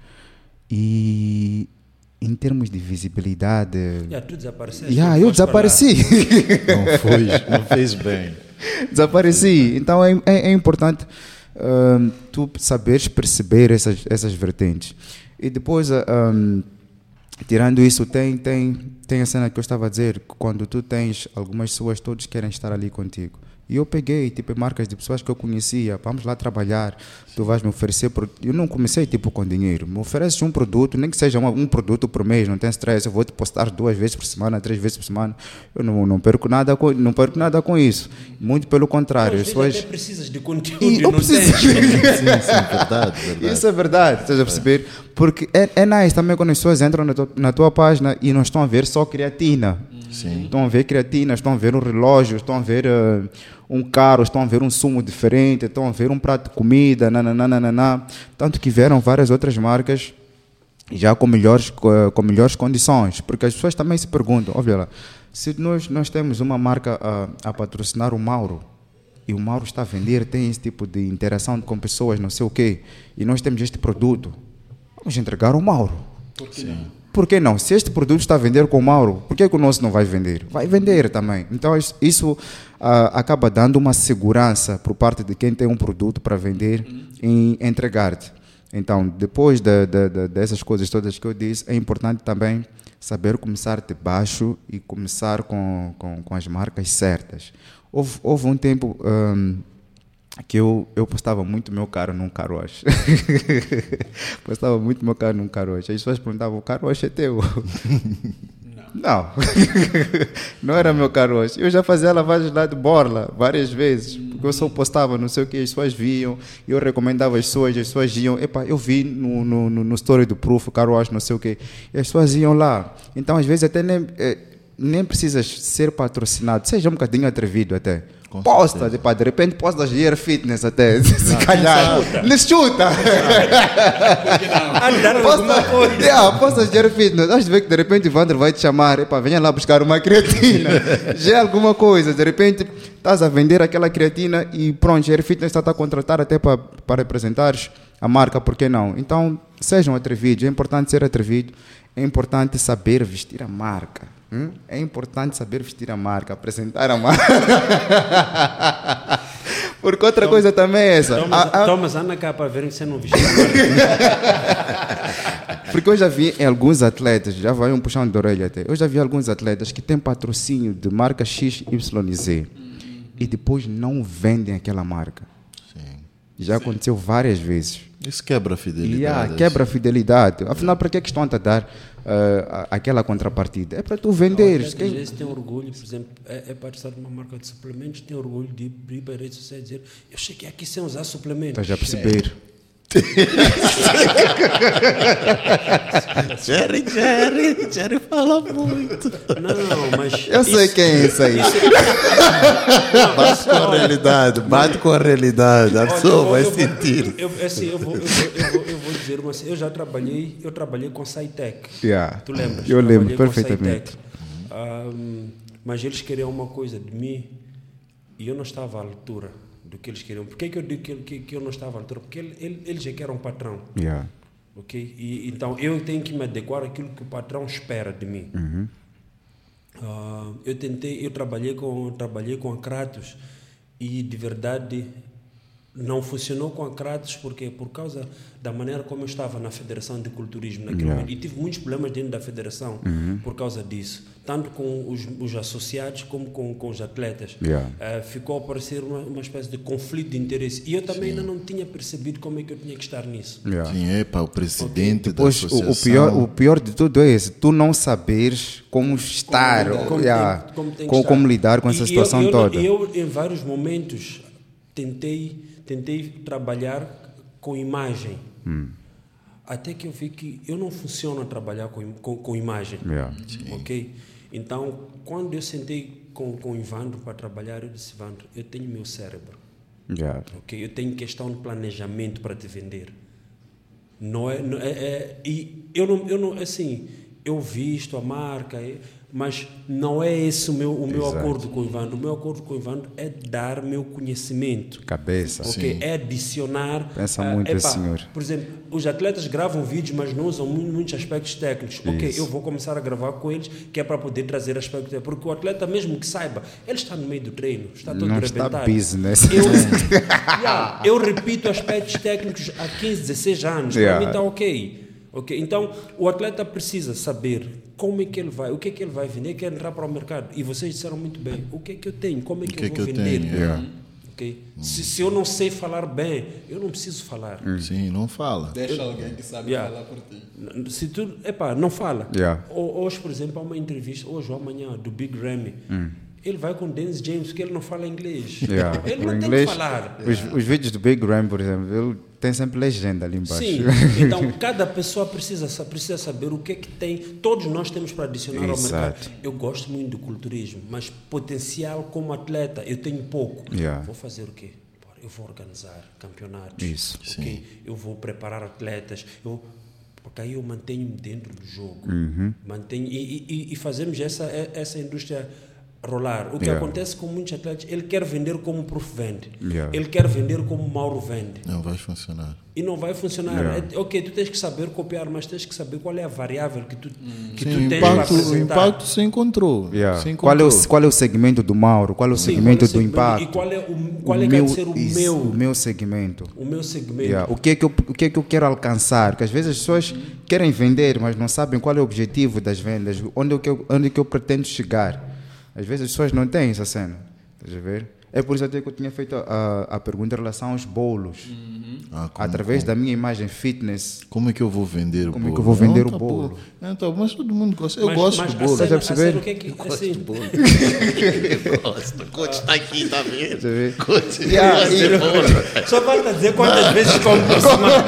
E em termos de visibilidade... Yeah, tu desapareceste. Yeah, tu eu foste para lá. desapareci. Não foi, não fez bem. Desapareci. Então é, é, é importante hum, tu saberes perceber essas, essas vertentes. E depois, hum, tirando isso, tem, tem, tem a cena que eu estava a dizer, que quando tu tens algumas pessoas, todos querem estar ali contigo. E eu peguei, tipo, marcas de pessoas que eu conhecia, vamos lá trabalhar, tu vais me oferecer... Pro... Eu não comecei, tipo, com dinheiro. Me ofereces um produto, nem que seja um, um produto por mês, não tem stress, eu vou te postar duas vezes por semana, três vezes por semana. Eu não, não, perco, nada com, não perco nada com isso. Muito pelo contrário. Às As vezes pessoas... até precisas de conteúdo E e, eu não preciso... tens. Sim, sim, verdade, verdade. Isso é verdade, estás a perceber? Porque é, é nice também quando as pessoas entram na tua, na tua página e não estão a ver só creatina. Sim. Estão a ver creatina, estão a ver um relógio, estão a ver uh, um carro, estão a ver um sumo diferente, estão a ver um prato de comida, nananana. Tanto que vieram várias outras marcas já com melhores, co- com melhores condições. Porque as pessoas também se perguntam, olha lá, se nós, nós temos uma marca a, a patrocinar o Mauro, e o Mauro está a vender, tem esse tipo de interação com pessoas, não sei o quê, e nós temos este produto, vamos entregar ao Mauro. Por que não? Por que não? Se este produto está a vender com o Mauro, por que, que o nosso não vai vender? Vai vender também. Então, isso, isso ah, acaba dando uma segurança por parte de quem tem um produto para vender em entregar-te. Então, depois de, de, de, dessas coisas todas que eu disse, é importante também saber começar de baixo e começar com, com, com as marcas certas. Houve, houve um tempo... hum, que eu, eu postava muito meu carro num caroche. Postava muito meu carro num caroche. As pessoas perguntavam, o caroche é teu? Não. Não. Não era meu caroche. Eu já fazia lavagem lá de borla várias vezes. Porque eu só postava, não sei o que, as pessoas viam. Eu recomendava as pessoas, as pessoas iam. Epa, eu vi no, no, no, no story do Proof, o caroche, não sei o que. E as pessoas iam lá. Então, às vezes, até nem... Eh, nem precisas ser patrocinado, seja um bocadinho atrevido até. Com Posta, certeza. de, pá, de repente posta G R Fitness até, se calhar. Lhe chuta! Andar alguma Posta, coisa. yeah, posta G R Fitness. Acho de ver que de repente o Wander vai te chamar, epá, venha lá buscar uma creatina. Já é alguma coisa, de repente estás a vender aquela creatina e pronto, G R Fitness está a contratar até para, para representares a marca, por que não? Então, sejam atrevidos, é importante ser atrevido, é importante saber vestir a marca. Hum? É importante saber vestir a marca, apresentar a marca. Porque outra Tom, coisa também é essa. Thomas, a, a... Thomas anda cá para ver que você não vestiu a marca. Porque eu já vi em alguns atletas, já vai um puxão de orelha até, eu já vi alguns atletas que têm patrocínio de marca X Y Z e depois não vendem aquela marca. Sim. Já Sim. aconteceu várias vezes. Isso quebra a fidelidade. Yeah, quebra a fidelidade. Afinal, para que é que estão a dar uh, aquela contrapartida? É para tu venderes. Às vezes tem orgulho, por exemplo, é, é participar de uma marca de suplementos, tem orgulho de ir para a rede social e dizer: eu cheguei aqui sem usar suplementos. Estás a perceber? Jerry, Jerry, Jerry fala muito. Não, mas. Eu sei quem é isso aí. Bate com a realidade, bate com a realidade. A pessoa vai sentir. Eu, assim, eu, vou, eu, vou, eu, vou, eu vou dizer uma assim, eu já trabalhei, eu trabalhei com Saitec. Yeah. Tu lembras? Eu lembro trabalhei perfeitamente. Um, mas eles queriam uma coisa de mim e eu não estava à altura do que eles queriam. Por que, que eu digo que, que, que eu não estava à altura? Porque ele, ele, eles já querem um patrão. Yeah. Okay? E, então eu tenho que me adequar àquilo que o patrão espera de mim. Uhum. Uh, eu tentei, eu trabalhei com, trabalhei com a Kratos e de verdade não funcionou com a Kratos porque por causa da maneira como eu estava na Federação de Culturismo naquele Yeah. momento, e tive muitos problemas dentro da Federação Uhum. por causa disso, tanto com os, os associados como com, com os atletas. Yeah. Uh, ficou a parecer uma, uma espécie de conflito de interesse e eu também ainda não tinha percebido como é que eu tinha que estar nisso. Yeah. Sim, é para o presidente da Depois, o, associação. o, pior, o pior de tudo é esse, tu não saberes como estar, Como, como, yeah, tem, como, tem que como, estar. como lidar com E essa eu- situação eu, toda. E eu, em vários momentos, tentei, tentei trabalhar com imagem. Hum. Até que eu vi que eu não funciono a trabalhar com, im- com, com imagem. Yeah. Ok? Então, quando eu sentei com, com o Ivandro para trabalhar, eu disse: Ivandro, eu tenho meu cérebro. Yeah. Ok? Eu tenho questão de planejamento para te vender. Não é, não é, é- e eu não, eu não, assim, eu visto a marca, é- mas não é esse o meu, o meu Exato. acordo com o Ivandro. O meu acordo com o Ivandro é dar meu conhecimento. Cabeça. Ok? É adicionar. Pensa ah, muito epá, esse senhor. Por exemplo, os atletas gravam vídeos, mas não usam mu- muitos aspectos técnicos. Ok, Isso. eu vou começar a gravar com eles, que é para poder trazer aspectos técnicos. Porque o atleta, mesmo que saiba, ele está no meio do treino, está todo Não está arrebentado. business. Eu, Yeah, eu repito aspectos técnicos há quinze, dezesseis anos. Yeah. Para mim está ok. Ok, então o atleta precisa saber como é que ele vai, o que é que ele vai vender, quer entrar para o mercado. E vocês disseram muito bem, o que é que eu tenho, como é que, que eu é vou que eu vender. tenho, yeah. Ok? Se, se eu não sei falar bem, eu não preciso falar. Sim, não fala. Deixa alguém que sabe Yeah. falar por ti. Se tu, epá, não fala. Yeah. Ho- Hoje, por exemplo, há uma entrevista, hoje ou amanhã, do Big Ramy. Ele vai com o Dennis James, porque ele não fala inglês. Yeah. Ele O não tem inglês- que falar. Os, os vídeos do Big Ram, por exemplo, ele tem sempre legenda ali embaixo. Sim, então cada pessoa precisa, sa- precisa saber o que é que tem, todos nós temos para adicionar ao Exato. mercado. Eu gosto muito do culturismo, mas potencial como atleta eu tenho pouco. Yeah. Vou fazer o quê? Bora, eu vou organizar campeonatos. Isso. ok? Eu vou preparar atletas. Eu, porque aí eu mantenho-me dentro do jogo. Uhum. Mantenho, e, e, e fazemos essa, essa indústria rolar. O que Yeah. acontece com muitos atletas, ele quer vender como o Prof vende. Yeah. Ele quer vender como o Mauro vende. Não vai funcionar. E não vai funcionar. Yeah. É- ok, tu tens que saber copiar, mas tens que saber qual é a variável que tu, que Sim, tu o, tens para impacto, o apresentar. impacto se encontrou. Yeah. Se Qual, é encontrou. o, qual é o segmento do Mauro? Qual é o Sim, segmento qual é o do segmento impacto? E qual é, o, qual O é que meu- vai ser o isso, meu, o meu segmento. o meu segmento? Yeah. O, que é que eu, o que é que eu quero alcançar? Porque às vezes as pessoas querem vender, mas não sabem qual é o objetivo das vendas, onde é que eu, onde é que eu pretendo chegar. Às vezes as pessoas não têm essa cena. Estás a ver? É por isso até que eu tinha feito a, a pergunta em relação aos bolos. Ah, como, Através da minha imagem fitness. como é que eu vou vender o Como é bolo? que eu vou vender Não, o tá bolo? bom. Então, mas todo mundo gosta. Eu Mas- gosto mas do a bolo. cena- Estás a a perceber? cena, o que é que, assim, Eu gosto. O coach está aqui, está vendo? Estás a ver? Coach, Yeah, gosta de e- bolo. só falta dizer quantas vezes come por semana.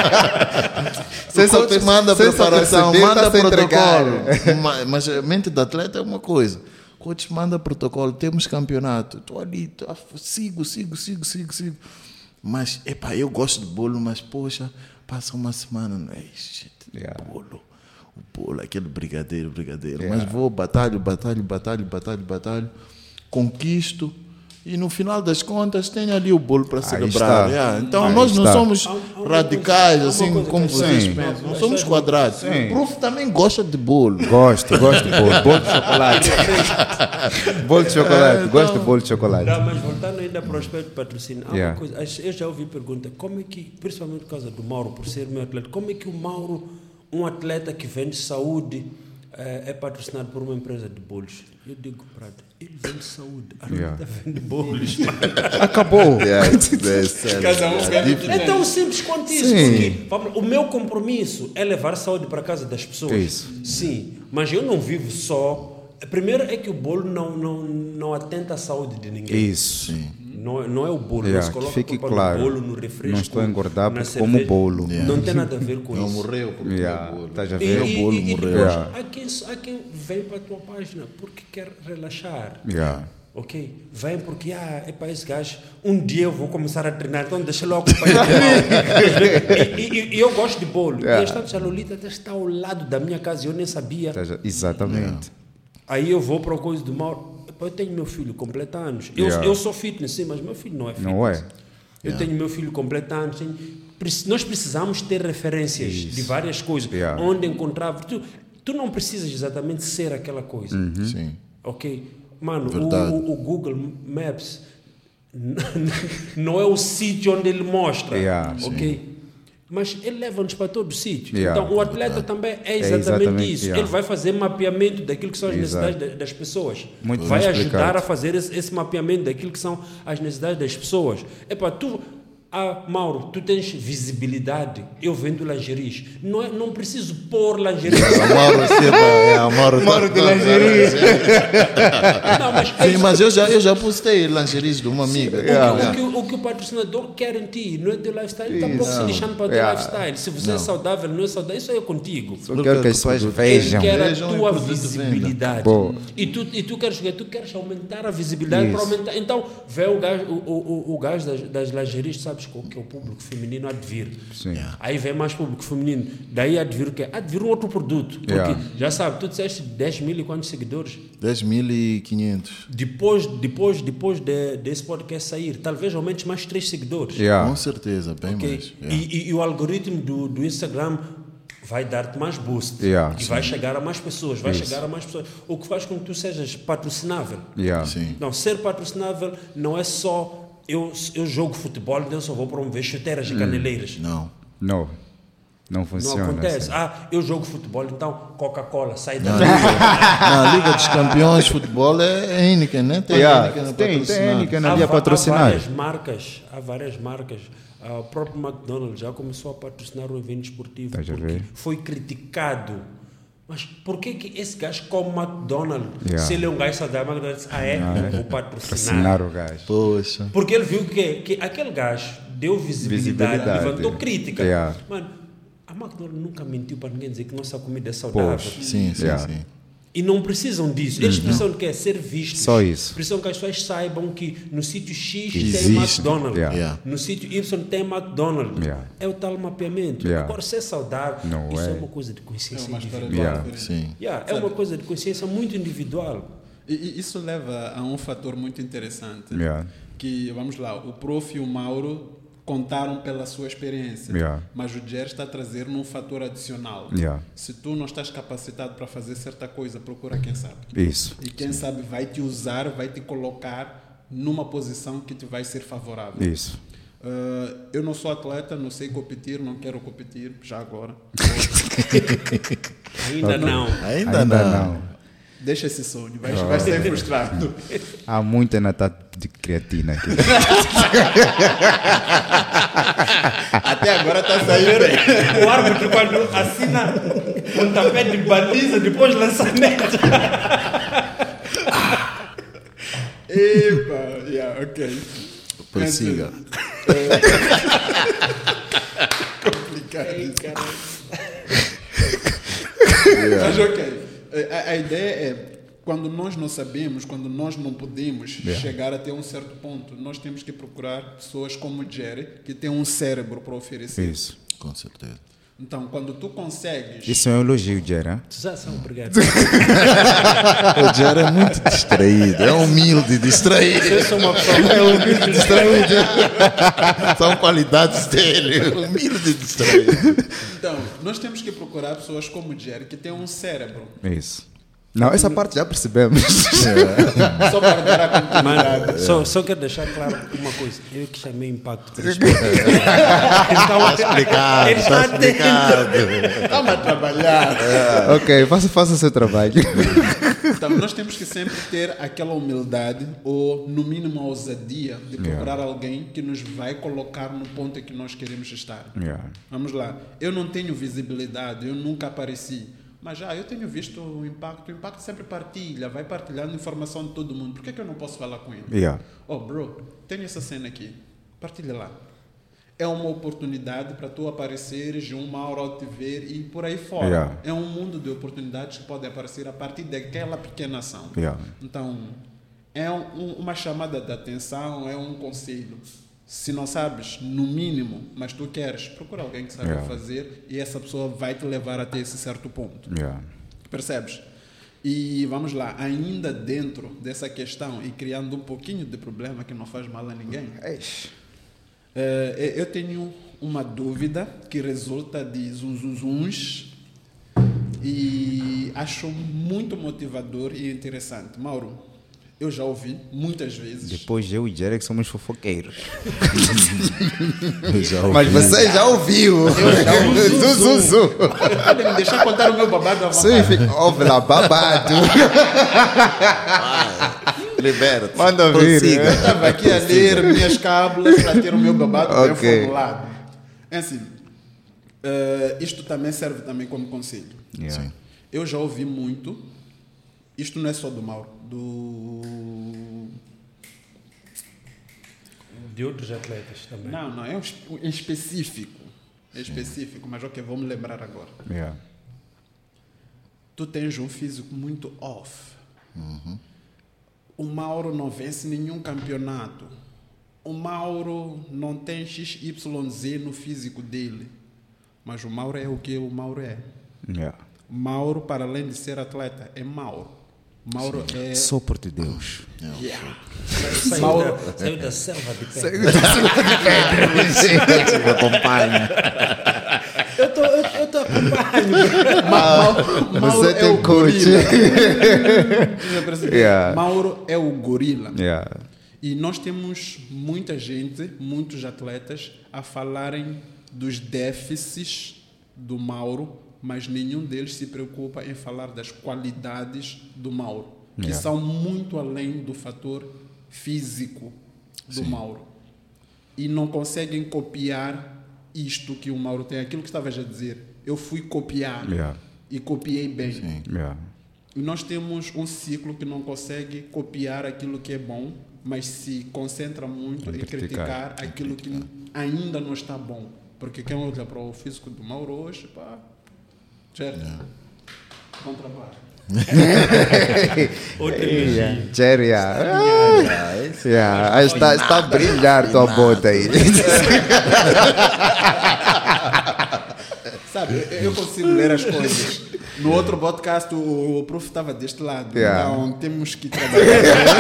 Sem O coach só- manda sem só preparação, perceber, manda tá-se a entregar. protocolo. Ma- Mas a mente do atleta é uma coisa. O coach manda protocolo, temos campeonato. Estou ali, tô, ah, sigo, sigo, sigo, sigo, sigo. Mas, epá, eu gosto de bolo, mas, poxa, passa uma semana, não é? Shit, Yeah. bolo. O bolo, aquele brigadeiro, brigadeiro. Yeah. Mas vou, batalho, batalho, batalho, batalho, batalho. Conquisto. e no final das contas tem ali o bolo para celebrar. está. Yeah. Então Aí nós não está. somos Há um- há uma radicais, coisa- há uma assim coisa como que- vocês Sim. pensam. Não Mas somos é- quadrados. Sim. O Proof também gosta de bolo. Gosto, gosto de bolo. Bolo de chocolate. Bolo de chocolate. Gosto de bolo de chocolate. Não, mas voltando ainda para o aspecto de patrocínio, há Yeah. uma coisa, eu já ouvi pergunta, como é que, principalmente por causa do Mauro, por ser meu atleta, como é que o Mauro, um atleta que vende saúde, é, é patrocinado por uma empresa de bolos? Eu digo, Prado, ele vende saúde, a Lolita Yeah. vende bolos. Acabou. Yeah, é sério. Cada um Yeah, vende different. É tão simples quanto isso, Sim. porque vamos lá, o meu compromisso é levar saúde para a casa das pessoas. Isso. Sim, mas eu não vivo só. Primeiro é que o bolo não, não, não atenta à saúde de ninguém. Isso. Não, não é o bolo, Yeah, não se que coloca fique a culpa claro. no bolo, no refresco. Não estou a engordar na porque como cerveja. bolo. Não tem nada a ver com Não isso. morreu porque Yeah. comeu bolo. Estás a E, ver? e, bolo e, e morreu. depois, Yeah. há, quem, há quem vem para a tua página porque quer relaxar. Yeah. Ok? Vem porque, ah, é para esse gajo, um dia eu vou começar a treinar, então deixa logo acompanhar. e, e, e eu gosto de bolo. Yeah. E esta tia Lolita até está ao lado da minha casa, eu nem sabia. Estás a- Exatamente. Aí eu vou para a coisa do Mauro. Epá, eu tenho meu filho, completa anos. Eu, Yeah. eu sou fitness, sim, mas meu filho não é fitness. Não é? Eu tenho meu filho, completa anos. Tenho, preci- nós precisamos ter referências de várias coisas. Yeah. Onde encontrar. Tu, tu não precisas exatamente ser aquela coisa. Sim. Ok? Mano, o, Verdade. o, o Google Maps não é o sítio onde ele mostra. Yeah, Ok? Mas ele leva-nos para todo o sítio. Yeah. Então, o atleta também é exatamente, exatamente, isso. yeah. Ele vai fazer mapeamento daquilo que são as Exato. necessidades da- das pessoas. Muito vai bem ajudar explicado. a fazer esse, esse mapeamento daquilo que são as necessidades das pessoas. Epá, tu... Ah, Mauro, tu tens visibilidade, eu vendo lingeries. Não, é, não preciso pôr lingeries. A Mauro receba, é, a Mauro, Mauro de tá- lingerie. Não, mas Sim, mas eu já, eu já postei lingeries de uma amiga. O, que, Yeah. o, que, o que o patrocinador quer em ti, não é teu lifestyle, está pouco se lixando para o teu Yeah. lifestyle. Se você é saudável, não é saudável, isso aí é contigo. Só quero que as pessoas vejam. Ele quer a Vejam e tua produto visibilidade. Boa. E tu, e tu queres o quê? Tu queres aumentar a visibilidade para Isso. aumentar. Então, vê o gajo, o, o, o gajo das, das lingeries, sabes qual que é o público feminino há de vir. Sim. Aí vem mais público feminino. Daí há de vir o quê? Há de vir um outro produto. Porque Yeah. já sabe, tu disseste dez mil e quantos seguidores? dez mil e quinhentos. Depois, depois, depois de, desse podcast sair, talvez aumente mais três seguidores. Yeah. Com certeza, bem Ok? mais. Yeah. E, e- e o algoritmo do, do Instagram vai dar-te mais boost. Yeah, e sim. vai chegar a mais pessoas, vai Isso. chegar a mais pessoas. O que faz com que tu sejas patrocinável. Yeah. Sim. Não, ser patrocinável não é só eu, eu jogo futebol, então eu só vou promover chuteiras e caneleiras. Não. Não. Não Não funciona. acontece. assim. Ah, eu jogo futebol, então Coca-Cola, sai da Na Liga, na Liga dos Campeões de Futebol é é Heineken, né? Tem Yeah, Heineken a tem- tem patrocinar. Heineken. Há, ali a va- patrocinar. há várias marcas, há várias marcas. Ah, o próprio McDonald's já começou a patrocinar o evento esportivo Estás a porque ver? foi criticado. Mas por que, que esse gajo come McDonald's? Yeah. Se ele é um gajo saudável, McDonald's, ah é? Ah, Eu é. vou patrocinar. Patrocinar o gajo. Poxa. Porque ele viu que, que aquele gajo deu visibilidade, Visibilidade. levantou crítica. Yeah. Mano, a McDonald's nunca mentiu para ninguém dizer que nossa comida é saudável. Poxa. Sim, sim, Yeah. sim. E não precisam disso. Eles precisam de quê? Ser vistos. Só isso. Precisam que as pessoas saibam que no sítio X Que tem existe. McDonald's. Yeah. Yeah. No sítio Y tem McDonald's. Yeah. É o tal mapeamento. Yeah. Agora, ser saudável, Não isso é. é. uma coisa de consciência É uma história individual. de Yeah. Sim. Yeah, é uma coisa de consciência muito individual. E, e isso leva a um fator muito interessante. Yeah. Que, vamos lá, o Prof e o Mauro contaram pela sua experiência. Yeah. Mas o Jer está a trazer um fator adicional. Yeah. Se tu não estás capacitado para fazer certa coisa, procura quem sabe. Isso. E quem sabe vai te usar, vai te colocar numa posição que te vai ser favorável. Isso. Uh, eu não sou atleta, não sei competir, não quero competir, já agora. Ainda não. Ainda, Ainda não. não. Deixa esse sonho, vai, vai ser frustrado. Há muita nata de creatina aqui. Até agora está saindo bem. O árbitro, quando assina um tapete de baliza, depois lançamento. Epa, yeah, ok. Prossiga. Complicado. Mas ok. A, a ideia é, quando nós não sabemos, quando nós não podemos Yeah. chegar até um certo ponto, nós temos que procurar pessoas como o Jerry, que tem um cérebro para oferecer. Isso. Com certeza. Então, quando tu consegues... Isso é um elogio, Jera. Já são, obrigado. O Jera é muito distraído, é humilde, distraído. Eu sou uma pessoa É humilde, distraído. São qualidades dele, humilde, distraído. Então, nós temos que procurar pessoas como o Jerry, que têm um cérebro. Isso. Não, essa parte já percebemos. Só para dar a continuidade. Mano, só, só quero deixar claro uma coisa. Eu que chamei impacto. Por isso. Então, Explicado, ele está está atento. explicado. Estamos a trabalhar. Ok, faça, faça o seu trabalho. Então, nós temos que sempre ter aquela humildade, ou no mínimo a ousadia, de procurar alguém que nos vai colocar no ponto em que nós queremos estar. Yeah. Vamos lá. Eu não tenho visibilidade, eu nunca apareci. Mas já, eu tenho visto o Impacto. O Impacto sempre partilha, vai partilhando informação de todo mundo. Por que, que eu não posso falar com ele? Yeah. Oh, bro, tenho essa cena aqui. Partilha lá. É uma oportunidade para tu apareceres, uma hora ao te ver e por aí fora. Yeah. É um mundo de oportunidades que podem aparecer a partir daquela pequena ação. Yeah. Então, é um, uma chamada de atenção, é um conselho. Se não sabes, no mínimo, mas tu queres, procura alguém que sabe Yeah. fazer e essa pessoa vai te levar até esse certo ponto. Yeah. Percebes? E vamos lá, ainda dentro dessa questão e criando um pouquinho de problema que não faz mal a ninguém, eh, eu tenho uma dúvida que resulta de zunzuzuns e acho muito motivador e interessante. Mauro, eu já ouvi muitas vezes. Depois eu e Jera que somos fofoqueiros. Eu já ouvi. Mas você já ouviu. Zu, zu, zu. Pode me deixar contar o meu babado à Sim, vontade? fica- ouve lá, babado. Libera-te. Manda vir. Prossiga. Eu estava aqui a ler minhas cábulas para ter o meu babado bem Ok. formulado. É assim, eh, isto também serve também como conselho. Yeah. Sim. Eu já ouvi muito, isto não é só do Mauro, do... De outros atletas também. Não, não, é um es- em específico. É específico, mas ok, vou me lembrar agora. Yeah. Tu tens um físico muito off. O Mauro não vence nenhum campeonato. O Mauro não tem X Y Z no físico dele. Mas o Mauro é o que o Mauro é. Yeah. Mauro, para além de ser atleta, é Mauro. Mauro é... Sopro de Deus. Yeah. Saiu, Mauro- da, saiu da selva de pedra. Me acompanha. Eu tô, eu, eu tô acompanhando. Mauro Você é tem o coach. gorila. Já percebi? Yeah. Mauro é o gorila. Yeah. E nós temos muita gente, muitos atletas, a falarem dos déficits do Mauro, mas nenhum deles se preocupa em falar das qualidades do Mauro, que Yeah. são muito além do fator físico do Sim. Mauro. E não conseguem copiar isto que o Mauro tem. Aquilo que estavas a dizer. Eu fui copiar Yeah. e copiei bem. Sim. Yeah. E nós temos um ciclo que não consegue copiar aquilo que é bom, mas se concentra muito Em em criticar. criticar aquilo que ainda não está bom. Porque quem olha para o físico do Mauro hoje, pá, certo? Bom trabalho. Outra energia. Jerry, yeah. Ah, yeah. Ah, está, está a brilhar tua bota aí. Sabe, eu- eu consigo ler as coisas. No outro podcast, o, o prof estava deste lado. Yeah. Então, temos que trabalhar.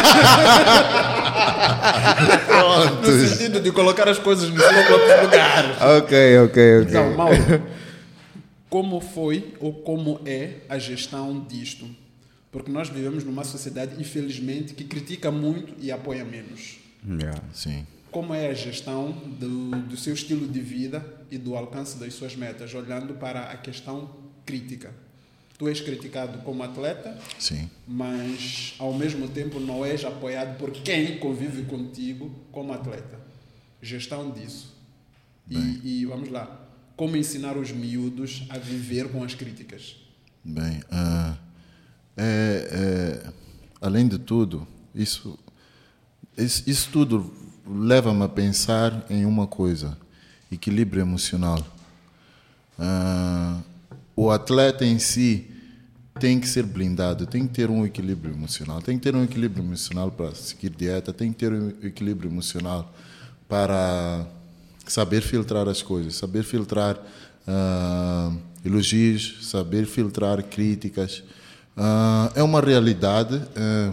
No sentido de colocar as coisas nos seus próprios lugares. Ok, ok, ok. Então, Mauro, como foi ou como é a gestão disto? Porque nós vivemos numa sociedade, infelizmente, que critica muito e apoia menos. Yeah. Sim. Como é a gestão do, do seu estilo de vida e do alcance das suas metas, olhando para a questão crítica? Tu és criticado como atleta, Sim. mas ao mesmo tempo não és apoiado por quem convive contigo como atleta. Gestão disso. E, e vamos lá, como ensinar os miúdos a viver com as críticas? Bem, ah, é, é, além de tudo, isso, isso, isso tudo leva-me a pensar em uma coisa: equilíbrio emocional. Ah, o atleta em si tem que ser blindado, tem que ter um equilíbrio emocional, tem que ter um equilíbrio emocional para seguir dieta, tem que ter um equilíbrio emocional para saber filtrar as coisas, saber filtrar uh, elogios, saber filtrar críticas. Uh, é uma realidade. Uh,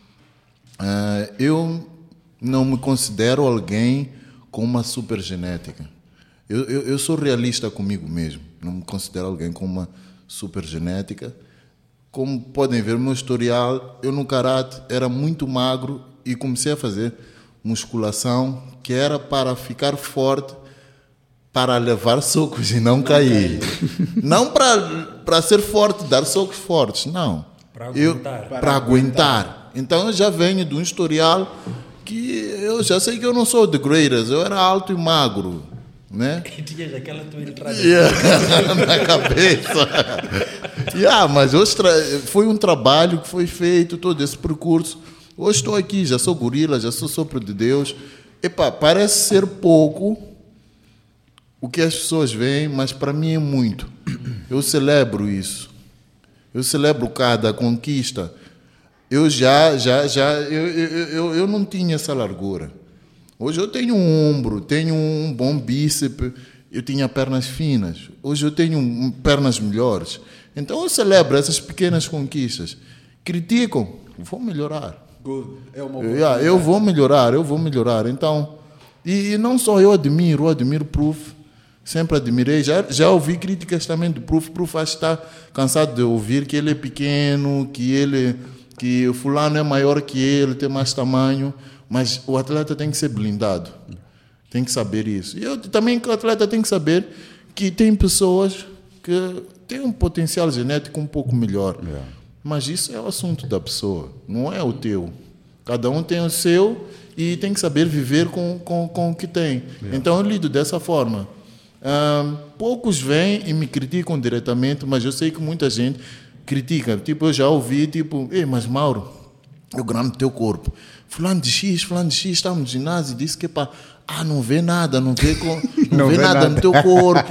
uh, eu não me considero alguém com uma super genética. Eu, eu, eu sou realista comigo mesmo. Não me considero alguém com uma super genética. Como podem ver, meu historial, eu no karate era muito magro e comecei a fazer musculação, que era para ficar forte, para levar socos e não, não cair. cair. Não para ser forte, dar socos fortes, não. Para aguentar. Para aguentar. Então eu já venho de um historial que eu já sei que eu não sou the greatest, eu era alto e magro. Né? E tinhas aquela tua entrada yeah, na cabeça. yeah, mas hoje foi um trabalho que foi feito, todo esse percurso. Hoje estou aqui, já sou gorila, já sou sopro de Deus. Epá, parece ser pouco o que as pessoas veem, mas para mim é muito. Eu celebro isso. Eu celebro cada conquista. Eu já, já, já, eu, eu, eu, eu não tinha essa largura. Hoje eu tenho um ombro, tenho um bom bíceps, eu tinha pernas finas. Hoje eu tenho um, pernas melhores. Então eu celebro essas pequenas conquistas. Criticam, vou melhorar. Good. É uma eu, yeah, eu vou melhorar, eu vou melhorar. Então, e, e não só eu admiro, eu admiro Proof. Sempre admirei. Já, já ouvi críticas também do Proof. Proof acho que está cansado de ouvir que ele é pequeno, que ele, que o fulano é maior que ele, tem mais tamanho. Mas o atleta tem que ser blindado. Tem que saber isso. E eu também que o atleta tem que saber que tem pessoas que têm um potencial genético um pouco melhor. Yeah. Mas isso é o assunto da pessoa, não é o teu. Cada um tem o seu e tem que saber viver com, com, com o que tem. Yeah. Então eu lido dessa forma. Um, poucos vêm e me criticam diretamente, mas eu sei que muita gente critica. Tipo, eu já ouvi, tipo, ei, mas Mauro, eu gramo teu corpo. Fulano de X, fulano de X, estava no ginásio e disse que pá, ah, não vê nada, não vê, com, não não vê, vê nada, nada no teu corpo.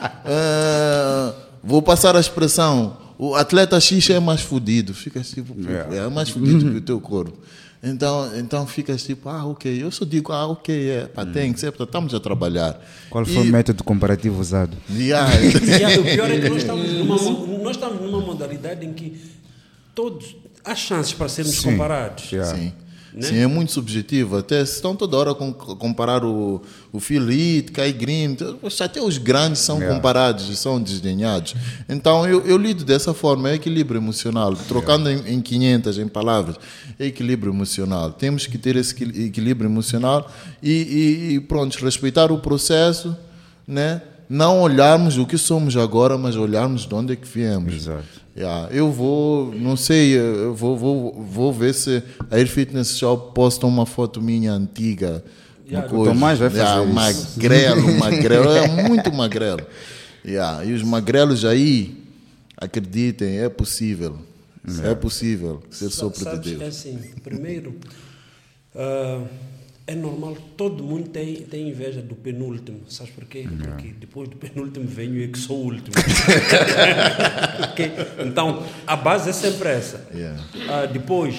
uh, vou passar a expressão, o atleta X é mais fodido. Ficas tipo, yeah. é mais fodido que o teu corpo. Então, então ficas tipo, ah, ok. Eu só digo, ah, ok, é, pá, hum. tem que ser, estamos a trabalhar. Qual foi e... o método comparativo usado? Yeah. yeah, o pior é que nós estamos, numa, nós estamos numa modalidade em que todos há chances para sermos Sim. comparados. Yeah. Sim. Né? Sim, é muito subjetivo. Até estão toda hora a comparar o, o Phil Kai Green, até os grandes são yeah. comparados e são desdenhados. Então eu, eu lido dessa forma, é equilíbrio emocional. Trocando yeah. em, em quinhentas em palavras, é equilíbrio emocional. Temos que ter esse equilíbrio emocional e, e, e pronto, respeitar o processo, né? Não olharmos o que somos agora, mas olharmos de onde é que viemos. Exato. Yeah, eu vou, não sei, eu vou, vou, vou ver se a Air Fitness Shop posta uma foto minha antiga. Yeah, o Tomás vai fazer yeah, isso. Magrelo, magrelo, é muito magrelo. Yeah, e os magrelos aí, acreditem, é possível. Yeah. É possível ser sopro Sabes de Deus. Que é assim, primeiro, uh, é normal, todo mundo tem, tem inveja do penúltimo. Sabes porquê? Yeah. Porque depois do penúltimo venho eu que sou o último. Okay? Então, a base é sempre essa. Yeah. Uh, depois,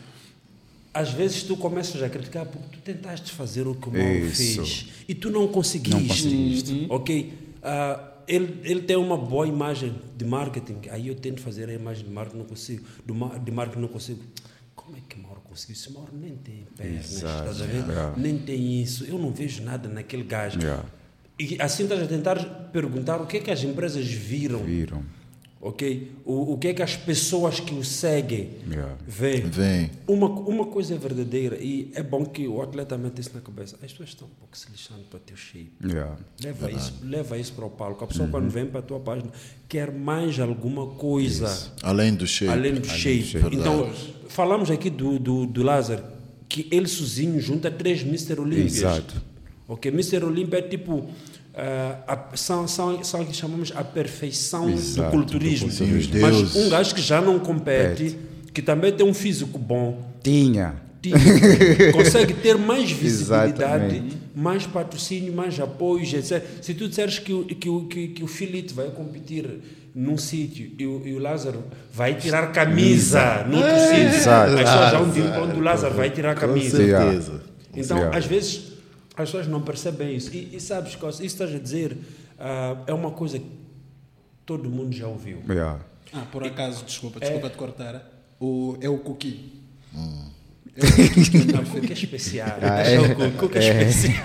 às vezes tu começas a criticar porque tu tentaste fazer o que o Mauro fez e tu não conseguiste. Não conseguiste. Uhum. Ok? Uh, ele, ele tem uma boa imagem de marketing. Aí eu tento fazer a imagem de marketing, não consigo. De marketing não consigo. Como é que o Mauro conseguiu? Esse Mauro nem tem pernas, estás a ver? Yeah. Nem tem isso. Eu não vejo nada naquele gajo. Yeah. E assim estás a tentar perguntar o que é que as empresas viram. Viram. Ok? O, o que é que as pessoas que o seguem yeah. veem. Vem. Uma, uma coisa é verdadeira e é bom que o atleta mete isso na cabeça. As pessoas estão um pouco se lixando para o teu shape. Yeah. Leva, isso, leva isso para o palco. A pessoa uhum. quando vem para a tua página quer mais alguma coisa. Isso. Além do shape. Além do Além shape. Do shape. Então, falamos aqui do, do, do Lázaro, que ele sozinho junta três mister Olímpias. Exato. Ok? mister Olímpia é tipo... Uh, a, são, são, são o que chamamos a perfeição Exato, do culturismo. do culturismo. Mas um gajo que já não compete, que também tem um físico bom, tinha, tinha consegue ter mais visibilidade, Exatamente. mais patrocínio, mais apoios, etcétera. Se tu disseres que, o, que, o, que, que o Filipe vai competir num sítio e o, e o Lázaro vai tirar camisa no outro sítio, as pessoas já vão dizer quando o Lázaro vai tirar camisa. Com certeza. Então, yeah. às vezes... as pessoas não percebem isso. E, e sabes, isso estás a dizer, uh, é uma coisa que todo mundo já ouviu. Yeah. Ah, por acaso, desculpa, desculpa É- te cortar. O, é o cookie. Hum. É o cookie que Não, Cook é especial. Ah, é, é? o Cook, Cook é, É. especial.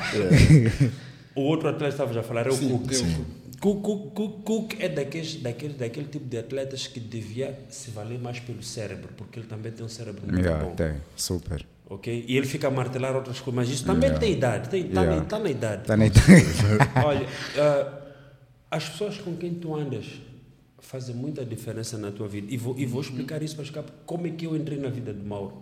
O outro atleta estava já a falar, é o Sim, Cook. é o Sim. Cook, Cook, Cook, Cook é daqueles, daquele, daquele tipo de atletas que devia se valer mais pelo cérebro, porque ele também tem um cérebro muito Yeah, bom. tem, super. Ok? E ele fica a martelar outras coisas, mas isso também Yeah. tem idade, está tá Yeah. na, tá na idade. Tá nem... Olha, ah, as pessoas com quem tu andas fazem muita diferença na tua vida. E vou, e vou explicar isso para explicar como é que eu entrei na vida do Mauro.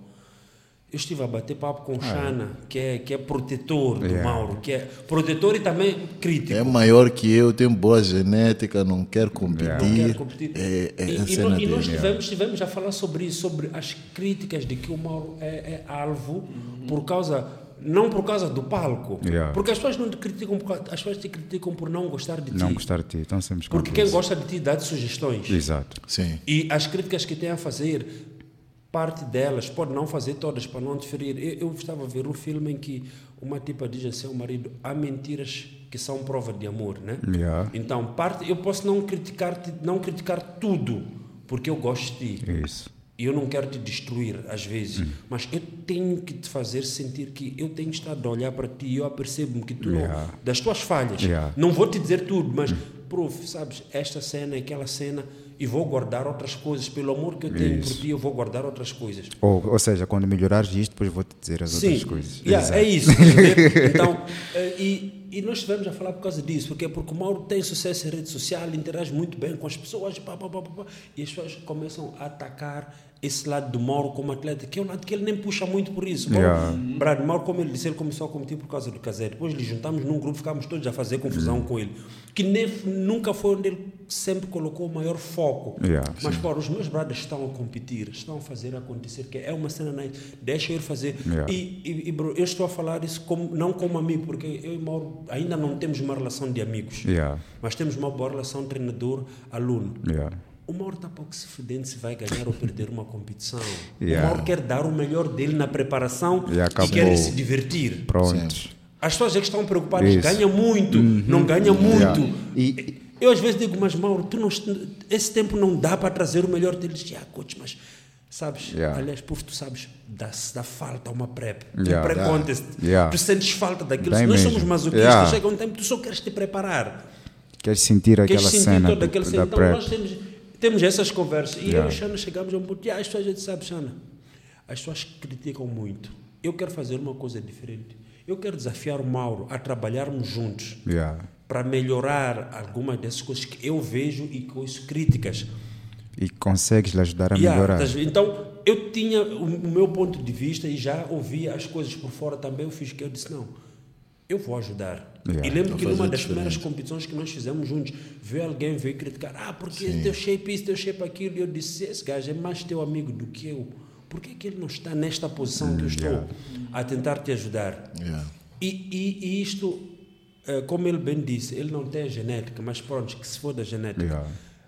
Eu estive a bater papo com o Xana, que é, que é protetor do Yeah. Mauro, que é protetor e também crítico. É maior que eu, tem boa genética, não quer competir. Yeah. Não quer competir. É, é e, a e cena nós, e nós dele. tivemos, tivemos a falar sobre isso, sobre as críticas de que o Mauro é, é alvo por causa, não por causa do palco. Yeah. Porque as pessoas não te criticam por, causa- as pessoas te criticam por não gostar de ti. Não gostar de ti, então sempre Porque quem gosta de ti dá-te sugestões. Exato. Sim. E as críticas que tem a fazer, parte delas, pode não fazer todas para não te ferir. Eu, eu estava a ver um filme em que uma tipa diz a seu marido: há mentiras que são prova de amor, né? Yeah. Então, parte, eu posso não criticar, não criticar tudo, porque eu gosto de ti. Isso. E eu não quero te destruir, às vezes, mas eu tenho que te fazer sentir que eu tenho estado a olhar para ti e eu apercebo-me que tu Yeah. não, das tuas falhas, Yeah. não vou te dizer tudo, mas, prof, sabes, esta cena, aquela cena, e vou guardar outras coisas, pelo amor que eu tenho Isso. por ti, eu vou guardar outras coisas. Ou, ou seja, quando melhorares isto, depois vou-te dizer as Sim, outras coisas. yeah, Exato. é isso. estás a ver? Então, eh, e, e nós estivemos a falar por causa disso, porque, porque o Mauro tem sucesso em rede social, interage muito bem com as pessoas, pá, pá, pá, pá, pá, e as pessoas começam a atacar esse lado do Mauro como atleta, que é um lado que ele nem puxa muito por isso. Mauro, Yeah. Brad, Mauro, como ele disse, ele começou a competir por causa do caseiro. Depois lhe juntamos num grupo, ficámos todos a fazer confusão com ele. Que nem, nunca foi onde ele sempre colocou o maior foco. Yeah. Mas, pô, os meus brothers estão a competir, estão a fazer acontecer, que é uma cena nice. Deixa eu ir fazer. Yeah. E, e, e, bro, eu estou a falar isso como, não como amigo, porque eu e Mauro ainda não temos uma relação de amigos. Yeah. Mas temos uma boa relação treinador-aluno. Yeah. O Mauro está pouco se fedendo se vai ganhar ou perder uma competição. Yeah. O Mauro quer dar o melhor dele na preparação E e, acabou. quer se divertir. Pronto. As pessoas é que estão preocupadas, Isso. ganha muito, não ganha muito. Yeah. E- Eu às vezes digo, mas Mauro, tu não, esse tempo não dá para trazer o melhor deles. Já, coach, mas sabes, Yeah. aliás, por tu sabes, dá, dá falta uma prep, Yeah. um pré-contest. Yeah. Tu sentes falta daquilo. Bem Nós mesmo. somos masoquistas, Yeah. chega um tempo que tu só queres te preparar. Queres sentir aquela Queres sentir cena todo do, aquele da sentimento. Então prep. nós temos, temos essas conversas. E eu Yeah. e Xana chegamos a um ponto, ah, as pessoas, a gente sabe, Xana, as pessoas criticam muito. Eu quero fazer uma coisa diferente. Eu quero desafiar o Mauro a trabalharmos juntos Yeah. para melhorar algumas dessas coisas que eu vejo e que ouço críticas. E consegues lhe ajudar a Yeah, melhorar. estás a ver? Então, eu tinha o, o meu ponto de vista e já ouvia as coisas por fora também. Eu fiz que eu disse, não, eu vou ajudar. Yeah. E lembro Vou que fazer numa das diferente. primeiras competições que nós fizemos juntos, veio alguém veio criticar, ah, porque teu shape isso, teu shape aquilo. E eu disse, esse gajo é mais teu amigo do que eu. Por que é que ele não está nesta posição que eu estou Yeah. a tentar te ajudar? Yeah. E, e, e isto, eh, como ele bem disse, ele não tem genética, mas pronto, que se for da genética. Yeah.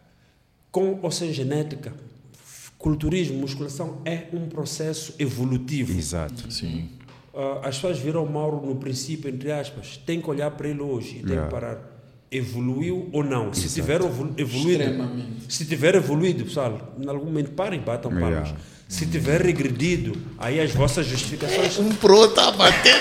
Com ou sem genética, culturismo, musculação é um processo evolutivo. Exato. Sim. Uh, as pessoas viram o Mauro no princípio, entre aspas, tem que olhar para ele hoje e tem Yeah. que parar. Evoluiu ou não? Se tiver evolu- evoluído, Extremamente. se tiver evoluído, pessoal, em algum momento parem e batam palmas. Yeah. Se tiver regredido, aí as vossas justificações. Um pro tá batendo.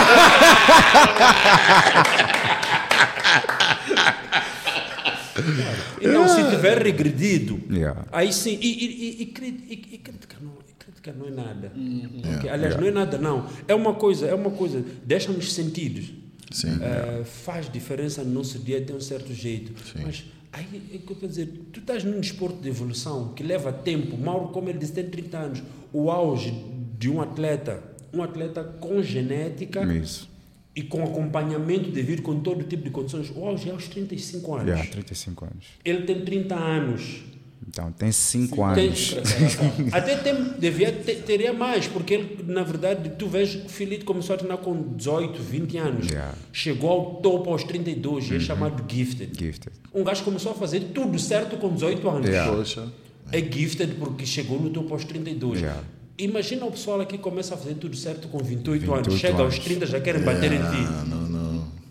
Então, se tiver regredido, Yeah. aí sim. E, e, e, e, cri- e, e crítica, não, e crítica não é nada. Ok? Aliás, Yeah. não é nada, não. É uma coisa, é uma coisa, deixa-nos sentidos. Sim. Eh, faz diferença no nosso dia, tem um certo jeito. Sim. Mas aí é que eu estou a dizer, tu estás num desporto de evolução que leva tempo. Mauro, como ele disse, tem trinta anos. O auge de um atleta, um atleta com genética Isso. e com acompanhamento devido com todo tipo de condições, o auge é aos trinta e cinco anos. Yeah, trinta e cinco anos. Ele tem trinta anos. Então, tem cinco Tem- anos. até tem, devia ter, teria mais, porque ele, na verdade, tu vês que o Filipe começou a treinar com dezoito, vinte anos. Yeah. Chegou ao topo aos trinta e dois, e é chamado gifted. Gifted. Um gajo começou a fazer tudo certo com dezoito anos. Yeah. Poxa. É gifted porque chegou no topo aos trinta e dois. Yeah. Imagina o pessoal aqui que começa a fazer tudo certo com vinte e oito, vinte e oito anos. Chega aos anos. trinta, já querem bater em ti. Ah, não, não.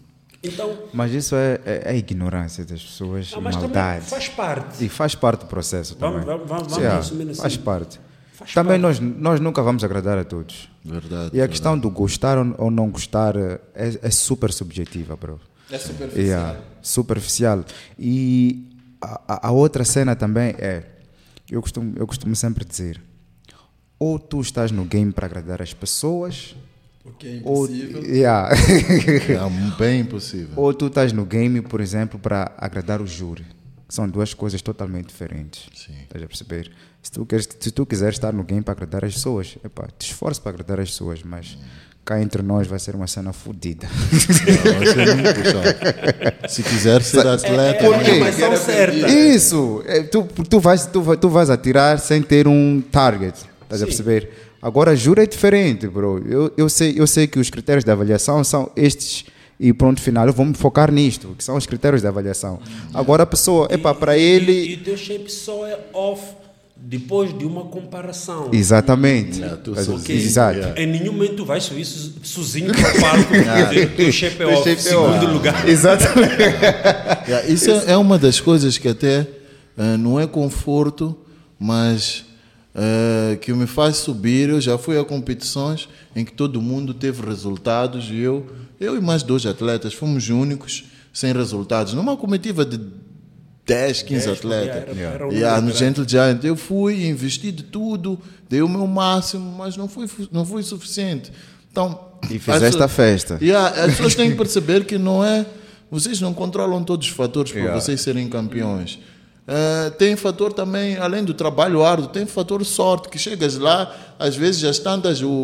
Então, Mas isso é, é, é ignorância das pessoas, não, mas maldade. também faz parte. E faz parte do processo Vamos, também. vamos, vamos, Yeah, vamos assumir assim. faz parte. Faz também parte. nós, nós nunca vamos agradar a todos. Verdade. E a questão do gostar ou, ou não gostar é, é super subjetiva, bro. É superficial. Yeah, superficial. E a, a- a outra cena também é, eu costumo, eu costumo sempre dizer, ou tu estás no game para agradar as pessoas, O que é ou, impossível. yeah. É bem impossível. ou tu estás no game, por exemplo, para agradar o júri. São duas coisas totalmente diferentes. Sim. Estás a perceber? Se tu, queres, se tu quiseres estar no game para agradar as pessoas, epá, te esforce para agradar as pessoas, mas cá entre nós vai ser uma cena fodida. Não, vai ser muito puxado. Se quiser ser atleta, É, Por quê? é a informação certa. Isso! É, tu, tu, vais, tu, vai- tu vais atirar sem ter um target. Estás a Sim. perceber? Agora, júri é diferente, bro. Eu, eu, sei, eu sei que os critérios de avaliação são estes. E pronto, final, eu vou me focar nisto, que são os critérios de avaliação. Agora a pessoa, epá, para E- ele. E, e o teu shape só é off depois de uma comparação. Exatamente. Yeah, tu Mas- sozinho, Exato. yeah. Em nenhum momento tu vais subir so- sozinho para o palco e dizer que o teu shape é Teu off, shape é segundo off. lugar. Exatamente. Yeah, isso é, é uma das coisas que até eh, não é conforto, mas eh, que me faz subir. Eu já fui a competições em que todo mundo teve resultados e eu, eu e mais dois atletas fomos únicos sem resultados. Numa comitiva de dez, quinze dez, atletas. yeah, era- era um Yeah, número no grande. Gentle Giant eu fui, investi de tudo, dei o meu máximo, mas não foi, não foi suficiente. Então, E fizeste a festa. Yeah, as pessoas têm que perceber que não é. Vocês não controlam todos os fatores para Yeah. vocês serem campeões. Eh, tem fator também, além do trabalho árduo, tem fator sorte, que chegas lá, às vezes as tantas, o,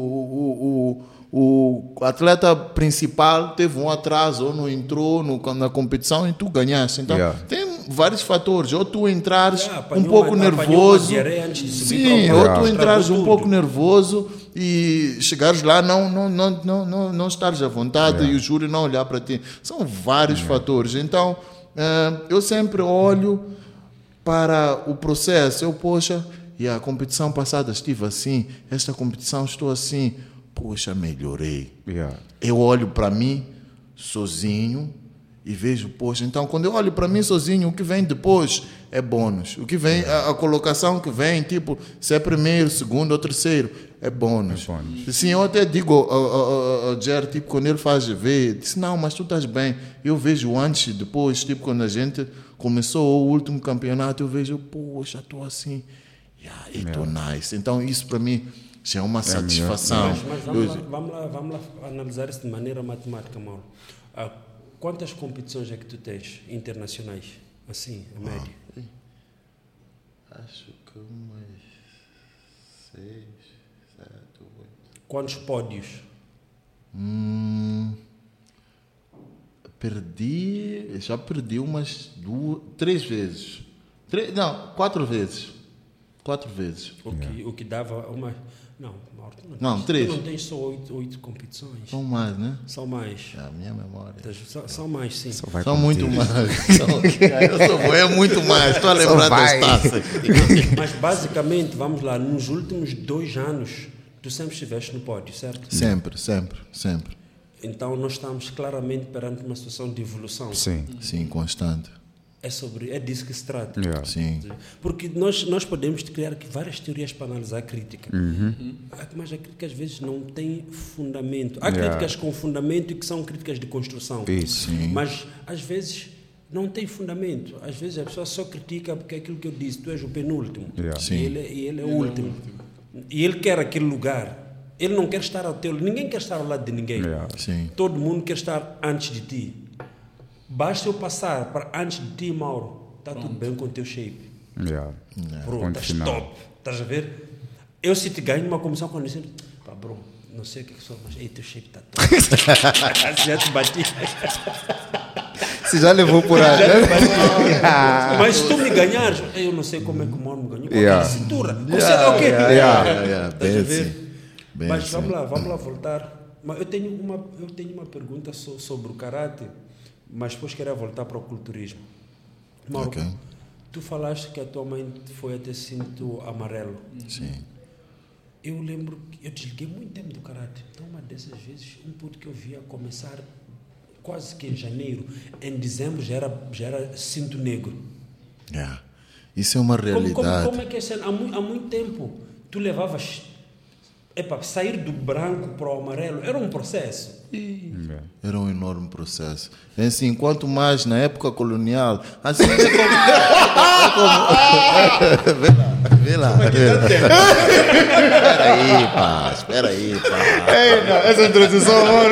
o, o, o, o atleta principal teve um atraso, ou não entrou no, na competição e tu ganhaste. Então, Yeah. tem vários fatores. Ou tu entrares Yeah, um apanhou pouco uma- apanhou nervoso. uma diarreia antes de subir Sim, para o ou palco. tu entrares um Estragou pouco tudo. nervoso e chegares lá não não não não não, não estares à vontade e o júri não olhar para ti. São vários fatores. Então, eh, eu sempre olho para o processo. Eu, poxa, e a competição passada estive assim, esta competição estou assim. Poxa, melhorei. Yeah. Eu olho para mim sozinho e vejo, poxa, então quando eu olho para mim sozinho, o que vem depois é bônus. O que vem, a, a colocação que vem, tipo, se é primeiro, segundo ou terceiro, é bônus. É bônus. Sim, eu até digo ao, ao, ao, ao Jer, tipo, quando ele faz ver, disse, não, mas tu estás bem. Eu vejo antes e depois, tipo, quando a gente começou o último campeonato, eu vejo, poxa, estou assim, yeah, estou nice. Então isso para mim já é uma satisfação. Mas, mas vamos, Eu- lá, vamos, lá, vamos lá analisar isso de maneira matemática, Mauro. Ah, quantas competições é que tu tens internacionais? Assim, a média? Acho que umas seis, sete, oito. Quantos pódios? Hum, perdi, já perdi umas duas, três vezes. Três, não, quatro vezes. Quatro vezes. O que, o que dava uma... Não, Mauro, tu não, Não, tens, três. tu não tens só oito, oito competições. São mais, né? São mais. É a minha memória. Tens- São, são mais, sim. Só vai São competir. muito mais. São, eu sou bom, é muito mais. Estou a lembrar das vai. taças. Mas basicamente, vamos lá, nos últimos dois anos, tu sempre estiveste no pódio, certo? Sempre, sempre, sempre. Então nós estamos claramente perante uma situação de evolução. Sim. Sim, constante. É, sobre, é disso que se trata. Yeah. Sim. Porque nós, nós podemos criar aqui várias teorias para analisar a crítica. Uhum. Mas a crítica às vezes não tem fundamento. Há Yeah. críticas com fundamento e que são críticas de construção. Isso. Mas às vezes não tem fundamento. Às vezes a pessoa só critica porque é aquilo que eu disse, tu és o penúltimo. Yeah. E Sim. ele, e ele é o último. E ele quer aquele lugar. Ele não quer estar ao teu... Ninguém quer estar ao lado de ninguém. Yeah. Sim. Todo mundo quer estar antes de ti. Basta eu passar para antes de ti, Mauro. Está tudo bem com o teu shape. Yeah. Bro, Ponto estás final. top. Estás a ver? Eu se te ganho numa comissão quando eu pá, bro, não sei o que é que sou, mas ei, teu shape está top. Já te bati. Você já levou por aí, né? Mas se tu me ganhares, eu não sei como é que o Mauro me ganhou. Com Yeah. aquela cintura. Você é o quê? yeah, Yeah, yeah, Estás a bem ver? assim. Bem Mas assim. vamos lá, vamos lá voltar. Mas eu tenho uma, eu tenho uma pergunta so- sobre o karate, mas depois queria voltar para o culturismo. Mauro, Ok. tu falaste que a tua mãe foi até cinto amarelo. Sim. Eu lembro que eu desliguei muito tempo do karate. Então, uma dessas vezes, um puto que eu via começar quase que em janeiro, em dezembro já era, já era cinto negro. Yeah. Isso é uma realidade. Como, como, como é que é cena? Há, mu- há muito tempo tu levavas. Epa, sair do branco para o amarelo era um processo. E... Era um enorme processo. É assim, quanto mais na época colonial, assim é como. É como... Vê lá, vê lá. Espera aí, pá, espera aí, pá. Ei, não, essa introdução, mano.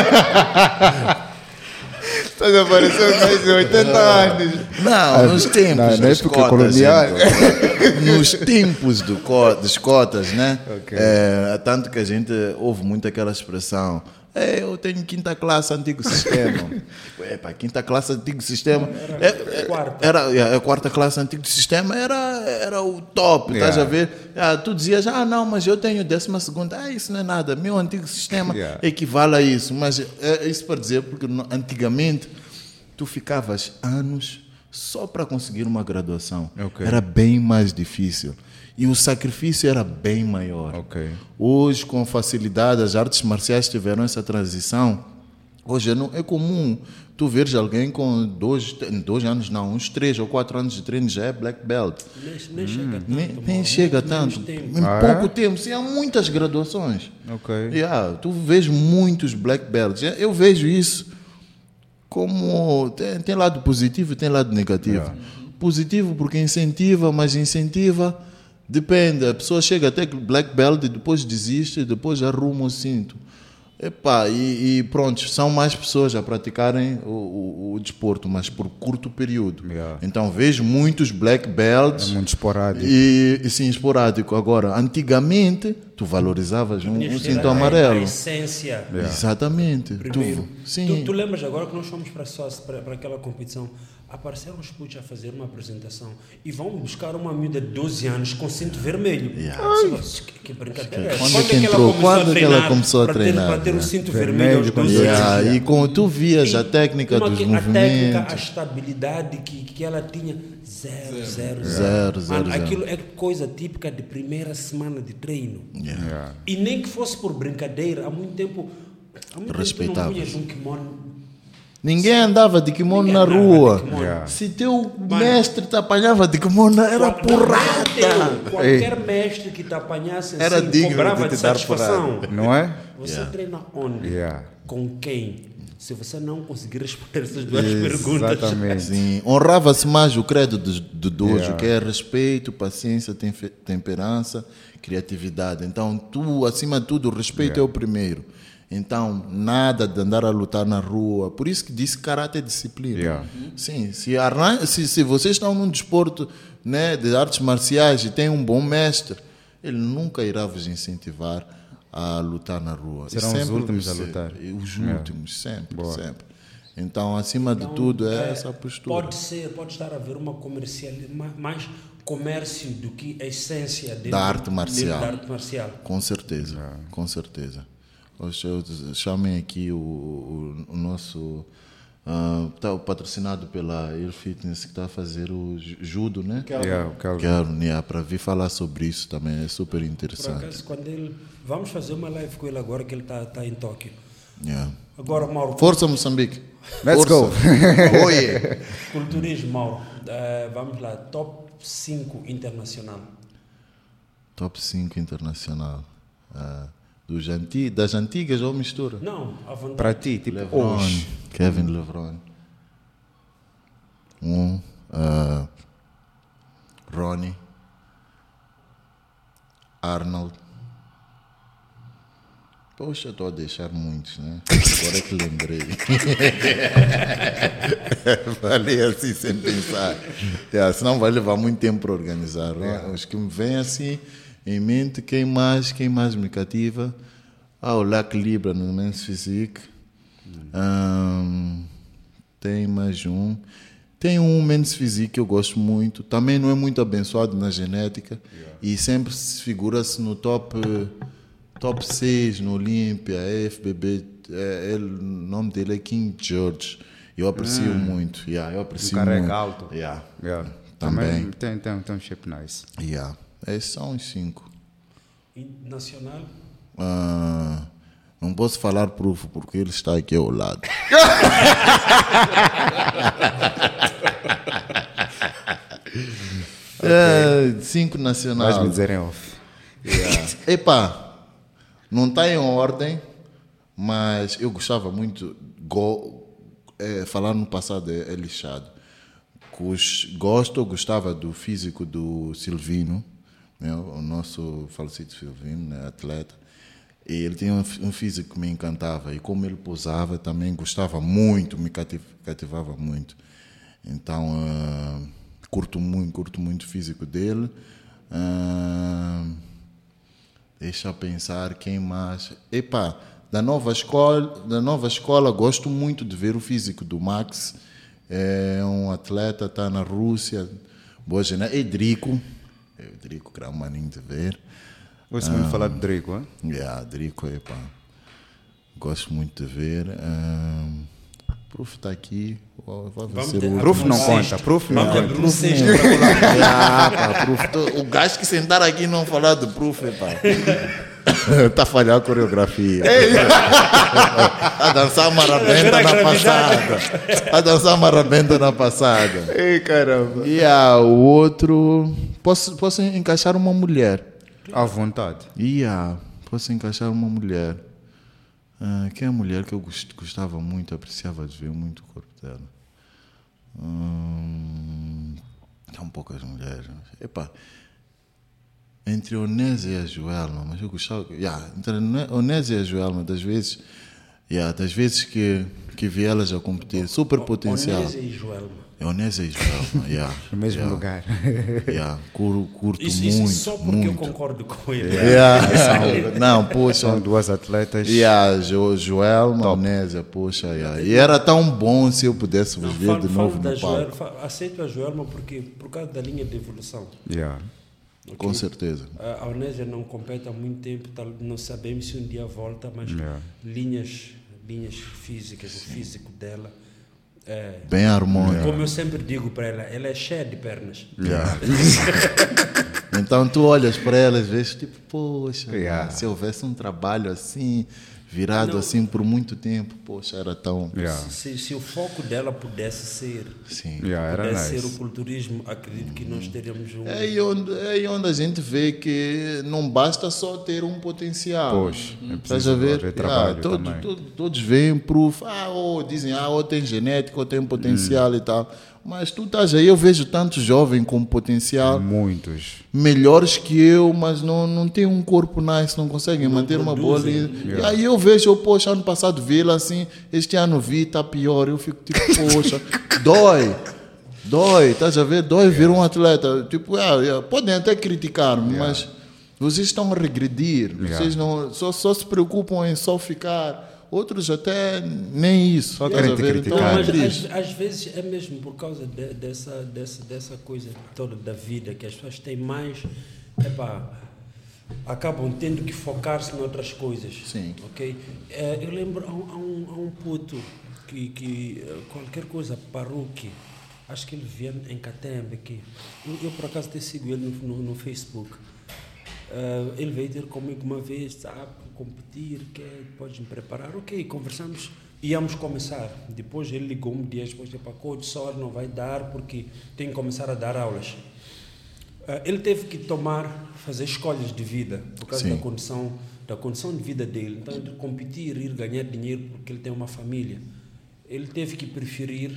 Estás a aparecer mais de oitenta anos. Não, nos tempos na, na das época cotas, colonial. então. Nos tempos do co, das cotas, né? Ok. É, tanto que a gente ouve muito aquela expressão. É, eu tenho quinta classe antigo sistema. Tipo, epa, quinta classe antigo sistema. Era É, é, quarta. Era, a quarta classe antigo sistema era, era o top, Yeah. estás a ver? Ah, tu dizias, ah, não, mas eu tenho décima segunda. Ah, isso não é nada. Meu antigo sistema Yeah. equivale a isso. Mas é isso para dizer, porque no- antigamente tu ficavas anos só para conseguir uma graduação. Ok. Era bem mais difícil. E o sacrifício era bem maior. Ok. Hoje, com facilidade, as artes marciais tiveram essa transição. Hoje não é comum tu veres alguém com dois, dois anos, não, uns três ou quatro anos de treino já é black belt. Nem, nem chega tanto. Nem, nem Mauro, chega muito menos tanto. tempo. Em Ah, pouco é? tempo. Sim, há muitas graduações. Ok. Yeah, tu vês muitos black belts. Eu vejo isso como tem, tem lado positivo e tem lado negativo. Yeah. Positivo porque incentiva, mas incentiva depende. A pessoa chega até black belt e depois desiste, depois arruma o cinto. Epá, e, e pronto, são mais pessoas a praticarem o, o, o desporto, mas por curto período. Yeah. Então vejo muitos black belts É muito esporádico. e, e sim, esporádico. Agora, antigamente, tu valorizavas um, Tinhas um que ter cinto a- amarelo. A essência. Exatamente. Primeiro, Tu, sim. tu, tu lembras agora que nós fomos para, só- para, para aquela competição, apareceram os putos a fazer uma apresentação e vão buscar uma miúda de doze anos com cinto vermelho. Yeah. Ai, que, que brincadeira é essa? Quando Quando que é que ela entrou? começou Quando a que ela treinar começou a para ter- treinar, Para ter o né? cinto Vermelho, vermelho aos quando- doze Yeah, anos. e como tu vias a técnica Uma dos que- movimentos. A técnica, a estabilidade que, que ela tinha, zero, zero, Zero, zero, Mano, zero. aquilo é coisa típica de primeira semana de treino. Yeah. Yeah. E nem que fosse por brincadeira, há muito tempo. Há muito tempo tu Respeitava. não punhas um kimono. Ninguém andava de kimono Ninguém na andava de rua. kimono. Yeah. Se teu mestre te apanhava de kimono, era Qual- não, porrada. teu, Qualquer mestre que te apanhasse assim, Era digno cobrava de de, te dar satisfação. Não é? Você Yeah. treina onde? Yeah. Com quem? Se você não conseguir responder essas duas perguntas. Exatamente. Sim, honrava-se mais o credo do, do dojo, Yeah. que é respeito, paciência, temfe- temperança, criatividade. Então, tu, acima de tudo, o respeito Yeah. é o primeiro. Então, nada de andar a lutar na rua. Por isso que disse caráter e disciplina. Yeah. Sim, se, arran- se, se vocês estão num desporto, né, de artes marciais e tem um bom mestre, ele nunca irá vos incentivar a lutar na rua. E Serão os sempre últimos a você- lutar. e Os Yeah. últimos, sempre, Boa. sempre. Então, acima de tudo, é essa a postura. Pode ser, pode estar a haver uma comercial, ma- mais comércio do que a essência dentro, Da arte marcial. dentro da arte marcial. Com certeza, com certeza. Hoje eu- chamem aqui o, o, o nosso ah, tá patrocinado pela Air Fitness que está a fazer o ju- judo, né? Yeah, o Calvin. Quero, yeah, para vir falar sobre isso também, é super Por interessante. acaso, quando ele. Vamos fazer uma live com ele agora que ele está tá em Tóquio. Yeah. Agora, Mauro. Força Moçambique! Let's Força. go. Oh, yeah. Culturismo, Mauro. Eh, vamos lá, top cinco internacional. Top cinco internacional. Ah, dos anti, das antigas ou mistura? Não, à vontade. Para ti, tipo, LeBron, hoje. Kevin LeBron. Um, ah, Ronnie, Arnold. Poxa, estou a deixar muitos, né? Agora é que lembrei. Falei assim sem pensar. Yeah, senão vai levar muito tempo para organizar. Né? Os que me vêm assim em mente, quem mais, quem mais me cativa? Ah, o Lac Libra no Men's Physique. Ahn, tem mais um. Tem um Men's Physique que eu gosto muito. Também não é muito abençoado na genética. E sempre se figura-se no top, top seis no Olímpia, F B B. É, ele, o nome dele é King George. Eu aprecio muito. Yeah, eu aprecio Um carrega muito. alto. Yeah. Yeah. Também. Também tem, tem, tem um shape nice. Yeah. Esses são os cinco. Nacional. Ah, Não posso falar proof porque ele está aqui ao lado. Okay. É, cinco nacionais. Vais me dizer em off. Yeah. Epá, não está em ordem, mas eu gostava muito. Go, é, falar no passado é, é lixado. Gosto, gostava do físico do Silvino, né, o nosso falecido Silvino, né, atleta. E ele tinha um, um físico que me encantava. E como ele posava, também gostava muito, me cativ, cativava muito. Então, uh, curto muito, curto muito o físico dele. Uh, deixa eu pensar quem mais. Epá, da nova escola, da nova escola, gosto muito de ver o físico do Max. É um atleta, está na Rússia. Boa gente. É Drico. É o Drico, que era um maninho de ver. Você me falar de Drico, hein? Yeah, Drico, epa. Gosto muito de ver. Um, Proof está aqui. Vai ser o Proof não conta. Proof não conta. Proof O gajo que sentar aqui e não falar de Proof, epa. Está a falhar a coreografia. A dançar marabenta na passada. A dançar marabenta na passada. Ei, caramba. E a, o outro. Posso, posso encaixar uma mulher. À vontade. Yeah, posso encaixar uma mulher. Uh, que é a mulher que eu gostava muito, apreciava de ver muito o corpo dela. Hum, são poucas mulheres. Epa, entre a Onésia e a Joelma, mas eu gostava. Yeah, entre a Onésia e a Joelma, das vezes, yeah, das vezes que, que vi elas a competir, super potencial. Onésia e Joelma. É Onésia e Joelma, yeah, no mesmo yeah, lugar. Yeah, curto, curto isso, muito. Isso só porque muito. eu concordo com ele. Yeah. Não, poxa. São duas atletas. Yeah, jo, Joelma, Onésia, poxa. Yeah. E era tão bom se eu pudesse vos ver falo, de novo falo no palco. Joelma, aceito a Joelma porque, por causa da linha de evolução. Yeah. Okay? Com certeza. A Onésia não compete há muito tempo, não sabemos se um dia volta, mas yeah. linhas, linhas físicas, o físico dela. É, bem harmônico. Como eu sempre digo para ela, ela é cheia de pernas. Yeah. Então tu olhas para ela e vês tipo, poxa, yeah. se houvesse um trabalho assim, virado não. assim por muito tempo, poxa, era tão... Yeah. Se, se o foco dela pudesse ser, Sim. Yeah, era pudesse nice. ser o culturismo, acredito que nós teríamos um... É aí onde, é aí onde a gente vê que não basta só ter um potencial. Poxa, é estás a ver? ver trabalho ah, todo, também. todo, todos veem proof, ah, oh, dizem, ah, ou tem genética, ou tem potencial hum. e tal. Mas tu estás aí, eu vejo tantos jovens com potencial. Muitos. Melhores que eu, mas não, não tem um corpo nice, não conseguem não manter produzem. Uma boa linha. Yeah. E aí eu vejo, poxa, ano passado vi ele assim, este ano vi, está pior. Eu fico tipo, poxa, dói. Dói, estás a ver? Dói ver um atleta. Tipo, yeah, yeah, podem até criticar-me, yeah. mas vocês estão a regredir. Yeah. Vocês não, só, só se preocupam em só ficar... Outros até nem isso. Só querem te criticar. Então, mas, às, às vezes é mesmo por causa de, dessa, dessa, dessa coisa toda da vida que as pessoas têm mais... Epá, acabam tendo que focar-se em outras coisas. Sim. Okay? É, eu lembro a um, a um, a um puto que, que qualquer coisa, Paruque, acho que ele via em Catembe aqui. Eu, eu por acaso até sigo ele no, no, no Facebook. Uh, ele veio ter comigo uma vez, sabe, competir, que podes me preparar, ok, conversamos, íamos começar. Depois ele ligou-me dias depois, para coach, só não vai dar porque tem que começar a dar aulas. Uh, ele teve que tomar, fazer escolhas de vida por causa Sim. da condição, da condição de vida dele. Então, entre competir, ir ganhar dinheiro porque ele tem uma família, ele teve que preferir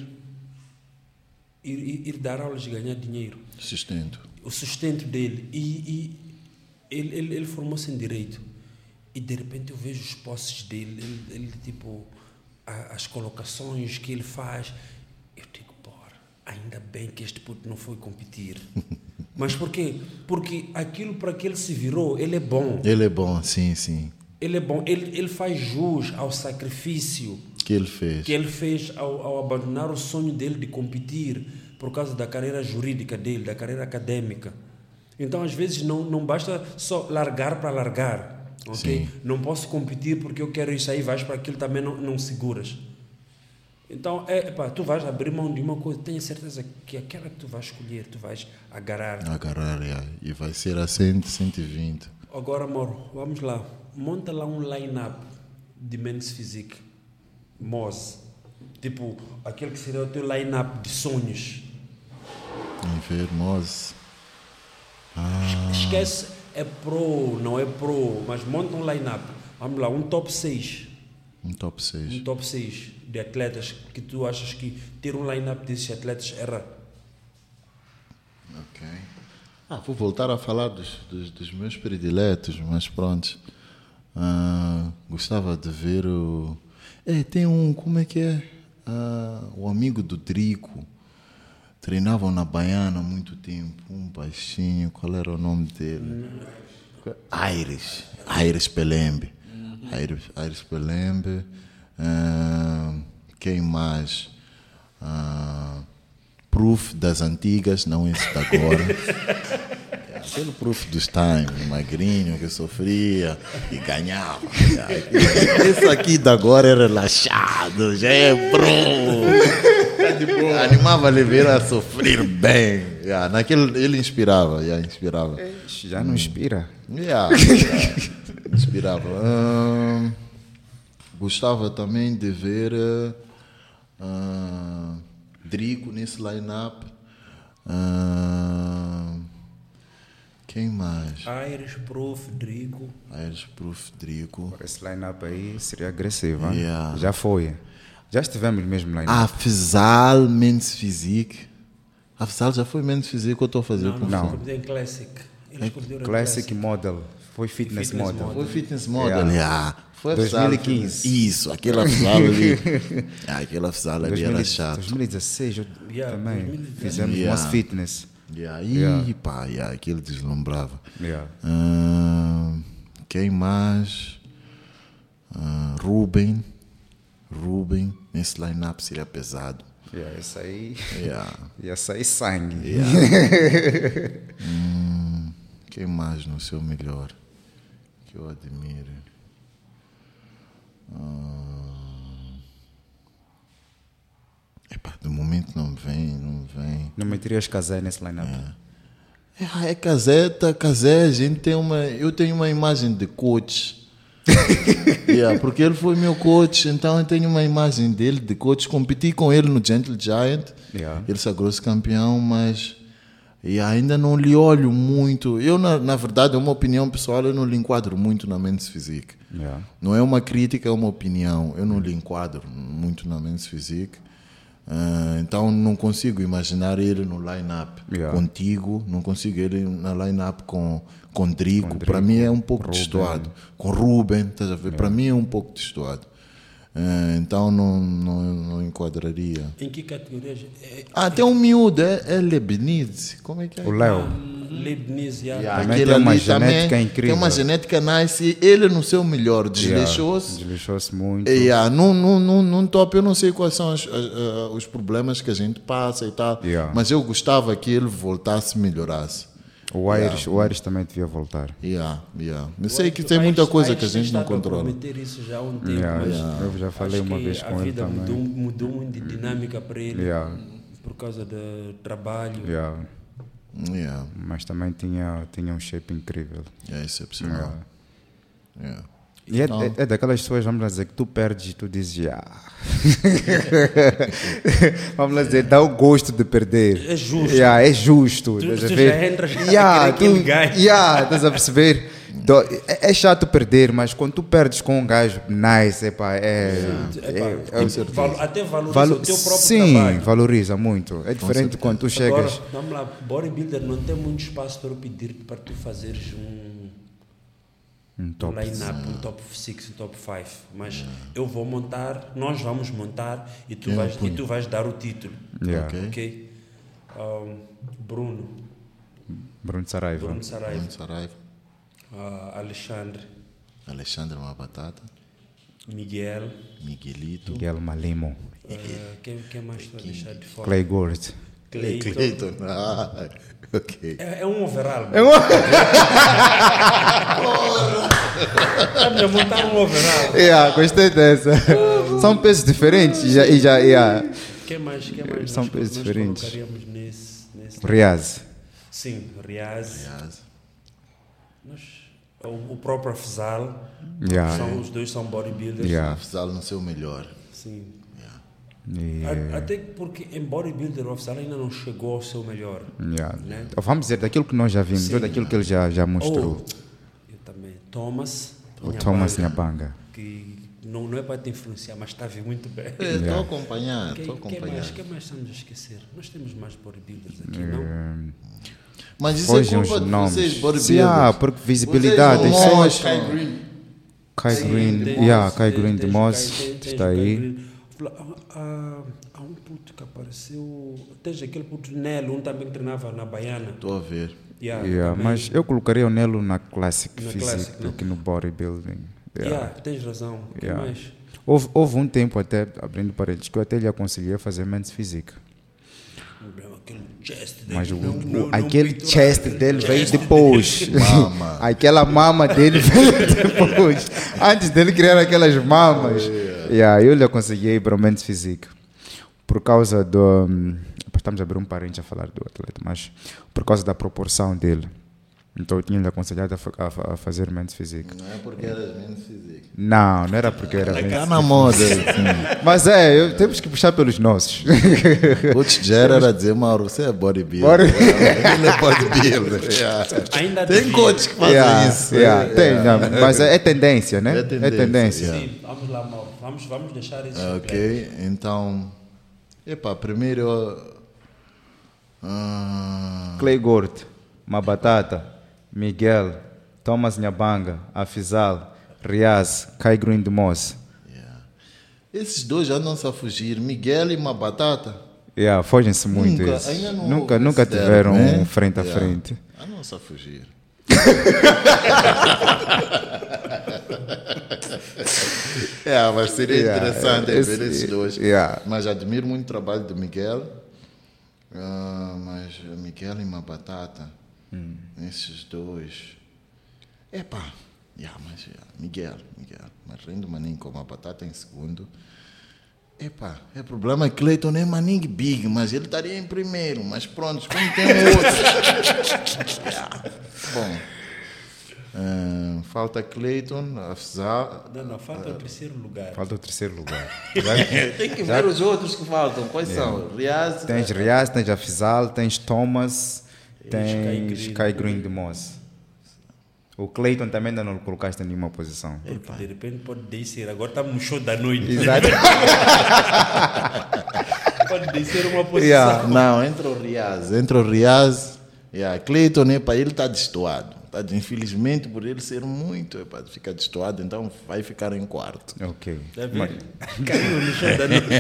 ir, ir, ir dar aulas e ganhar dinheiro. Sustento. O sustento dele. E, e Ele, ele, ele formou-se em Direito e de repente eu vejo os posses dele, ele, ele tipo, a, as colocações que ele faz, eu digo, porra, ainda bem que este puto não foi competir. Mas por quê? Porque aquilo para que ele se virou, ele é bom. Ele é bom, sim, sim. Ele é bom, ele, ele faz jus ao sacrifício que ele fez, que ele fez ao, ao abandonar o sonho dele de competir por causa da carreira jurídica dele, da carreira acadêmica. Então, às vezes, não, não basta só largar para largar, ok? Sim. Não posso competir porque eu quero isso aí, vais para aquilo também, não, não seguras. Então, é, epá, tu vais abrir mão de uma coisa, tenha certeza que aquela que tu vais escolher, tu vais agarrar. Agarrar, é, e vai ser a cem, cento e vinte. Agora, amor, vamos lá, monta lá um line-up de Men's Physique? Moz. Tipo, aquele que seria o teu line-up de sonhos. Enfermoso. Esquece, é pro, não é pro, mas monta um line-up. Vamos lá, um top seis. Um top seis. Um top seis de atletas que tu achas que ter um line-up desses atletas era. Ok. Ah, vou voltar a falar dos, dos, dos meus prediletos, mas pronto. Ah, gostava de ver o. É, tem um. Como é que é? Ah, o amigo do Drico. Treinavam na Baiana há muito tempo. Um baixinho, qual era o nome dele? Aires. Aires Pelembe. Aires, Aires Pelembe. Ah, quem mais? Ah, Proof das antigas, não esse de agora. Aquele Proof dos times, magrinho que sofria e ganhava. Esse aqui de agora é relaxado, já é pro. Animava a ver a sofrer bem. Yeah, naquele, ele inspirava, yeah, inspirava. Já não inspira. Yeah, yeah, inspirava. Hum, gostava também de ver uh, Drico nesse line-up. Uh, quem mais? Aires, Prof, Drico. Aires, Prof, Drico. Esse line-up aí seria agressivo. Hein? Yeah. Já foi. Já estivemos mesmo line-up. Afzal Men's Physique. Afzal já foi Men's Physique que eu estou a fazer Não, com não, Não. não. Em Classic. Eles escolheram Classic Classic. Model. Foi Fitness, Fitness Model. Model. Foi Fitness Model, Yeah. yeah. Foi dois mil e Afzal. quinze. Isso, aquele Afzal ali. Ah, aquele Afzal ali era dois mil e chato. dois mil e dezesseis eu Yeah, também dois mil e dezesseis. fizemos Yeah. umas fitness. Yeah. Ih, Yeah. pá, yeah, aquele deslumbrava. Yeah. Ah, quem mais? Ah, Ruben. Ruben. Nesse line-up seria pesado. Yeah, esse aí Yeah. ia sair sangue. Yeah. hum, quem mais no seu melhor? Que eu admiro. Ah, epá, de momento não vem, não vem. Não meterias casar nesse line-up. É, é caseta, casé, a gente tem uma. Eu tenho uma imagem de coach. Yeah, porque ele foi meu coach, então eu tenho uma imagem dele de coach. Competi com ele no Gentle Giant. Yeah. Ele sagrou-se campeão, mas e ainda não lhe olho muito. Eu, na, na verdade, é uma opinião pessoal, eu não lhe enquadro muito na Men's Physique. Yeah. Não é uma crítica, é uma opinião. Eu não lhe enquadro muito na Men's Physique. Uh, então não consigo imaginar ele no line-up Yeah. contigo, não consigo ele na line-up com, com Drico. Com Drico, Para mim é um pouco Ruben. destoado. Com Ruben, estás a ver? Para mim é um pouco destoado. Uh, então não, não, não enquadraria. Em que categorias? É, Ah, tem um miúdo, é, é Leibniz. Como é que é? O Léo. hum, Leibniz, yeah. Yeah, Também aquele tem uma ali genética também incrível. Tem uma genética nice. Ele no seu melhor desleixou-se. Yeah, desleixou-se muito. Yeah, num, num, num, num top, eu não sei quais são as- as- as- os problemas que a gente passa e tal, Yeah. mas eu gostava que ele voltasse e melhorasse. O Aires, o Aires também devia voltar. Yeah, yeah. Eu sei que Aires- tem muita Aires- coisa que a Aires tem gente não estado a controla. prometer isso já há um tempo, Yeah, mas Eu já falei acho uma que vez com a ele vida também. mudou, mudou muito de dinâmica para ele Yeah. por causa do trabalho. Yeah. Yeah, Mas também tinha, tinha um shape incrível. é excepcional. Yeah. Yeah. E é, Então- é, é daquelas pessoas, vamos lá dizer, que tu perdes e tu dizes, ah. Vamos lá dizer, dá o gosto de perder. É justo. Yeah, é justo. Tu- estás a tu ver? já entras a Yeah, querer aquele tu- gajo. yeah, estás a perceber? Do- É, é chato perder, mas quando tu perdes com um gajo nice, epá, é, Epá, é, é, tipo, valo- até valoriza valo- o teu próprio sim, trabalho. valoriza muito. É diferente quando tu chegas. Agora, vamos lá, bodybuilder não tem muito espaço para eu pedir para tu fazeres um, Um um top. line-up, um top seis, um top cinco. Mas eu vou montar, nós vamos montar e tu, Eu vais, e ponho. tu vais dar o título. Yeah. Ok. Ok? Um, Bruno, Bruno Saraiva. Bruno Saraiva, Bruno Saraiva, uh, Alexandre, Alexandre Uma Batata, Miguel, Miguelito, Miguel Malimo. uh, quem, quem mais estou a deixar de fora? Clay Gord. Cleiton. Cleiton. Ah, ok. É, é um overall. É um- Estamos a montar um overall. Yeah, gostei dessa. São pesos diferentes e já, e já yeah. Quem mais? Quem mais São nós, pesos nós diferentes. colocaríamos nesse, nesse... Riaz. Sim, Riaz. Aliás, Nós, o, o próprio Afzal, Yeah. são, os dois são bodybuilders. Yeah. Afzal no seu melhor. Sim. Yeah. A- Até porque em bodybuilder o Afzal ainda não chegou ao seu melhor. Yeah. Né? Então, vamos dizer, daquilo que nós já vimos, Sim. ou daquilo que ele já, já mostrou. Ou, eu também, Thomas. O Thomas Nyabanga. Que não, não é para te influenciar, mas está a vir muito bem. Estou Yeah. a acompanhar, Quem, estou a quem mais, acompanhar. quem mais estamos a esquecer? Nós temos mais bodybuilders aqui, não? Hum, Mas isso Fogem é os culpa de nomes. vocês, Sim, bodybuilders. ah, porque visibilidade. Vocês isso não é- mostram. Kai Green. Kai Sim, Green, tens- yeah, Kai tens- Green de tens Moss Kai- tens- tens está o Kai aí. Green. Há, há- há um puto que apareceu. Tens aquele puto Nelo, um também que treinava na Baiana. Estou a ver. Yeah, Yeah, também. mas eu colocaria o Nelo na Classic Na Physique Classic, do né? que no Bodybuilding. Yeah. Yeah, tens razão. O que Yeah. mais? Houve, houve um tempo, até abrindo parênteses, que eu até lhe aconselhei a fazer Men's Physique. Aquele chest dele. Mas o, não- o- não- não aquele peitoral, chest aquele dele veio chest depois. Mama. Aquela mama dele veio depois. Antes dele criar aquelas mamas. Yeah, eu lhe aconselhei para o Men's Physique. Por causa do. hum, Estamos a abrir um parente a falar do atleta, mas por causa da proporção dele. Então eu tinha-lhe aconselhado a, fa- a fa- a fazer Men's Physique. Não é porque eras menos físico. Não, não era porque eu era Está Men's na moda. Sim. Mas é, eu- temos que puxar pelos nossos. O Tijera era dizer, Mauro, você é bodybuilder. Body- Ele é bodybuilder. Yeah. Ainda Tem devia. coach que fazem Yeah, isso. yeah, É, tem, yeah. não, mas é, é tendência, né? É tendência, tendência. yeah. Sim, vamos lá, Mauro. Vamos, vamos deixar isso. Ok, então. Epá, primeiro. ah, Clay Gort, Mabatata, Miguel, Thomas Nyabanga, Afzal, Riaz, Kai Green de Moss. yeah. Esses dois andam-se a fugir. Miguel e uma batata. Yeah, fogem-se muito Nunca, esses. ainda não Nunca, houve nunca esse derby, tiveram né? um frente a Yeah. frente. Andam-se a fugir. É, mas seria Yeah, interessante esse- ver esses dois. yeah. Mas admiro muito o trabalho do Miguel. Ah, mas Miguel e uma batata. Hum. Esses dois. Epá. Yeah, mas yeah, Miguel, Miguel. Mas rende maninho com uma batata em segundo. Epá, o problema é que Cleiton é maninho big, mas ele estaria em primeiro. Mas pronto, como tem um outro. Yeah. Bom. ah, falta Cleiton, Afzal. Não, não, falta o terceiro lugar. Falta o terceiro lugar. Tem que ver os outros que faltam. Quais são? Riaz. Tens Riaz, tens Afzal, tens Thomas, tens Kai Kai Green. Green de Moss. O Clayton também ainda não o colocaste em nenhuma posição. Porque de repente pode descer. Agora estamos no show da noite. Exato. Pode descer uma posição. Yeah. Não, entra o Riaz. Entra o Riaz. Yeah, Cleiton, epa, ele está destoado. Tá, infelizmente, por ele ser muito, epa, fica destoado, então vai ficar em quarto. Ok. Tá vendo? Caiu no show da noite.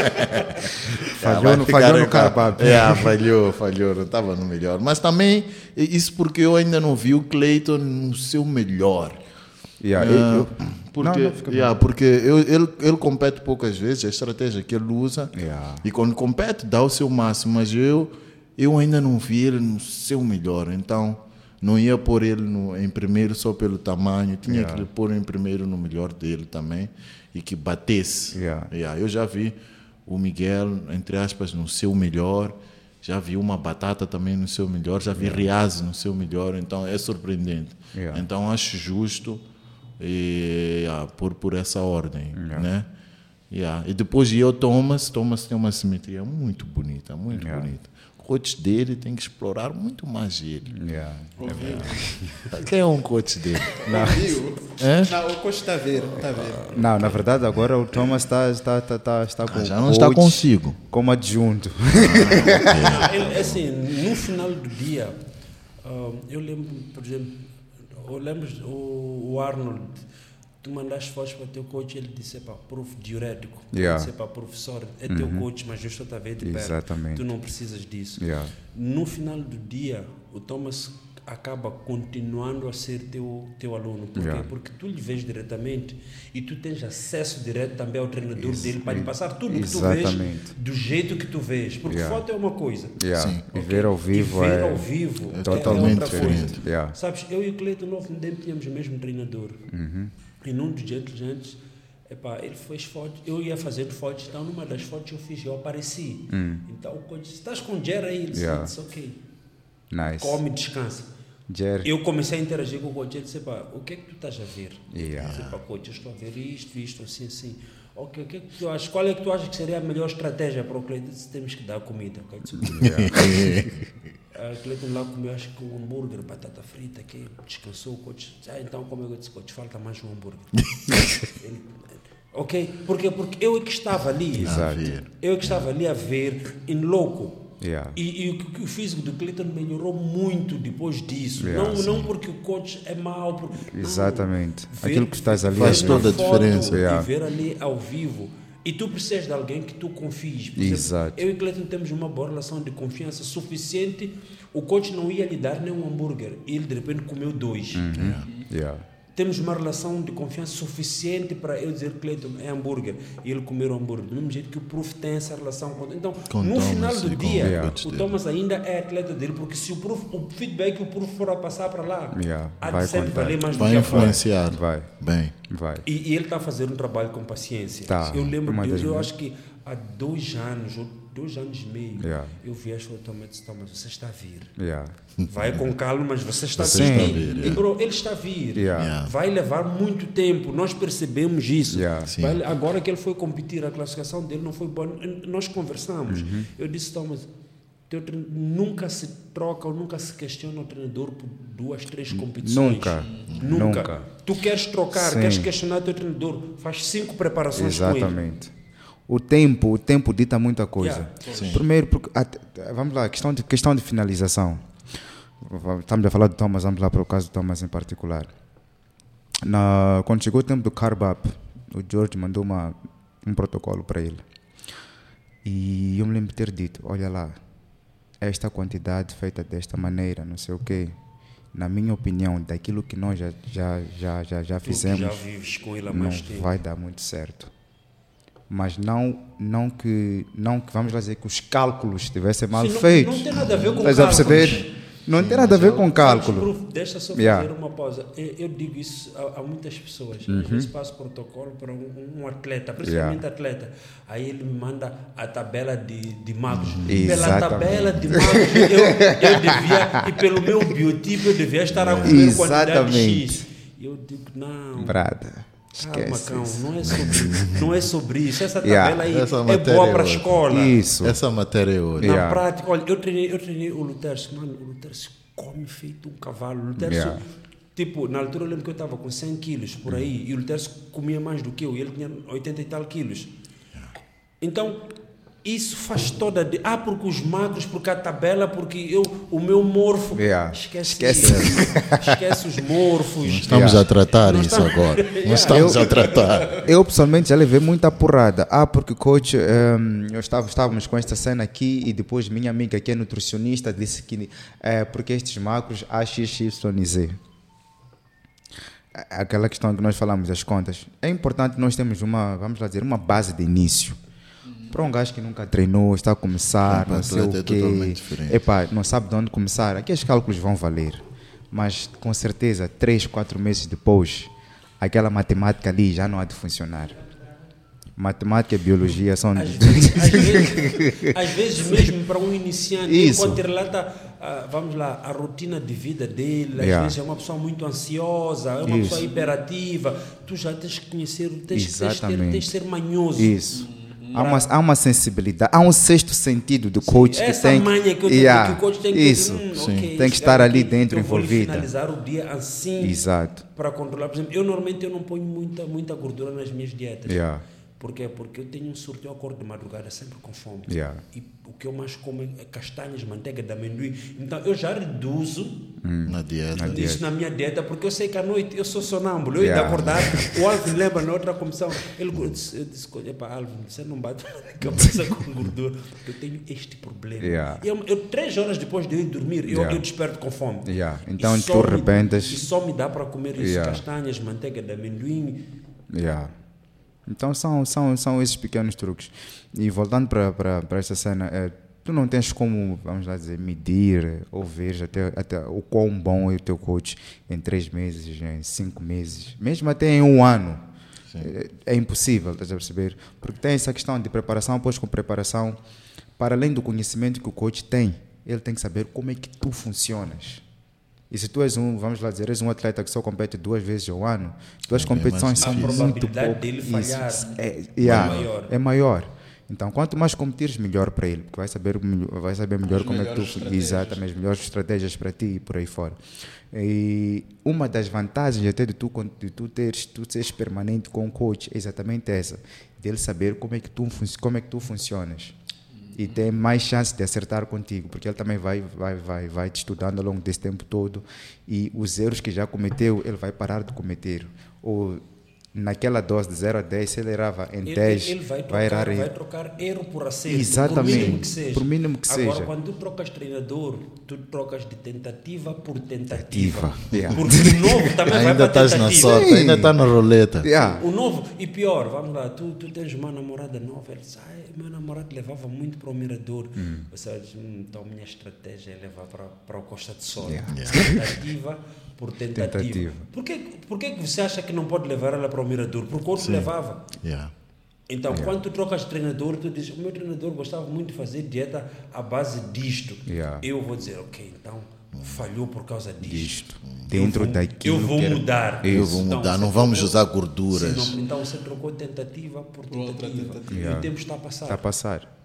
Falhou vai no- ficar falhou em no quarto. cardápio. É, falhou, falhou, não estava no melhor. Mas também, isso porque eu ainda não vi o Cleiton no seu melhor. Yeah, Ah, eu- eu- porque, Não, não, fica bem. yeah, porque eu- ele, ele compete poucas vezes, a estratégia que ele usa, Yeah. e quando compete dá o seu máximo, mas eu, eu ainda não vi ele no seu melhor, então não ia pôr ele no, em primeiro só pelo tamanho, tinha Yeah. que pôr em primeiro no melhor dele também, e que batesse. Yeah. Yeah, eu já vi o Miguel, entre aspas, no seu melhor, já vi uma batata também no seu melhor, já vi Riaz no seu melhor, então é surpreendente. Yeah. Então acho justo e, yeah, por, por essa ordem, Yeah. né? Yeah. E depois eu, Thomas, Thomas tem uma simetria muito bonita, muito Yeah. bonita. O coach dele tem que explorar muito mais ele. Yeah. Quem é um coach dele? Viu? É? Não, o coach está a ver, está a ver. Não, na verdade agora o Thomas está, está, está, está, está com Ah, já o não está coach consigo. como adjunto. Não, ele, assim, no final do dia, ah, eu lembro, por exemplo, eu lembro o, o Arnold, tu mandaste fotos para o teu coach, ele disse, pá, prof diurético. Yeah. Ele disse, pá, professor, é teu coach, mas eu estou a ver de perto. Exatamente. Tu não precisas disso. Yeah. No final do dia, o Thomas acaba continuando a ser teu, teu aluno. Por quê? Yeah. Porque tu lhe vês diretamente e tu tens acesso direto também ao treinador dele para lhe passar tudo o que tu vês Exatamente. do jeito que tu vês. Porque Yeah. foto é uma coisa. Yeah. Sim. E ver ao vivo e ver é, ao vivo é é totalmente outra diferente. coisa. Yeah. Sabes, eu e o Cleiton Novo Tempo tínhamos o mesmo treinador. Uhum. E num dos dias antes, epá, ele fez fotos, eu ia fazendo fotos, então numa das fotos eu fiz, eu apareci. Então o coach disse, estás com o Jerry aí? Ele disse, Yeah. "It's ok. Nice. Come e descansa. Jerry. Eu comecei a interagir com o coach, ele disse, pá, o que é que tu estás a ver? Yeah. Eu disse, pá, coach, eu estou a ver isto, isto, assim, assim. Ok, o que é que tu achas? Qual é que tu achas que seria a melhor estratégia para o Cleiton? Disse, temos que dar comida. Okay? A Cleiton lá comeu, acho que um hambúrguer, batata frita, que descansou, o coach disse, ah, então como eu disse, coach, falta mais um hambúrguer. Ele, ok? Porque, porque eu é que estava ali. Exato. Eu é que estava ali a ver, em louco. Yeah. E, e o, o físico do Cleiton melhorou muito depois disso. Yeah, não, não porque o coach é mau. Porque, Exatamente. Não, Aquilo que estás ali faz é toda a foto diferença. E Yeah. ver ali ao vivo. E tu precisas de alguém que tu confies. Por Exato. exemplo, eu e Cleiton temos uma boa relação de confiança suficiente. O coach não ia lhe dar nem um hambúrguer. Ele de repente comeu dois. Uhum. Yeah. Temos uma relação de confiança suficiente para eu dizer, Cleiton, é hambúrguer, e ele comer o hambúrguer. Do mesmo jeito que o Proof tem essa relação com... Então, Com no Thomas final do e com dia, o coach o dele. Thomas ainda é atleta dele, porque se o, Proof, o feedback que o Proof for a passar para lá, Yeah, há vai de sempre contar. valer mais do Vai que a fora. influenciar. Vai. Bem. Vai. E, e ele está a fazer um trabalho com paciência. Tá, Eu lembro, uma de, das eu vezes. acho que há dois anos, ou dois anos e meio, Yeah. eu vi a sua Thomas e disse, Thomas, você está a vir. Yeah. Vai com calma, mas você está Você a vir. está a vir, E, yeah. bro, ele está a vir. Yeah. Yeah. Vai levar muito tempo. Nós percebemos isso. Yeah. Sim. Vai- agora que ele foi competir, a classificação dele não foi boa. Nós conversamos. Uhum. Eu disse, Thomas, teu treino, nunca se troca ou nunca se questiona o treinador por duas, três competições. Nunca. Nunca. Nunca. Tu queres trocar, Sim. queres questionar o teu treinador, faz cinco preparações com ele. Exatamente. O tempo, o tempo dita muita coisa. Yeah. Primeiro, porque, até- vamos lá, questão de, questão de finalização. Estamos a falar do Thomas, vamos lá para o caso do Thomas em particular. Na, quando chegou o tempo do carb up, o George mandou uma, um protocolo para ele. E eu me lembro de ter dito, olha lá, esta quantidade feita desta maneira, não sei o quê, na minha opinião, daquilo que nós já, já, já, já, já Tu que fizemos, já vives com ele há não mais tempo. vai dar muito certo. Mas não, não, que, não que, vamos lá dizer, que os cálculos estivessem mal Sim, não- feitos. não tem nada a ver com Estás a cálculos. perceber? Não tem nada a ver com Sabes, cálculo. Proof, deixa só fazer Yeah. uma pausa. Eu, eu digo isso a, a muitas pessoas. Uhum. Às vezes passo protocolo para um, um atleta, principalmente atleta. Aí ele me manda a tabela de, de magros. Pela Exatamente. tabela de magros, eu, eu devia, e pelo meu biotipo, eu devia estar a comer quantidade Exatamente. X. E eu digo, não. Brada, Calma, esquece calma, isso. não é sobre, não é sobre isso. Essa Yeah. tabela aí Essa é matéria boa é para a outra. escola. Isso. Essa matéria é outra. Na Yeah. prática, olha, eu treinei, eu treinei o Lutercio, mano, o Lutercio come feito um cavalo. O Lutercio, Yeah. tipo, na altura eu lembro que eu estava com cem quilos por aí, e o Lutercio comia mais do que eu, e ele tinha oitenta e tal quilos. Então, isso faz toda... De, ah, porque os magros, porque a tabela, porque eu, o meu morfo... Yeah. Esquece, Esquece. isso. Esquece os morfos. Estamos Yeah. a tratar Nós isso estamos- agora. Yeah. Nós estamos Eu- a tratar. Eu pessoalmente já levei muita porrada. Ah, porque coach, ehm, eu estava, estávamos com esta cena aqui e depois minha amiga que é nutricionista disse que é porque estes macros A X Y Z. Aquela questão que nós falamos das contas. É importante nós termos uma, vamos lá dizer, uma base de início. Para um gajo que nunca treinou, está a começar, Para não sei atleta o é quê. totalmente diferente. Epá, não sabe de onde começar. Aqui os cálculos vão valer. Mas com certeza, três, quatro meses depois, aquela matemática ali já não há de funcionar. Matemática e biologia são... Às vezes, às vezes, às vezes mesmo para um iniciante, Isso. ele pode ter lá, tá, ah, vamos lá, a rotina de vida dele, às Yeah. vezes é uma pessoa muito ansiosa, é uma Isso. pessoa hiperativa, tu já tens que conhecer, tens, tens, que ter, Exatamente. tens de ser manhoso. Isso. Há uma, há uma sensibilidade, há um sexto sentido do coach que Essa tem manha que, eu Yeah, tenho, que o coach tem que isso. ter, hum, Sim. ok, Tem que esse estar cara ali aqui, dentro eu vou lhe envolvida. finalizar o dia assim Exato. para controlar. Por exemplo, eu normalmente eu não ponho muita, muita gordura nas minhas dietas. Yeah. Por quê? Porque eu tenho um surto, eu acordo de madrugada sempre com fome. Yeah. E o que eu mais como é castanhas, manteiga de amendoim. Então eu já reduzo Na dieta. isso na minha dieta, porque eu sei que à noite eu sou sonâmbulo. Eu Yeah. ia acordar, o Alvin lembra na outra comissão, ele disse, eu disse epa, Alvin, você não bate na cabeça com gordura, eu tenho este problema. Yeah. E Eu, eu, três horas depois de eu ir dormir, eu, Yeah. eu desperto com fome. Yeah. Então E tu só me- arrebentas. E só me dá para comer isso, Yeah. castanhas, manteiga de amendoim. Yeah. Então são, são, são esses pequenos truques. E voltando para, para, para esta cena, é, tu não tens como, vamos lá dizer, medir ou ver até, até o quão bom é o teu coach em três meses, em cinco meses, mesmo até em um ano. É, é impossível, estás a perceber? Porque tem essa questão de preparação, pois com preparação, para além do conhecimento que o coach tem, ele tem que saber como é que tu funcionas. E se tu és um, vamos lá dizer, és um atleta que só compete duas vezes ao ano, tuas competições são A muito probabilidade pouco. dele falhar Isso, é, yeah, é maior. é maior. Então, quanto mais competires, melhor para ele, porque vai saber, vai saber melhor As como é que tu... melhores estratégias. Exatamente, as melhores estratégias para ti e por aí fora. E uma das vantagens até de tu, de tu, teres, tu seres permanente com o coach é exatamente essa, dele saber como é que tu, como é que tu funcionas. E tem mais chance de acertar contigo, porque ele também vai, vai, vai, vai te estudando ao longo desse tempo todo e os erros que já cometeu, ele vai parar de cometer. Ou naquela dose de zero a dez, se ele errava em Ele, dez, ele vai, vai trocar, errar em... vai trocar erro por acerto, Exatamente, por mínimo que seja. por mínimo que Agora, seja. quando tu trocas treinador, tu trocas de tentativa por tentativa. Tentativa, yeah. Porque o novo também vai Ainda para estás na tentativa. sorte, ainda está na roleta. Yeah. O novo, e pior, vamos lá, tu, tu tens uma namorada nova, ele diz, ai, meu namorado levava muito para o mirador. Hum. Você diz, hum, então minha estratégia é levar para, para o Costa de Sol. Yeah. Tentativa por tentativa. Tentativa. Por, que, por que que você acha que não pode levar ela para o mirador? Porque o outro levava. Yeah. Então, quando tu trocas de treinador, tu dizes, o meu treinador gostava muito de fazer dieta à base disto. Yeah. Eu vou dizer, ok, então falhou por causa disto. Dentro eu vou, daquilo Eu vou que era- mudar. Eu vou Então, mudar, você não vamos trocou- usar gorduras. Sim, não, então você trocou tentativa por outra tentativa. tentativa. E Yeah. o tempo está a passar. Está a passar.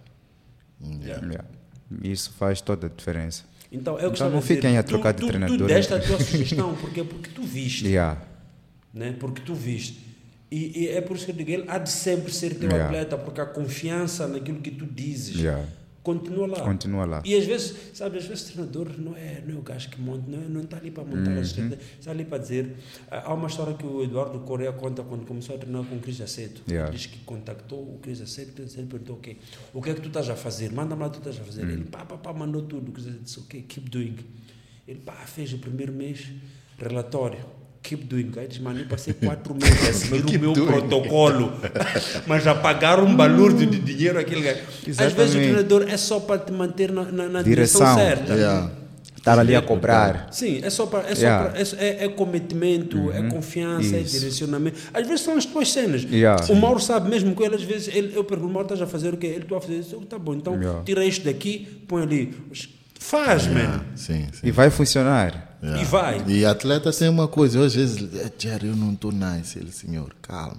Yeah. Yeah. Isso faz toda a diferença. Então, eu Então gostava não de dizer, fiquem a tu- trocar de tu, treinador. Tu deste a tua sugestão, porque, porque tu viste. Yeah. Né? Porque tu viste. E, e é por isso que eu digo, ele há de sempre ser teu Yeah. atleta, porque a confiança naquilo que tu dizes Yeah. continua lá. Continua lá. E às vezes, sabe, às vezes o treinador não é, não é o gajo que monta, não, é, não está ali para montar Uhum. as estratégias, está ali para dizer. ah, Há uma história que o Eduardo Correia conta quando começou a treinar com o Cris Aceto. Yeah. Ele diz que contactou o Cris Aceto, o Cris Aceto perguntou: ok, o que é que tu estás a fazer? Manda-me lá o que tu estás a fazer. Uhum. Ele pá, pá, pá, mandou tudo. O Cris Aceto disse: ok, keep doing. Ele pá, fez o primeiro mês, relatório. Keep doing. Aí diz, mano, eu passei quatro meses a seguir o meu protocolo, mas já pagaram um balúrdio de dinheiro aquele gajo. Às vezes o Exatamente. treinador é só para te manter na, na, na direção. Direção. certa. Yeah. Estar ali a cobrar. Sim, é só para. É, só Yeah. para- é, é, é cometimento, é confiança, Isso. é direcionamento. Às vezes são as tuas cenas. Yeah. O Mauro sabe mesmo que ele, às vezes, ele, eu pergunto: Mauro, estás a fazer o quê? Ele está a fazer isso. Eu, tá bom, então Yeah. tira isto daqui, põe ali. Faz, mano. Sim, sim. E vai funcionar. Yeah. E vai. E atleta tem uma coisa, às vezes, "Eh, Jerry, eu não estou nice. Ele, senhor, calma.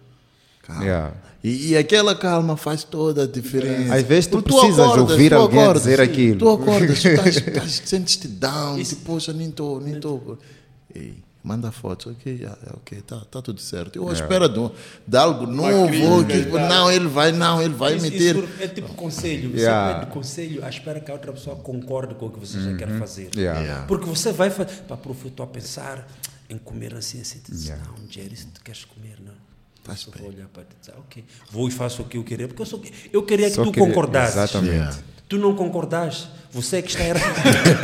Calma. Yeah. E, e aquela calma faz toda a diferença. Às vezes tu Porque precisas ouvir tu alguém acordas, dizer sim, aquilo. Tu acordas, tu estás, estás, sentes-te down, Isso- tipo, poxa, nem estou, nem estou. Ei, manda fotos, ok, ah, ok, tá, tá tudo certo. Eu espero de, um- de algo novo, crítica, que, tipo, tá. não, ele vai, não, ele vai Isso- meter. isso é tipo conselho. Você Yeah. pede conselho à espera que a outra pessoa concorde com o que você já quer fazer. Yeah. Yeah. Porque você vai fazer. Pá, prof, eu estou a pensar em comer assim, assim. Tu diz, Yeah. não, Jerry, se tu queres comer, não. Estás Eu bem. vou olhar para ti e dizer, ok, vou e faço o que eu queria. Porque eu, só, eu queria que Só tu queria- concordasses. Exatamente. Yeah. Tu não concordaste. Você é que está errado.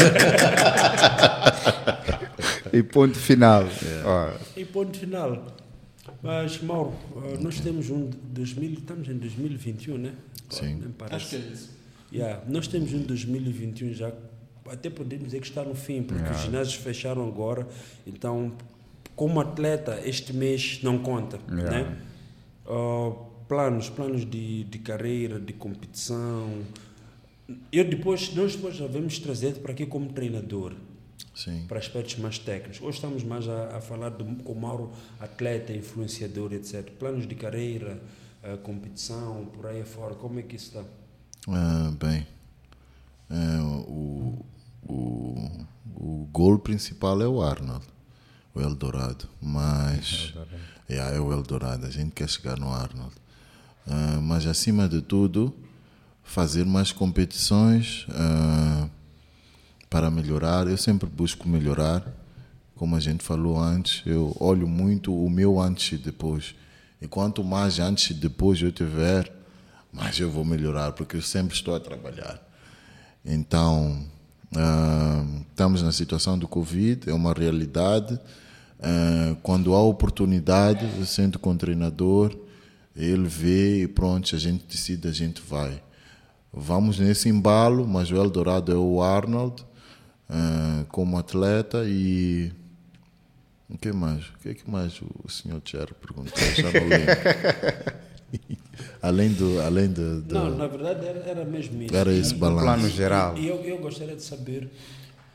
E ponto final. Ó, E ponto final. Mas, Mauro, eh, nós temos um de dois mil, estamos em dois mil e vinte e um, né? Sim. Nem parece. Acho que é isso. Yeah, nós temos um dois mil e vinte e um já, até podemos dizer que está no fim, porque os ginásios fecharam agora, então, como atleta, este mês não conta. Yeah. Né? Ah, planos, planos de, de carreira, de competição. Eu depois, nós depois já vamos trazer para aqui como treinador, Sim. para aspectos mais técnicos. Hoje estamos mais a, a falar do, com o Mauro, atleta, influenciador, etcétera. Planos de carreira, ah, competição, por aí afora, como é que isso está? Ah, bem, é, o, o, o gol principal é o Arnold, o Eldorado, mas yeah, é o Eldorado, a gente quer chegar no Arnold. Ah, mas acima de tudo, fazer mais competições ah, para melhorar. Eu sempre busco melhorar, como a gente falou antes, eu olho muito o meu antes e depois. E quanto mais antes e depois eu tiver, mais eu vou melhorar, porque eu sempre estou a trabalhar. Então, ah, estamos na situação do Covid, é uma realidade. Ah, quando há oportunidade, eu sento com o treinador, ele vê e pronto, a gente decide, a gente vai. Vamos nesse embalo, mas o Eldorado é o Arnold, ah, como atleta. E o que mais? O que, é que mais o senhor Cher perguntou? Já não lembro. além do, além do, do Não, na verdade era, era mesmo isso. era esse E- balanço. plano geral. E eu, eu gostaria de saber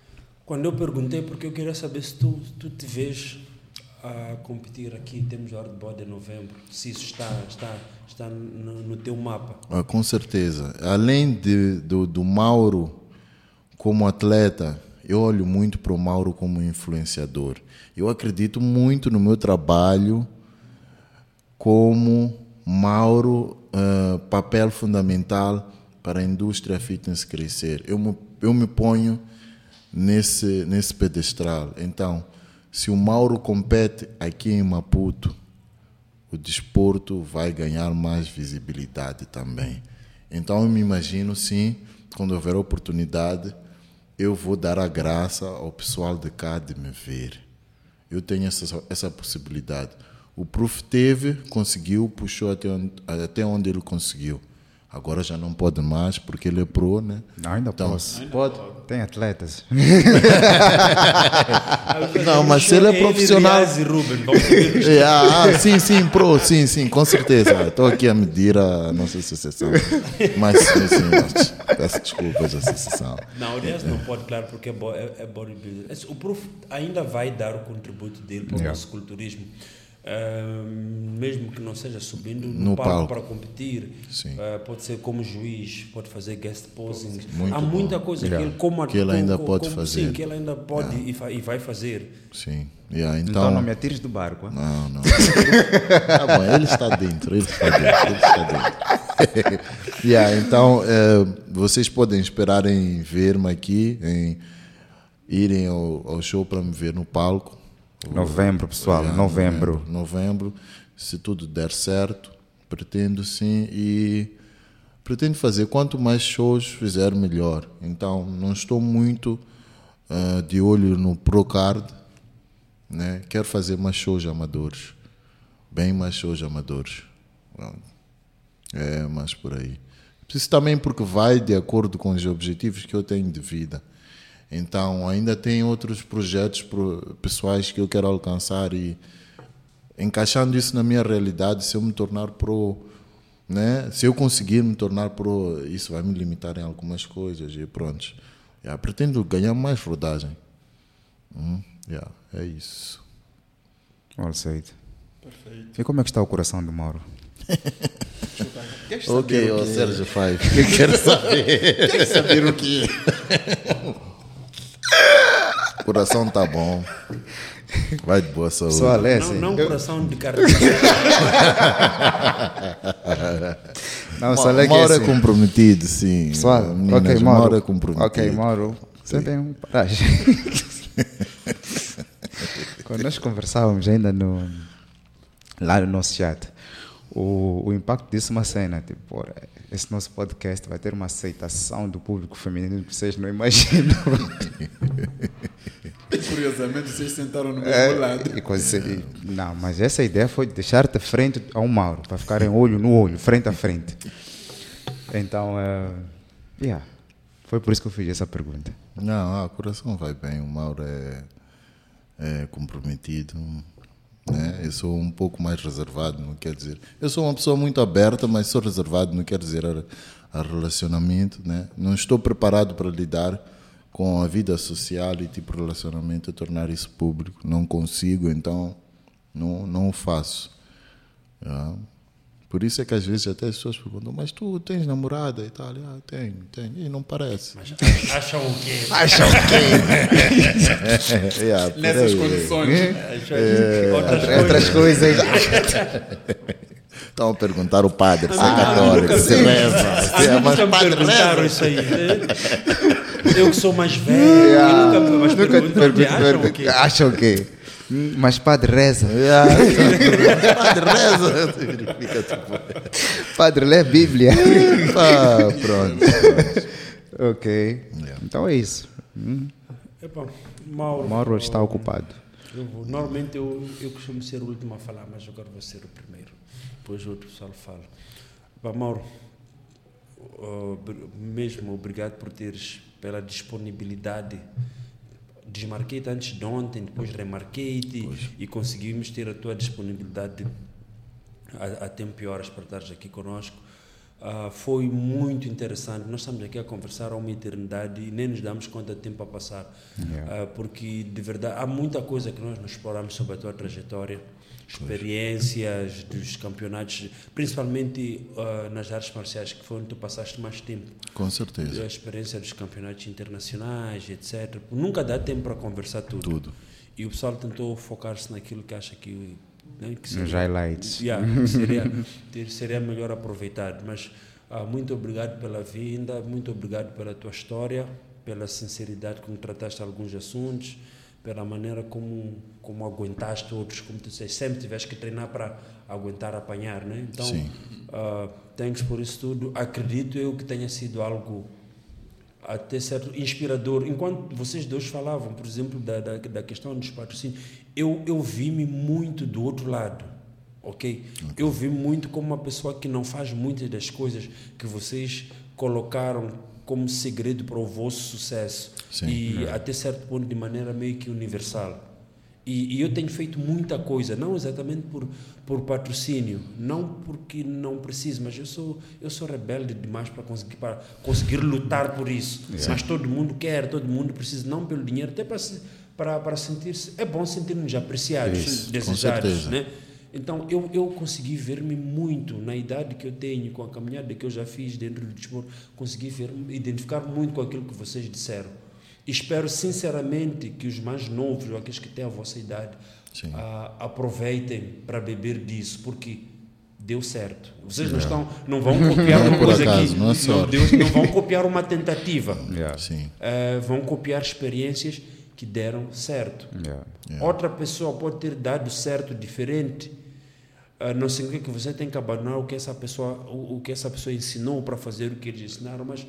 Quando eu perguntei, porque eu queria saber se tu, tu te vês a competir aqui, temos o hardbody em novembro, se isso está, está, está no, no teu mapa. Ah, com certeza. Além de, do, do Mauro como atleta, eu olho muito para o Mauro como influenciador. Eu acredito muito no meu trabalho como Mauro, uh, papel fundamental para a indústria fitness crescer. Eu me, eu me ponho nesse, nesse pedestal. Então, se o Mauro compete aqui em Maputo, o desporto vai ganhar mais visibilidade também. Então, eu me imagino, sim, quando houver oportunidade, eu vou dar a graça ao pessoal de cá de me ver. Eu tenho essa, essa possibilidade. O Prof teve, conseguiu, puxou até onde, até onde ele conseguiu. Agora já não pode mais, porque ele é pro, né? Não, ainda então, posso. Ainda pode? Tem atletas. Não, mas se ele é profissional... Ele, Ruben, vamos é, ah, sim, sim, pro, sim, sim, com certeza. Estou aqui a medir a nossa associação. Mas, sim, sim, mas peço desculpas à associação. Não, o Elias não pode, claro, porque é, bo, é, é bodybuilder. O Prof ainda vai dar o contributo dele para o nosso culturismo. Uh, mesmo que não seja subindo no, no palco, palco para competir, uh, pode ser como juiz, pode fazer guest posing. Muito Há bom. muita coisa yeah. que ele, como, que ele ainda como, pode como, fazer. Sim, que ele ainda pode yeah. e, fa, e vai fazer. Sim. Yeah, então, então não me atires do barco. Hein? Não, não. Tá bom, ele está dentro, ele está dentro, ele está dentro. yeah, então, uh, vocês podem esperar em ver-me aqui, em irem ao, ao show para me ver no palco. Novembro, pessoal, é, novembro. novembro. Novembro, se tudo der certo, pretendo sim e pretendo fazer quanto mais shows fizer melhor. Então, não estou muito uh, de olho no Procard, né? Quero fazer mais shows amadores, bem mais shows amadores. É mais por aí. Isso também porque vai de acordo com os objetivos que eu tenho de vida. Então, ainda tem outros projetos pessoais que eu quero alcançar e encaixando isso na minha realidade, se eu me tornar pro, né? Se eu conseguir me tornar pro, isso vai me limitar em algumas coisas e pronto. Yeah, pretendo ganhar mais rodagem. Hum, yeah, é isso. All said. Perfeito. E como é que está o coração do Mauro? Ok, o Sérgio Five. Eu quero saber. Quero saber o que o coração tá bom. Vai de boa saúde. Só é não, assim. não eu... coração de carne. Não, só é Mauro é assim. comprometido, sim. Pessoal, meninas, ok, Mauro. Mauro é comprometido. Ok, Mauro. Você tem um paragem. Quando nós conversávamos ainda no, lá no nosso chat, o, o impacto disso é uma cena, tipo, esse nosso podcast vai ter uma aceitação do público feminino que vocês não imaginam. Curiosamente, vocês sentaram no mesmo é, lado. E coisa, e, não, mas essa ideia foi deixar-te frente ao Mauro, para ficarem olho no olho, frente a frente. Então, uh, yeah, foi por isso que eu fiz essa pergunta. Não, ah, o coração vai bem, o Mauro é, é comprometido, né? Eu sou um pouco mais reservado, não quer dizer... Eu sou uma pessoa muito aberta, mas sou reservado, não quer dizer a, a relacionamento, né? Não estou preparado para lidar com a vida social e tipo de relacionamento, a tornar isso público. Não consigo, então não, não o faço. Yeah. Por isso é que às vezes até as pessoas perguntam, mas tu tens namorada e tal? Ah, tenho, tenho. E não parece. Mas acham o quê? Acham o quê? yeah, Nessas aí, condições. É, outras, outras coisas. Estão a perguntar o padre, se é católico, se reza. Se é, mas o padre perguntaram reza. isso aí. Eu que sou mais velho, yeah. nunca me mais perguntam. Acham o quê? Mas padre reza. Yeah. Padre reza. Padre lê a Bíblia. Ah, pronto, pronto. Ok. Yeah. Então é isso. Hum. Epa, Mauro, Mauro está ocupado. Eu vou, normalmente eu, eu costumo ser o último a falar, mas agora vou ser o primeiro. Depois o outro pessoal fala. Epa, Mauro, uh, mesmo obrigado por teres, pela disponibilidade. Desmarquei-te antes de ontem, depois remarquei-te e conseguimos ter a tua disponibilidade a, a tempo e horas para estares aqui conosco. Uh, foi muito interessante. Nós estamos aqui a conversar há uma eternidade e nem nos damos conta de tempo a passar. Yeah. Uh, porque, de verdade, há muita coisa que nós não exploramos sobre a tua trajetória, experiências dos campeonatos, principalmente uh, nas artes marciais, que foi onde tu passaste mais tempo. Com certeza. A experiência dos campeonatos internacionais, etcétera. Nunca dá tempo para conversar tudo. Tudo. E o pessoal tentou focar-se naquilo que acha que... Né, que seria, nos highlights. Yeah, seria, seria melhor aproveitado. Mas uh, muito obrigado pela vinda, muito obrigado pela tua história, pela sinceridade como trataste alguns assuntos, pela maneira como, como aguentaste outros, como tu disseste, sempre tiveste que treinar para aguentar apanhar, né? Então, uh, thanks por isso tudo. Acredito eu que tenha sido algo até certo inspirador. Enquanto vocês dois falavam, por exemplo, da, da, da questão dos patrocínios, eu, eu vi-me muito do outro lado, ok? Eu vi muito como uma pessoa que não faz muitas das coisas que vocês colocaram como segredo para o vosso sucesso. Sim, e é. até certo ponto de maneira meio que universal. E, e eu tenho feito muita coisa, não exatamente por, por patrocínio, não porque não preciso, mas eu sou, eu sou rebelde demais para conseguir, para conseguir lutar por isso. Yeah. Mas todo mundo quer, todo mundo precisa, não pelo dinheiro, até para, para, para sentir-se, é bom sentir-nos apreciados, isso, desejados, né? Então, eu, eu consegui ver-me muito, na idade que eu tenho, com a caminhada que eu já fiz dentro do desporto, consegui ver, identificar muito com aquilo que vocês disseram. Espero sinceramente que os mais novos, ou aqueles que têm a vossa idade, uh, aproveitem para beber disso, porque deu certo. Vocês não, estão, não vão copiar uma coisa aqui, não, não, Deus, não vão copiar uma tentativa, yeah. uh, vão copiar experiências que deram certo. Yeah. Yeah. Outra pessoa pode ter dado certo diferente, uh, não significa que você tem que abandonar o que essa pessoa, o, o que essa pessoa ensinou para fazer o que eles ensinaram, mas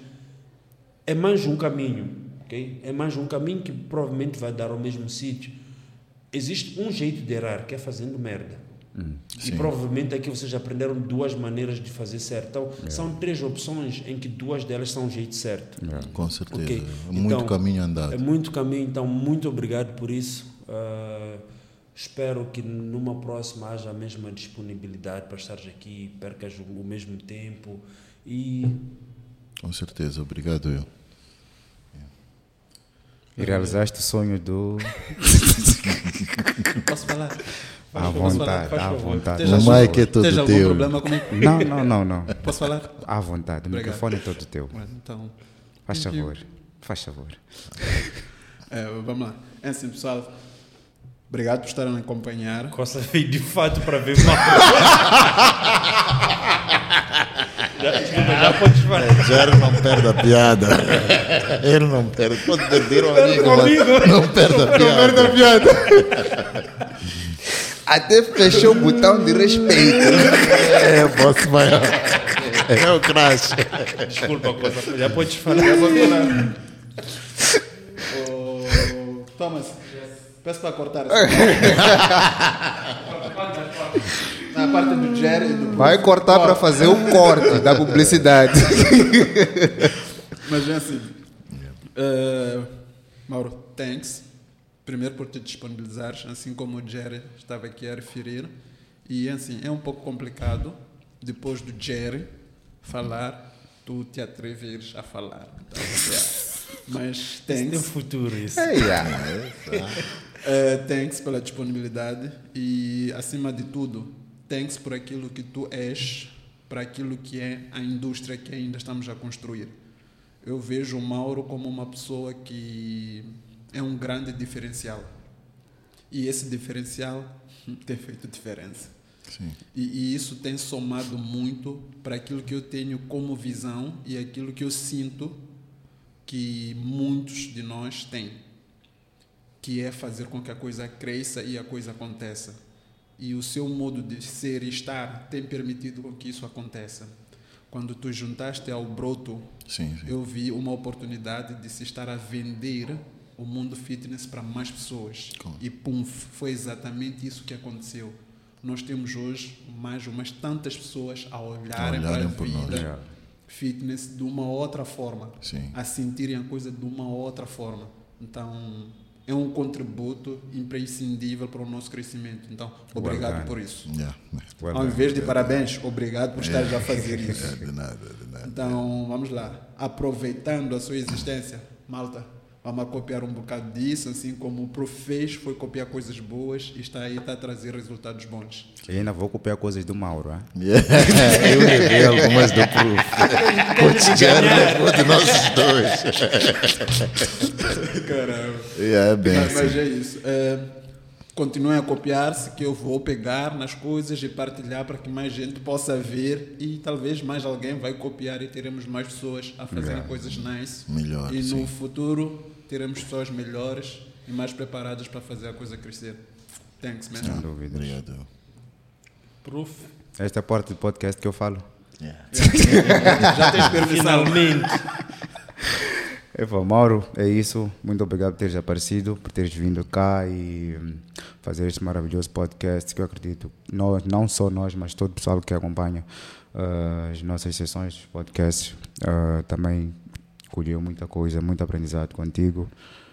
é mais um caminho. Okay? É mais um caminho que provavelmente vai dar ao mesmo sítio. Existe um jeito de errar, que é fazendo merda. Hum, e provavelmente aqui vocês aprenderam duas maneiras de fazer certo. Então, yeah. são três opções em que duas delas são o jeito certo. Yeah. Com certeza. Okay? É muito então, caminho andado. É muito caminho, então muito obrigado por isso. Uh, espero que numa próxima haja a mesma disponibilidade para estares aqui, percas o mesmo tempo. E... Com certeza, obrigado eu. E realizaste o sonho do... Posso falar? À vontade, à vontade. O mic é todo teu. Algum problema comigo? Não, não, não, não. Posso falar? À vontade, o Obrigado. microfone é todo teu. Então, faz favor, faz favor. É, vamos lá. É assim, pessoal. Obrigado por estarem a acompanhar. Costa veio de fato para ver mal. já, desculpa, já podes falar. É, Jerry não perde a piada. Ele não perde. Pode perder o amigo, mas não perde a piada. Não perde a piada. Até fechou o botão de respeito. É, posso vai. É o crash. Desculpa, Costa. Já podes falar. Já vou falar. Oh, Thomas. Peço para cortar. Na parte do Jerry. Do Vai cortar para fazer o corte da publicidade. Mas é assim. Uh, Mauro, thanks. Primeiro por te disponibilizares, assim como o Jerry estava aqui a referir. E assim, é um pouco complicado, depois do Jerry falar, tu te atreveres a falar. Então, yeah. Mas thanks. Tem futuro isso. É, yeah. Uh, thanks pela disponibilidade e, acima de tudo, thanks por aquilo que tu és, para aquilo que é a indústria que ainda estamos a construir. Eu vejo o Mauro como uma pessoa que é um grande diferencial. E esse diferencial tem feito diferença. Sim. E, e isso tem somado muito para aquilo que eu tenho como visão e aquilo que eu sinto que muitos de nós têm, que é fazer com que a coisa cresça e a coisa aconteça. E o seu modo de ser e estar tem permitido com que isso aconteça. Quando tu juntaste ao broto, sim, sim. eu vi uma oportunidade de se estar a vender o mundo fitness para mais pessoas. Como? E pum, foi exatamente isso que aconteceu. Nós temos hoje mais umas tantas pessoas a olharem, olharem para a vida nós. fitness de uma outra forma, sim. a sentirem a coisa de uma outra forma. Então, é um contributo imprescindível para o nosso crescimento. Então, obrigado Well por isso. Yeah. Well Ao done. invés de parabéns, obrigado por estar já a fazer isso. É, de nada, de nada. Então, vamos lá. Aproveitando a sua existência, malta, vamos a copiar um bocado disso, assim como o Prof fez, foi copiar coisas boas e está aí, está a trazer resultados bons. E ainda vou copiar coisas do Mauro, hein? Yeah. Eu levei algumas do Proof. O Jerry levou de nós dois. Caramba. Yeah, é bem Mas, mas assim. é isso. É, continuem a copiar-se, que eu vou pegar nas coisas e partilhar para que mais gente possa ver e talvez mais alguém vai copiar e teremos mais pessoas a fazerem Yeah. coisas nice. Melhor, E sim. no futuro teremos pessoas melhores e mais preparadas para fazer a coisa crescer. Thanks, man. Sem dúvida. Obrigado. Proof. Esta é a parte do podcast que eu falo. Yeah. Já tens permissão. Finalmente. Eva, Mauro, é isso. Muito obrigado por teres aparecido, por teres vindo cá e hum, fazer este maravilhoso podcast que eu acredito, nós, não só nós, mas todo o pessoal que acompanha uh, as nossas sessões, podcasts, uh, também colheu muita coisa, muito aprendizado contigo.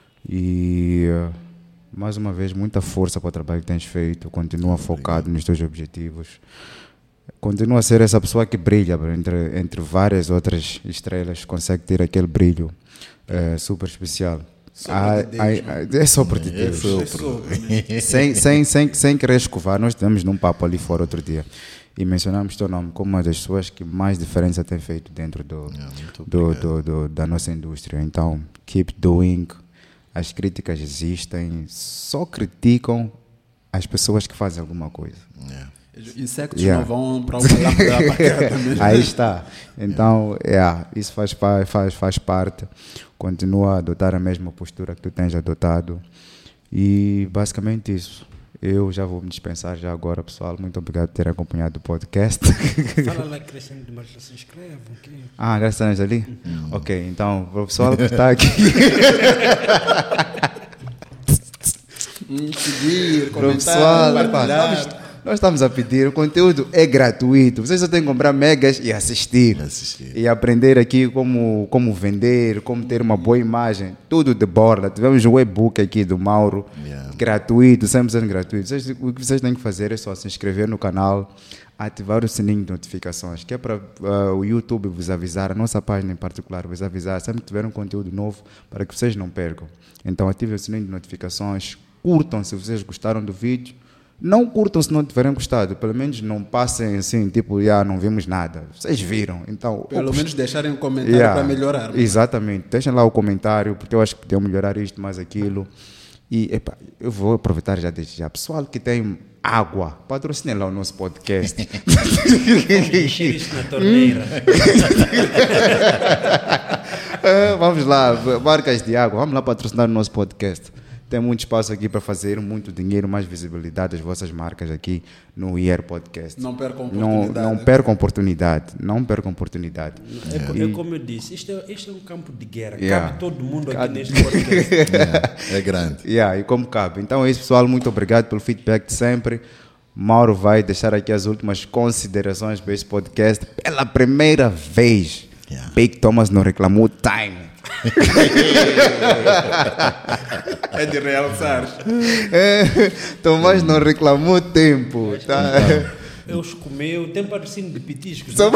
E uh, mais uma vez, muita força para o trabalho que tens feito. Continua focado nos teus objetivos. Continua a ser essa pessoa que brilha bro, entre, entre várias outras estrelas, consegue ter aquele brilho eh, super especial. Só Ah, por de Deus, ah, ah, é só por de É Deus. só É sobre, né? sem, sem, sem, sem querer escovar, nós estivemos num papo ali fora outro dia e mencionamos teu nome como uma das pessoas que mais diferença tem feito dentro do, Yeah, muito do, obrigado. do, do, da nossa indústria. Então, keep doing. As críticas existem, só criticam as pessoas que fazem alguma coisa. Yeah. Insectos Yeah. não vão para uma lâmpada apagada mesmo. Aí está. Então, yeah, isso faz, pa- faz, faz parte. Continua a adotar a mesma postura que tu tens adotado. E basicamente isso. Eu já vou me dispensar já agora, pessoal. Muito obrigado por ter acompanhado o podcast. Fala lá crescendo demais, se inscrevam. Okay? Ah, graças a Deus ali? Ok, então, para o pessoal que está aqui. Hum, seguir, Para o comentar, pessoal, pá, partilhar. nós, nós estamos a pedir, o conteúdo é gratuito. Vocês só têm que comprar megas e assistir. Assistir. E aprender aqui como, como vender, como ter uma boa imagem. Tudo de borda. Tivemos um e-book aqui do Mauro, Yeah. gratuito, cem por cento gratuito. Vocês, o que vocês têm que fazer é só se inscrever no canal, ativar o sininho de notificações, que é para uh, o YouTube vos avisar, a nossa página em particular vos avisar, sempre que tiver um conteúdo novo, para que vocês não percam. Então ativem o sininho de notificações, curtam se vocês gostaram do vídeo. Não curtam se não tiverem gostado, pelo menos não passem assim, tipo, já não vimos nada. Vocês viram, então... Pelo ops, menos deixarem um comentário yeah, para melhorar. né? Exatamente, deixem lá o comentário, porque eu acho que podiam melhorar isto, mais aquilo. E epa, eu vou aproveitar já desde já. Pessoal que tem água, patrocinem lá o nosso podcast. Encher isso na torneira. Ah, vamos lá, marcas de água, vamos lá patrocinar o nosso podcast. Tem muito espaço aqui para fazer muito dinheiro, mais visibilidade das vossas marcas aqui no I E R Podcast. Não percam Não, oportunidade. não percam oportunidade, não percam oportunidade. É, co- é como eu disse, isto é, isto é um campo de guerra. Yeah. Cabe todo mundo aqui Cabe. neste podcast. Yeah. É grande. Yeah, e como cabe. Então é isso, pessoal. Muito obrigado pelo feedback de sempre. Mauro vai deixar aqui as últimas considerações para este podcast. Pela primeira vez, Yeah. Big Thomas não reclamou time. É de realçar. É, Tomás não reclamou tempo. Tá? Eu os comeu, tem patrocínio de petiscos. Só- né?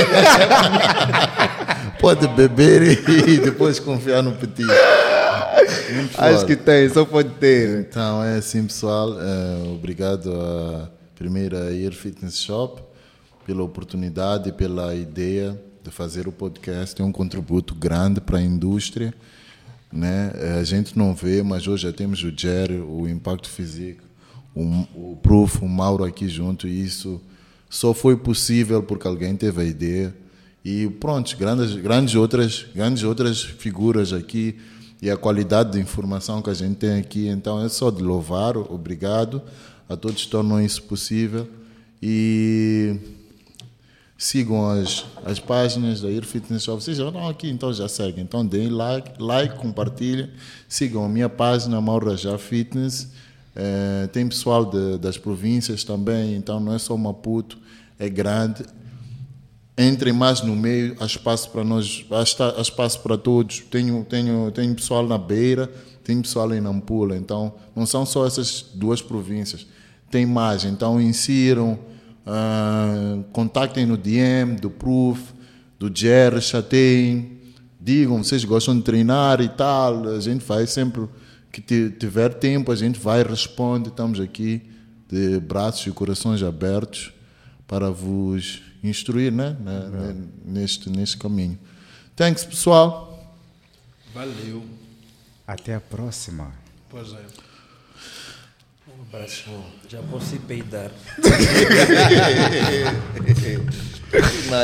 Pode beber e depois confiar no petisco. Muito Acho foda. que tem, só pode ter. Então é assim, pessoal. Eh, obrigado à primeira Ear Fitness Shop pela oportunidade e pela ideia de fazer o podcast. É um contributo grande para a indústria, né? Eh, A gente não vê, mas hoje já temos o Jerry, o Impacto Físico, o, o Proof, o Mauro aqui junto. E isso só foi possível porque alguém teve a ideia. E pronto, grandes, grandes, outras, grandes outras figuras aqui e a qualidade de informação que a gente tem aqui. Então é só de louvar, obrigado a todos que tornam isso possível. E sigam as, as páginas da Ear Fitness Shop. Vocês já estão aqui, então já seguem. Então deem like, like, compartilhem. Sigam a minha página, Mauro Rajá Fitness. Eh, tem pessoal de, das províncias também, então não é só Maputo, é grande. Entrem mais no meio, há espaço para nós, há esta- há espaço para todos. Tenho, tenho, tenho pessoal na Beira, tem pessoal em Nampula, então não são só essas duas províncias, tem mais, então insiram, uh, contactem no D M do Proof, do Jerry, chateiem, digam, vocês gostam de treinar e tal, a gente vai sempre que tiver tempo, a gente vai responder, estamos aqui de braços e corações abertos para vos instruir, né? neste, neste caminho. Thanks, pessoal. Valeu. Até a próxima. Pois é. Um abraço. Já posso ir peidar.